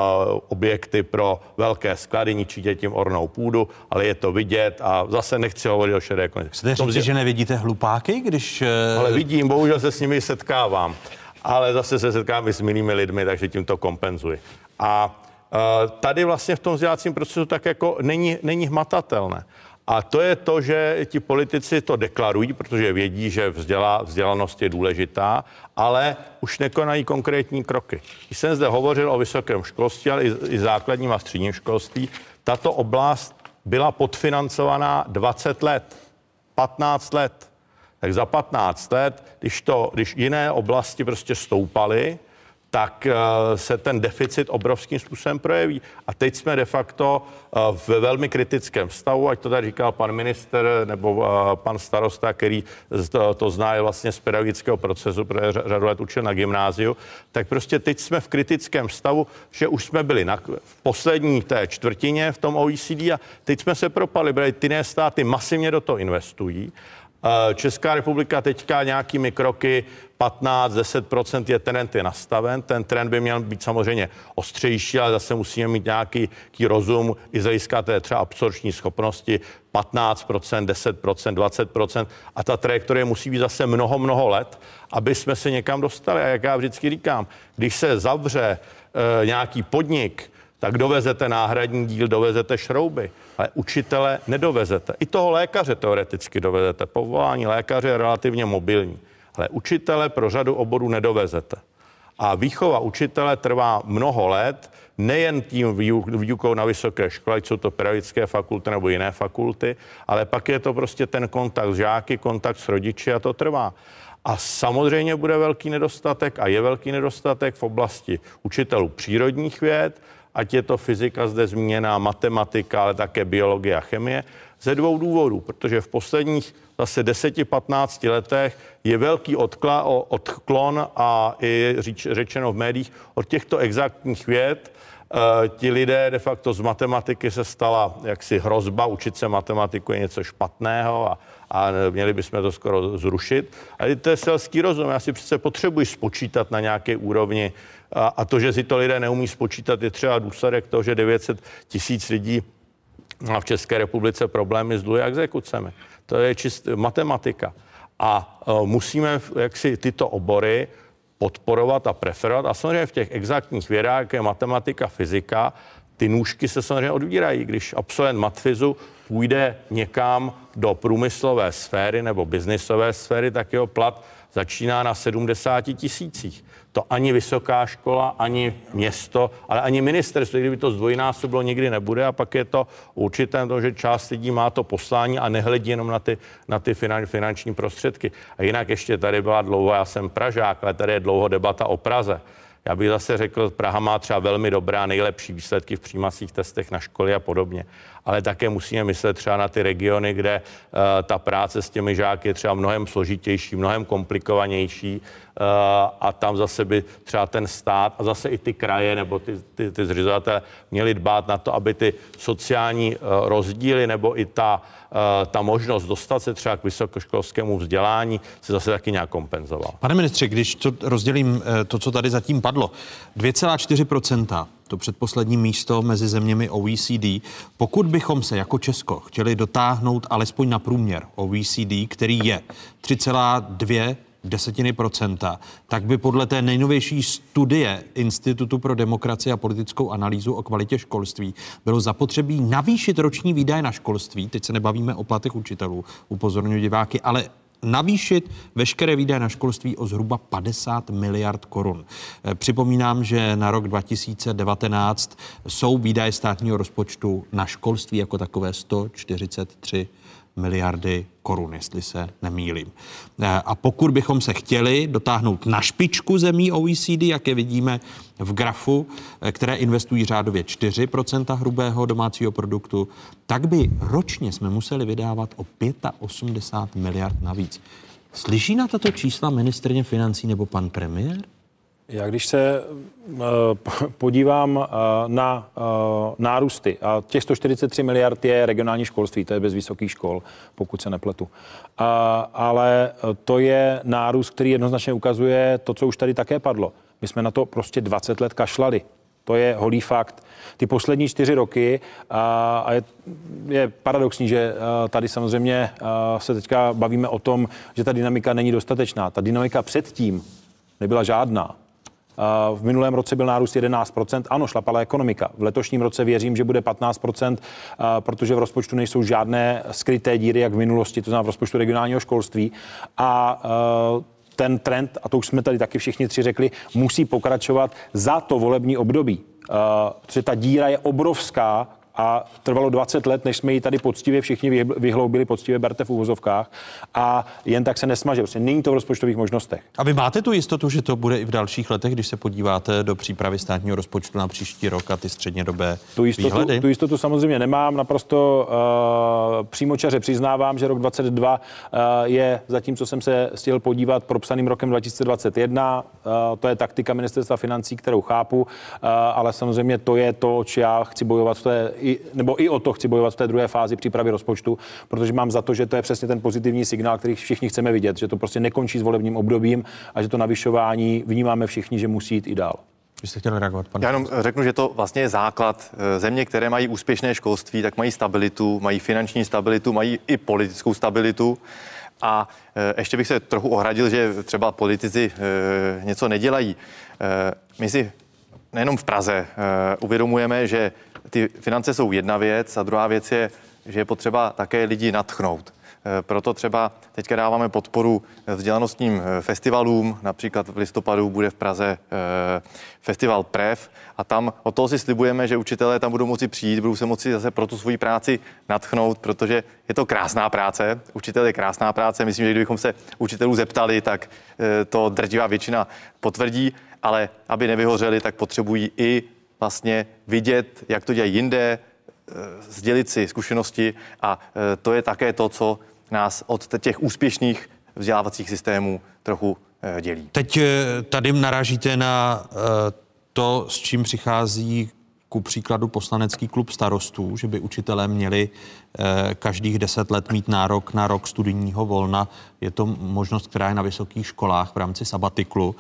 objekty pro velké sklady, ničíte tím ornou půdu, ale je to vidět a zase nechci hovořit o šedé ekonomice. Chcete říct, že nevidíte hlupáky, když... Ale vidím, bohužel se s nimi setkávám. Ale zase se setkám i s milými lidmi, takže tím to kompenzuji. A tady vlastně v tom vzdělávacím procesu tak jako není hmatatelné. A to je to, že ti politici to deklarují, protože vědí, že vzdělanost je důležitá, ale už nekonají konkrétní kroky. Když jsem zde hovořil o vysokém školství, ale i základním a středním školství, tato oblast byla podfinancovaná 20 let, 15 let. Tak za 15 let, když jiné oblasti prostě stoupaly, tak se ten deficit obrovským způsobem projeví. A teď jsme de facto ve velmi kritickém stavu, ať to tady říkal pan ministr nebo pan starosta, který to zná vlastně z pedagogického procesu, protože řadu let učil na gymnáziu, tak prostě teď jsme v kritickém stavu, že už jsme byli v poslední té čtvrtině v tom OECD a teď jsme se propali, protože ty jiné státy masivně do toho investují. Česká republika teďka nějakými kroky 15-10% je trend je nastaven. Ten trend by měl být samozřejmě ostřejší, ale zase musíme mít nějaký rozum i z hlediska té třeba absorpční schopnosti 15%, 10%, 20% a ta trajektorie musí být zase mnoho let, aby jsme se někam dostali. A jak já vždycky říkám, když se zavře nějaký podnik, tak dovezete náhradní díl, dovezete šrouby, ale učitele nedovezete. I toho lékaře teoreticky dovezete. Povolání lékaře je relativně mobilní, ale učitele pro řadu oborů nedovezete. A výchova učitele trvá mnoho let, nejen tím výukou na vysoké škole, jsou to pedagogické fakulty nebo jiné fakulty, ale pak je to prostě ten kontakt s žáky, kontakt s rodiči a to trvá. A samozřejmě bude velký nedostatek a je velký nedostatek v oblasti učitelů přírodních věd, ať je to fyzika zde zmíněná, matematika, ale také biologie a chemie, ze 2 důvodů, protože v posledních zase 10-15 letech je velký odklon a i řečeno v médiích od těchto exaktních věd. Ti lidé de facto z matematiky se stala jaksi hrozba, učit se matematiku je něco špatného a měli bychom to skoro zrušit. Ale to je selský rozum, já si přece potřebuji spočítat na nějaké úrovni a to, že si to lidé neumí spočítat, je třeba důsledek toho, že 900 000 lidí má v České republice problémy s dluhy a exekucemi. To je čist matematika. A musíme jaksi tyto obory podporovat a preferovat. A samozřejmě v těch exaktních vědách, jako je matematika, fyzika, ty nůžky se samozřejmě odvírají. Když absolvent matfizu půjde někam do průmyslové sféry nebo biznisové sféry, tak jeho plat začíná na 70 000. To ani vysoká škola, ani město, ale ani ministerstvo, kdyby to zdvojnásobilo, nikdy nebude. A pak je to určité to, že část lidí má to poslání a nehledí jenom na ty finanční prostředky. A jinak ještě tady byla dlouho, já jsem Pražák, ale tady je dlouho debata o Praze. Já bych zase řekl, Praha má třeba velmi dobré a nejlepší výsledky v přijímacích testech na školy a podobně. Ale také musíme myslet třeba na ty regiony, kde ta práce s těmi žáky je třeba mnohem složitější, mnohem komplikovanější a tam zase by třeba ten stát a zase i ty kraje nebo ty zřizovatelé měli dbát na to, aby ty sociální rozdíly nebo i ta možnost dostat se třeba k vysokoškolskému vzdělání se zase taky nějak kompenzovala. Pane ministře, když to rozdělím to, co tady zatím padlo, 2,4%, to předposlední místo mezi zeměmi OECD. Pokud bychom se jako Česko chtěli dotáhnout alespoň na průměr OECD, který je 3,2%, tak by podle té nejnovější studie Institutu pro demokracii a politickou analýzu o kvalitě školství bylo zapotřebí navýšit roční výdaje na školství, teď se nebavíme o platech učitelů, upozorňuji diváky, ale navýšit veškeré výdaje na školství o zhruba 50 miliard korun. Připomínám, že na rok 2019 jsou výdaje státního rozpočtu na školství jako takové 143 miliardy korun, jestli se nemýlím. A pokud bychom se chtěli dotáhnout na špičku zemí OECD, jak je vidíme v grafu, které investují řádově 4% hrubého domácího produktu, tak by ročně jsme museli vydávat o 85 miliard navíc. Slyší na tato čísla ministryně financí nebo pan premiér? Já když se podívám na nárůsty, a těch 143 miliard je regionální školství, to je bez vysokých škol, pokud se nepletu. Ale to je nárůst, který jednoznačně ukazuje to, co už tady také padlo. My jsme na to prostě 20 let kašlali. To je holý fakt. Ty poslední 4 roky, a je paradoxní, že tady samozřejmě se teďka bavíme o tom, že ta dynamika není dostatečná. Ta dynamika předtím nebyla žádná. V minulém roce byl nárůst 11%, ano, šlapala ekonomika. V letošním roce věřím, že bude 15%, protože v rozpočtu nejsou žádné skryté díry, jak v minulosti, to znamená v rozpočtu regionálního školství. A ten trend, a to už jsme tady taky všichni 3 řekli, musí pokračovat za to volební období. Protože ta díra je obrovská a trvalo 20 let, než jsme ji tady poctivě všichni vyhloubili, poctivě berte v uvozovkách, a jen tak se nesmaže. Prostě není to v rozpočtových možnostech. A vy máte tu jistotu, že to bude i v dalších letech, když se podíváte do přípravy státního rozpočtu na příští rok a ty střednědobé výhledy? Tu jistotu samozřejmě nemám, naprosto přímočaře přiznávám, že rok 2022 je, zatím co jsem se stihl podívat, propsaným rokem 2021. To je taktika ministerstva financí, kterou chápu, ale samozřejmě to je to, o co já chci bojovat i o to chci bojovat v té druhé fázi přípravy rozpočtu, protože mám za to, že to je přesně ten pozitivní signál, který všichni chceme vidět, že to prostě nekončí s volebním obdobím a že to navyšování vnímáme všichni, že musí jít i dál. Vy jste chtěli reagovat, pane? Já jenom řeknu, že to vlastně je základ. Země, které mají úspěšné školství, tak mají stabilitu, mají finanční stabilitu, mají i politickou stabilitu. A ještě bych se trochu ohradil, že třeba politici něco nedělají. My si nejenom v Praze uvědomujeme, že ty finance jsou jedna věc a druhá věc je, že je potřeba také lidi nadchnout. Proto třeba teďka dáváme podporu vzdělanostním festivalům. Například v listopadu bude v Praze festival PREV a tam od toho si slibujeme, že učitelé tam budou moci přijít, budou se moci zase pro tu svoji práci nadchnout, protože je to krásná práce. Učitel je krásná práce. Myslím, že kdybychom se učitelů zeptali, tak to drtivá většina potvrdí, ale aby nevyhořeli, tak potřebují i vlastně vidět, jak to dělají jinde, sdělit si zkušenosti a to je také to, co nás od těch úspěšných vzdělávacích systémů trochu dělí. Teď tady narážíte na to, s čím přichází ku příkladu poslanecký klub Starostů, že by učitelé měli každých 10 let mít nárok na rok studijního volna. Je to možnost, která je na vysokých školách v rámci sabatiklu.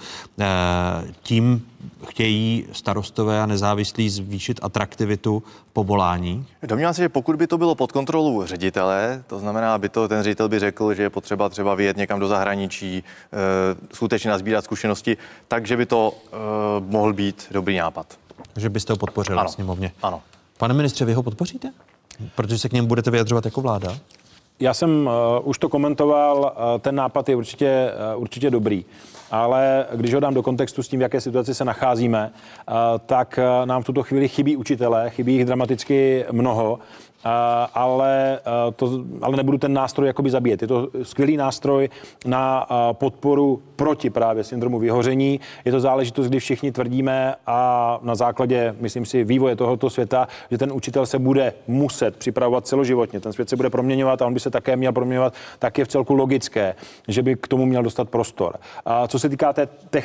Tím chtějí starostové a nezávislí zvýšit atraktivitu povolání? Domnívám se, že pokud by to bylo pod kontrolou ředitele, to znamená, ten ředitel by řekl, že je potřeba třeba vyjet někam do zahraničí, skutečně nazbírat zkušenosti, takže by to mohl být dobrý nápad. že byste ho podpořili v sněmovně. Ano. Pane ministře, vy ho podpoříte? Protože se k němu budete vyjadřovat jako vláda? Já jsem už to komentoval, ten nápad je určitě dobrý, ale když ho dám do kontextu s tím, v jaké situaci se nacházíme, tak nám v tuto chvíli chybí učitelé, chybí jich dramaticky mnoho, ale nebudu ten nástroj jakoby zabíjet. Je to skvělý nástroj na podporu proti právě syndromu vyhoření. Je to záležitost, kdy všichni tvrdíme a na základě, myslím si, vývoje tohoto světa, že ten učitel se bude muset připravovat celoživotně. Ten svět se bude proměňovat a on by se také měl proměňovat, tak je v celku logické, že by k tomu měl dostat prostor. A co se týká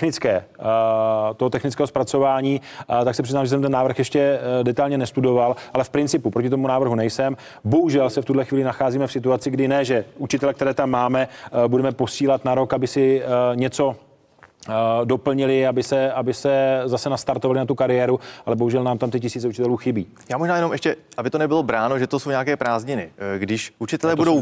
toho technického zpracování, tak se přiznám, že jsem ten návrh ještě detailně nestudoval, ale v principu proti tomu návrhu nejsem. Bohužel se v tuhle chvíli nacházíme v situaci, kdy ne, že učitele, které tam máme, budeme posílat na rok, aby si něco doplnili, aby se zase nastartovali na tu kariéru, ale bohužel nám tam ty tisíce učitelů chybí. Já možná jenom ještě, aby to nebylo bráno, že to jsou nějaké prázdniny. Když učitelé budou...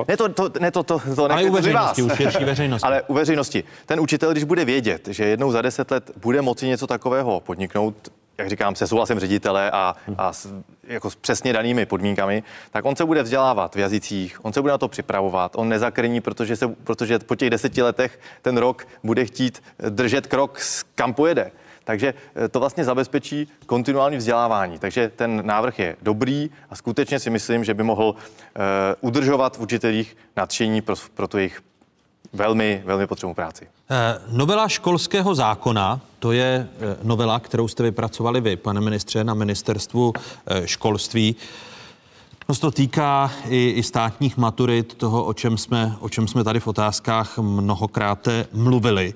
Ale u veřejnosti, u širší veřejnosti. Ale u veřejnosti. Ten učitel, když bude vědět, že jednou za 10 let bude moci něco takového podniknout, jak říkám, se souhlasem ředitele a jako s přesně danými podmínkami, tak on se bude vzdělávat v jazycích, on se bude na to připravovat, on nezakrní, protože po těch 10 letech ten rok bude chtít držet krok, kam pojede. Takže to vlastně zabezpečí kontinuální vzdělávání. Takže ten návrh je dobrý a skutečně si myslím, že by mohl udržovat v učitelích nadšení pro tu jejich velmi, velmi potřebnou práci. Novela školského zákona, to je novela, kterou jste vypracovali vy, pane ministře, na ministerstvu školství. No, se to týká i státních maturit, toho, o čem jsme tady v otázkách mnohokrát mluvili.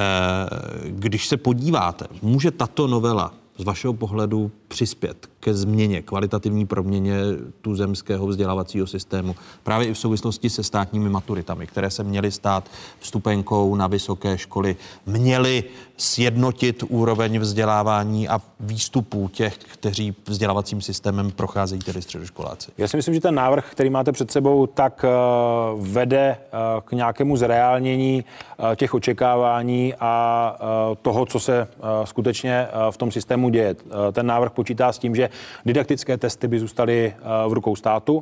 Když se podíváte, může tato novela z vašeho pohledu přispět ke změně, kvalitativní proměně tuzemského vzdělávacího systému, právě i v souvislosti se státními maturitami, které se měly stát vstupenkou na vysoké školy, měly sjednotit úroveň vzdělávání a výstupů těch, kteří vzdělávacím systémem procházejí, tedy středoškoláci? Já si myslím, že ten návrh, který máte před sebou, tak vede k nějakému zreálnění těch očekávání a toho, co se skutečně v tom systému děje. Ten návrh počítá s tím, že didaktické testy by zůstaly v rukou státu,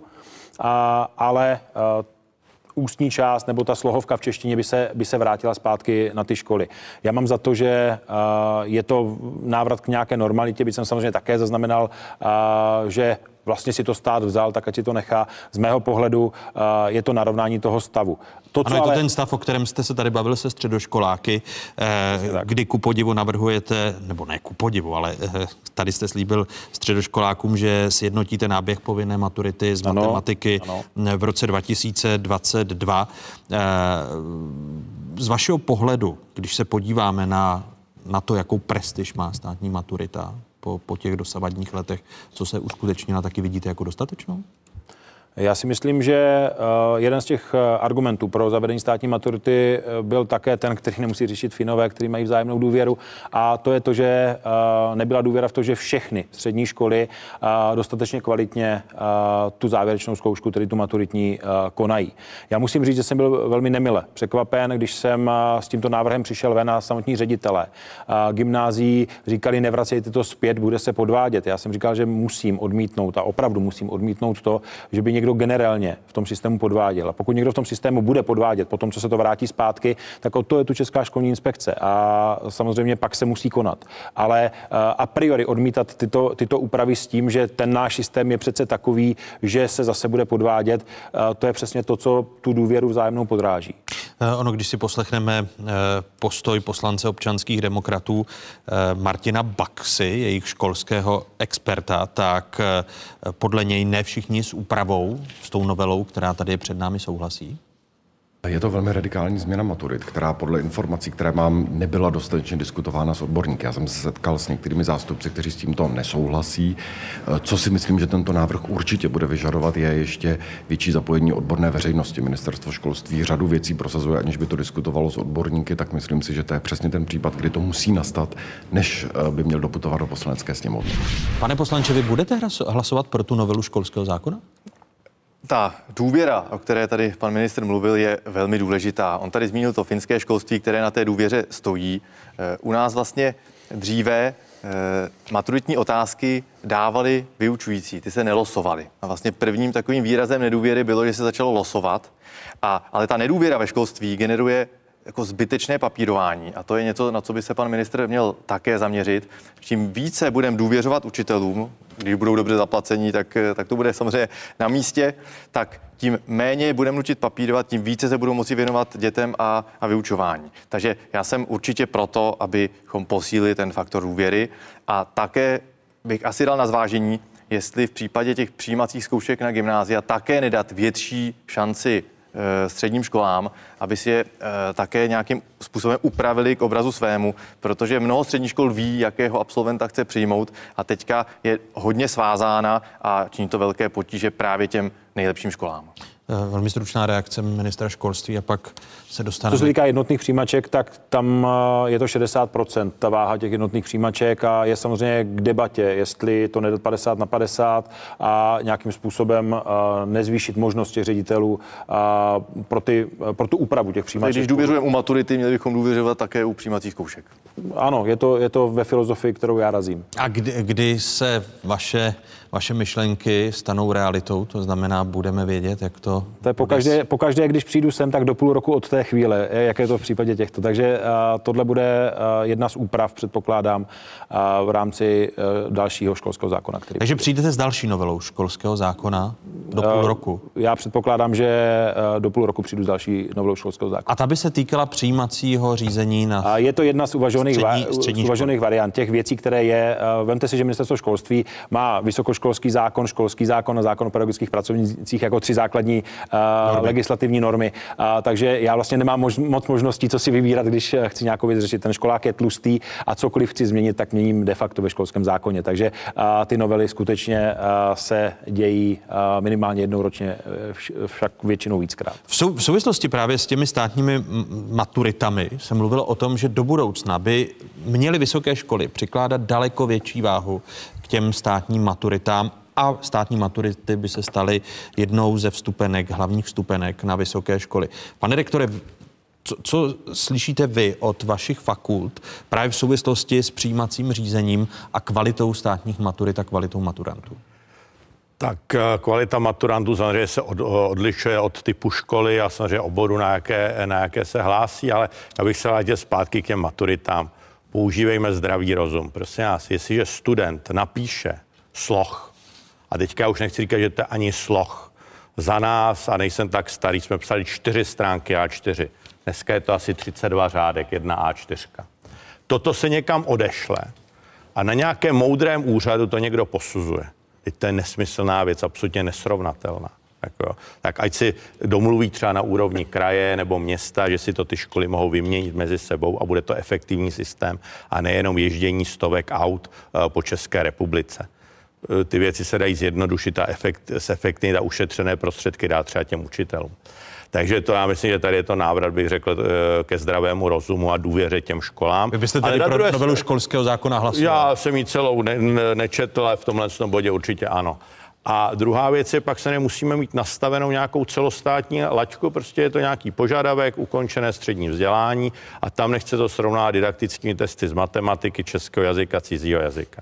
ale ústní část nebo ta slohovka v češtině by se vrátila zpátky na ty školy. Já mám za to, že je to návrat k nějaké normalitě, byť jsem samozřejmě také zaznamenal, že vlastně si to stát vzal, tak ať si to nechá. Z mého pohledu je to narovnání toho stavu. Ano, je to ten stav, o kterém jste se tady bavil se středoškoláky, kdy ku podivu navrhujete, nebo ne ku podivu, ale tady jste slíbil středoškolákům, že sjednotíte náběh povinné maturity z matematiky v roce 2022. Z vašeho pohledu, když se podíváme na to, jakou prestiž má státní maturita po těch dosavadních letech, co se uskutečnilo, taky vidíte jako dostatečnou? Já si myslím, že jeden z těch argumentů pro zavedení státní maturity byl také ten, který nemusí řešit Finové, kteří mají vzájemnou důvěru, a to je to, že nebyla důvěra v to, že všechny střední školy dostatečně kvalitně tu závěrečnou zkoušku, tedy tu maturitní, konají. Já musím říct, že jsem byl velmi nemile překvapen, když jsem s tímto návrhem přišel ven a samotní ředitelé gymnázií říkali, nevracejte to zpět, bude se podvádět. Já jsem říkal, že musím odmítnout a opravdu musím odmítnout to, že by někdo generálně v tom systému podváděl. A pokud někdo v tom systému bude podvádět, potom, co se to vrátí zpátky, tak od toho je tu Česká školní inspekce a samozřejmě pak se musí konat. Ale a priori odmítat tyto úpravy s tím, že ten náš systém je přece takový, že se zase bude podvádět, to je přesně to, co tu důvěru vzájemnou podráží. Ono, když si poslechneme postoj poslance občanských demokratů Martina Baxy, jejich školského experta, tak podle něj ne všichni s úpravou, s tou novelou, která tady je před námi, souhlasí. Je to velmi radikální změna maturit, která podle informací, které mám, nebyla dostatečně diskutována s odborníky. Já jsem se setkal s některými zástupci, kteří s tímto nesouhlasí. Co si myslím, že tento návrh určitě bude vyžadovat, je ještě větší zapojení odborné veřejnosti. Ministerstvo školství řadu věcí prosazuje, aniž by to diskutovalo s odborníky, tak myslím si, že to je přesně ten případ, kdy to musí nastat, než by měl doputovat do Poslanecké sněmovny. Pane poslanče, vy budete hlasovat pro tu novelu školského zákona? Ta důvěra, o které tady pan ministr mluvil, je velmi důležitá. On tady zmínil to finské školství, které na té důvěře stojí. U nás vlastně dříve maturitní otázky dávali vyučující, ty se nelosovaly. A vlastně prvním takovým výrazem nedůvěry bylo, že se začalo losovat. Ale ta nedůvěra ve školství generuje jako zbytečné papírování a to je něco, na co by se pan ministr měl také zaměřit. Čím více budeme důvěřovat učitelům, když budou dobře zaplacení, tak to bude samozřejmě na místě, tak tím méně budeme nutit papírovat, tím více se budou moci věnovat dětem a vyučování. Takže já jsem určitě proto, abychom posílili ten faktor důvěry a také bych asi dal na zvážení, jestli v případě těch přijímacích zkoušek na gymnázia také nedat větší šanci středním školám, aby si je také nějakým způsobem upravili k obrazu svému, protože mnoho středních škol ví, jakého absolventa chce přijmout a teďka je hodně svázána a činí to velké potíže právě těm nejlepším školám. Velmi stručná reakce ministra školství a pak se dostaneme. Co se týká jednotných přijímaček, tak tam je to 60%, ta váha těch jednotných přijímaček a je samozřejmě k debatě, jestli to nedat 50/50 a nějakým způsobem nezvýšit možnosti ředitelů pro tu úpravu těch přijímaček. Když důvěřujeme u maturity, měli bychom důvěřovat také u přijímacích zkoušek. Ano, je to ve filozofii, kterou já razím. A kdy se vaše myšlenky stanou realitou, to znamená, budeme vědět, jak to... To je pokaždé, když přijdu sem, tak do půl roku od té chvíle, jak je to v případě těchto. Takže tohle bude jedna z úprav, předpokládám, v rámci dalšího školského zákona. Takže přijdete s další novelou školského zákona do půl roku? Já předpokládám, že do půl roku přijdu s další novelou školského zákona. A ta by se týkala přijímacího řízení na... A je to jedna z uvažovaných variant, těch věcí, které je... Vemte si, že ministerstvo školství má vysokoškolský zákon, školský zákon a zákon o pedagogických pracovnících jako 3 základní legislativní normy. Takže já vlastně nemám moc možností, co si vybírat, když chci nějakou věc řešit. Ten školák je tlustý a cokoliv chci změnit, tak měním de facto ve školském zákoně. Takže ty novely skutečně se dějí minimálně jednou ročně, však většinou víckrát. V souvislosti právě s těmi státními maturitami se mluvilo o tom, že do budoucna by měly vysoké školy přikládat daleko větší váhu k těm státním maturitám a státní maturity by se staly jednou ze vstupenek, hlavních vstupenek na vysoké školy. Pane rektore, co slyšíte vy od vašich fakult právě v souvislosti s přijímacím řízením a kvalitou státních maturit a kvalitou maturantů? Tak kvalita maturantů samozřejmě se odlišuje od typu školy a samozřejmě oboru, na jaké se hlásí, ale já bych se vrátil zpátky k těm maturitám. Používejme zdravý rozum. Prosím vás, jestliže student napíše sloh, a teďka já už nechci říkat, že to je ani sloh, za nás, a nejsem tak starý, jsme psali 4 stránky A4. Dneska je to asi 32 řádek, 1 A4. Toto se někam odešle a na nějakém moudrém úřadu to někdo posuzuje. Teď to je nesmyslná věc, absolutně nesrovnatelná. Tak ať si domluví třeba na úrovni kraje nebo města, že si to ty školy mohou vyměnit mezi sebou a bude to efektivní systém a nejenom ježdění stovek aut po České republice. Ty věci se dají zjednodušit a zefektivnit a ušetřené prostředky dát třeba těm učitelům. Takže to já myslím, že tady je to návrat, bych řekl, ke zdravému rozumu a důvěře těm školám. Vy byste tady pro novelu školského zákona hlasoval? Já jsem ji celou nečetl, ale v tomhle bodě určitě ano. A druhá věc je, pak se nemusíme mít nastavenou nějakou celostátní laťku, prostě je to nějaký požadavek, ukončené střední vzdělání a tam nechce to srovnávat didaktickými testy z matematiky, českého jazyka, cizího jazyka.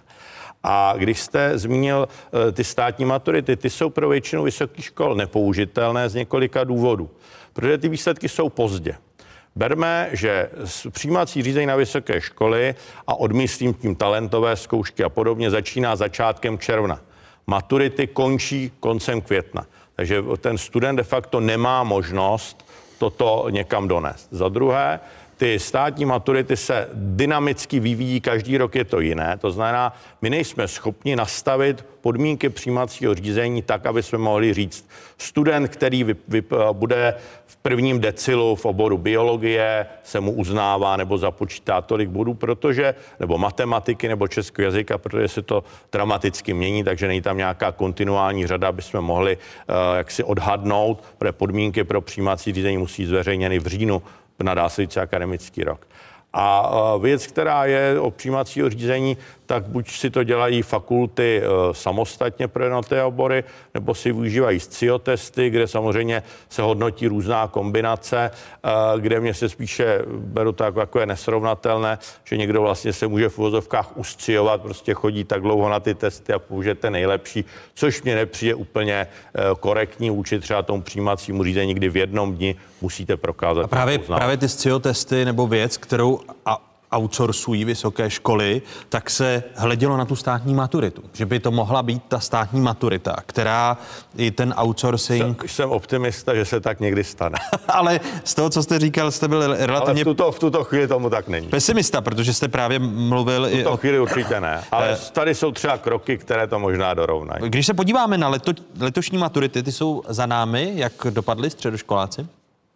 A když jste zmínil ty státní maturity, ty jsou pro většinu vysokých škol nepoužitelné z několika důvodů, protože ty výsledky jsou pozdě. Berme, že přijímací řízení na vysoké školy a odmyslím tím talentové zkoušky a podobně začíná začátkem června. Maturity končí koncem května. Takže ten student de facto nemá možnost toto někam donést. Za druhé, ty státní maturity se dynamicky vyvíjí, každý rok je to jiné. To znamená, my nejsme schopni nastavit podmínky přijímacího řízení tak, aby jsme mohli říct, student, který bude v prvním decilu v oboru biologie, se mu uznává nebo započítá tolik bodů, nebo matematiky, nebo českého jazyka, protože se to dramaticky mění, takže není tam nějaká kontinuální řada, aby jsme mohli jaksi odhadnout, protože podmínky pro přijímací řízení musí zveřejněny v říjnu na následující akademický rok. A věc, která je o přijímacího řízení, tak buď si to dělají fakulty samostatně pro jednotlivé obory, nebo si využívají SCIO testy, kde samozřejmě se hodnotí různá kombinace, kde mě se spíše beru to jako je nesrovnatelné, že někdo vlastně se může v uvozovkách usciovat, prostě chodí tak dlouho na ty testy a použije ten nejlepší, což mě nepřijde úplně korektní vůči třeba tomu přijímacímu řízení, kdy v jednom dni musíte prokázat. A právě ty SCIO testy nebo věc, kterou outsourcují vysoké školy, tak se hledělo na tu státní maturitu. Že by to mohla být ta státní maturita, která i ten outsourcing... Jsem optimista, že se tak někdy stane. Ale z toho, co jste říkal, jste byl relativně... Ale v tuto chvíli tomu tak není. Pesimista, protože jste právě mluvil i o... V tuto chvíli určitě ne, ale tady jsou třeba kroky, které to možná dorovnají. Když se podíváme na letošní maturity, ty jsou za námi, jak dopadli středoškoláci?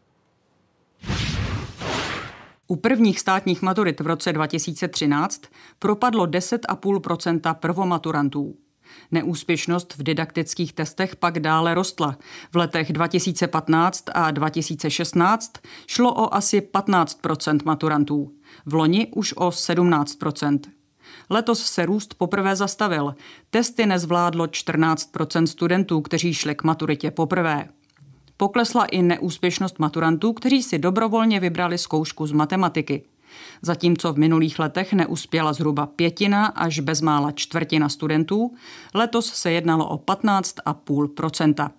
U prvních státních maturit v roce 2013 propadlo 10,5% prvomaturantů. Neúspěšnost v didaktických testech pak dále rostla. V letech 2015 a 2016 šlo o asi 15% maturantů. V loni už o 17%. Letos se růst poprvé zastavil. Testy nezvládlo 14% studentů, kteří šli k maturitě poprvé. Poklesla i neúspěšnost maturantů, kteří si dobrovolně vybrali zkoušku z matematiky. Zatímco v minulých letech neuspěla zhruba 1/5 až bezmála 1/4 studentů, letos se jednalo o 15,5%.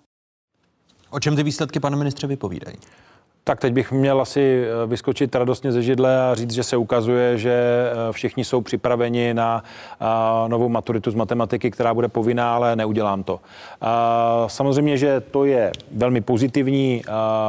O čem ty výsledky, pane ministře, vypovídají? Tak teď bych měl asi vyskočit radostně ze židle a říct, že se ukazuje, že všichni jsou připraveni na novou maturitu z matematiky, která bude povinná, ale neudělám to. Samozřejmě, že to je velmi pozitivní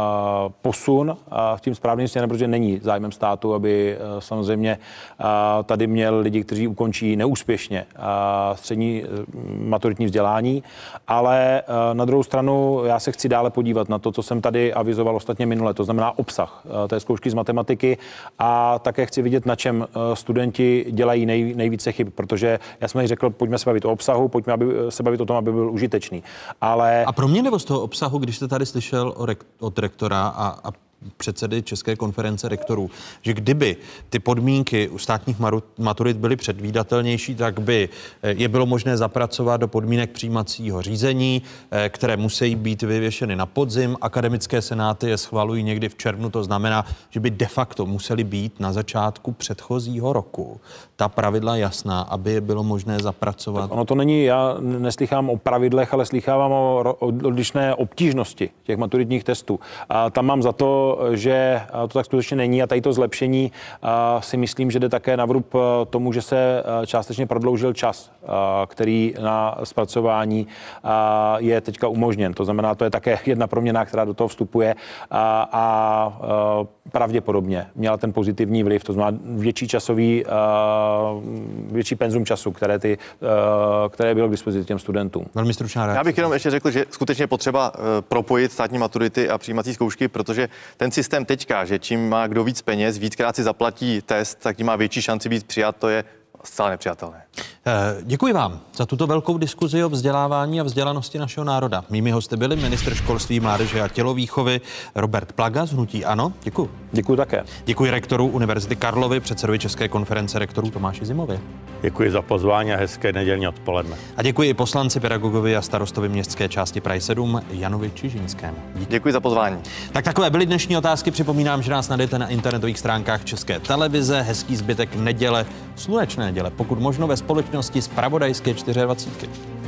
posun v tím správným směrem, protože není zájmem státu, aby samozřejmě tady měl lidi, kteří ukončí neúspěšně střední maturitní vzdělání, ale na druhou stranu já se chci dále podívat na to, co jsem tady avizoval ostatně minule. To znamená obsah té zkoušky z matematiky a také chci vidět, na čem studenti dělají nejvíce chyb, protože já jsem řekl, pojďme se bavit o obsahu, pojďme se bavit o tom, aby byl užitečný. Ale... A pro mě nebo z toho obsahu, když jste tady slyšel od rektora a předsedy České konference rektorů, že kdyby ty podmínky u státních maturit byly předvídatelnější, tak by je bylo možné zapracovat do podmínek přijímacího řízení, které musí být vyvěšeny na podzim. Akademické senáty je schvalují někdy v červnu, to znamená, že by de facto musely být na začátku předchozího roku ta pravidla jasná, aby je bylo možné zapracovat. Tak ono to není, já neslychám o pravidlech, ale slychávám o odlišné obtížnosti těch maturitních testů. A tam mám za to, že to tak skutečně není a tady to zlepšení si myslím, že jde také na vrub tomu, že se částečně prodloužil čas, který na zpracování je teďka umožněn. To znamená, to je také jedna proměna, která do toho vstupuje a pravděpodobně měla ten pozitivní vliv, to znamená větší penzum času, které bylo k dispozici těm studentům. Velmi stručná reakce. Já bych jenom ještě řekl, že skutečně potřeba propojit státní maturity a přijímací zkoušky, protože ten systém teďka, že čím má kdo víc peněz, víckrát si zaplatí test, tak tím má větší šanci být přijat, to je zcela nepřijatelné. Děkuji vám za tuto velkou diskuzi o vzdělávání a vzdělanosti našeho národa. Mými hosty byli ministr školství, mládeže a tělovýchovy Robert Plaga z hnutí ANO. Děkuji. Děkuji také. Děkuji rektoru Univerzity Karlovy, předsedovi České konference rektorů Tomáši Zimovi. Děkuji za pozvání a hezké nedělní odpoledne. A děkuji i poslanci, pedagogovi a starostovi městské části Prahy 7 Janovi Čižinskému. Děkuji za pozvání. Tak takové byly dnešní otázky. Připomínám, že nás najdete na internetových stránkách České televize. Hezký zbytek neděle, slunečné neděle, pokud možno ve společnosti Zpravodajské 24.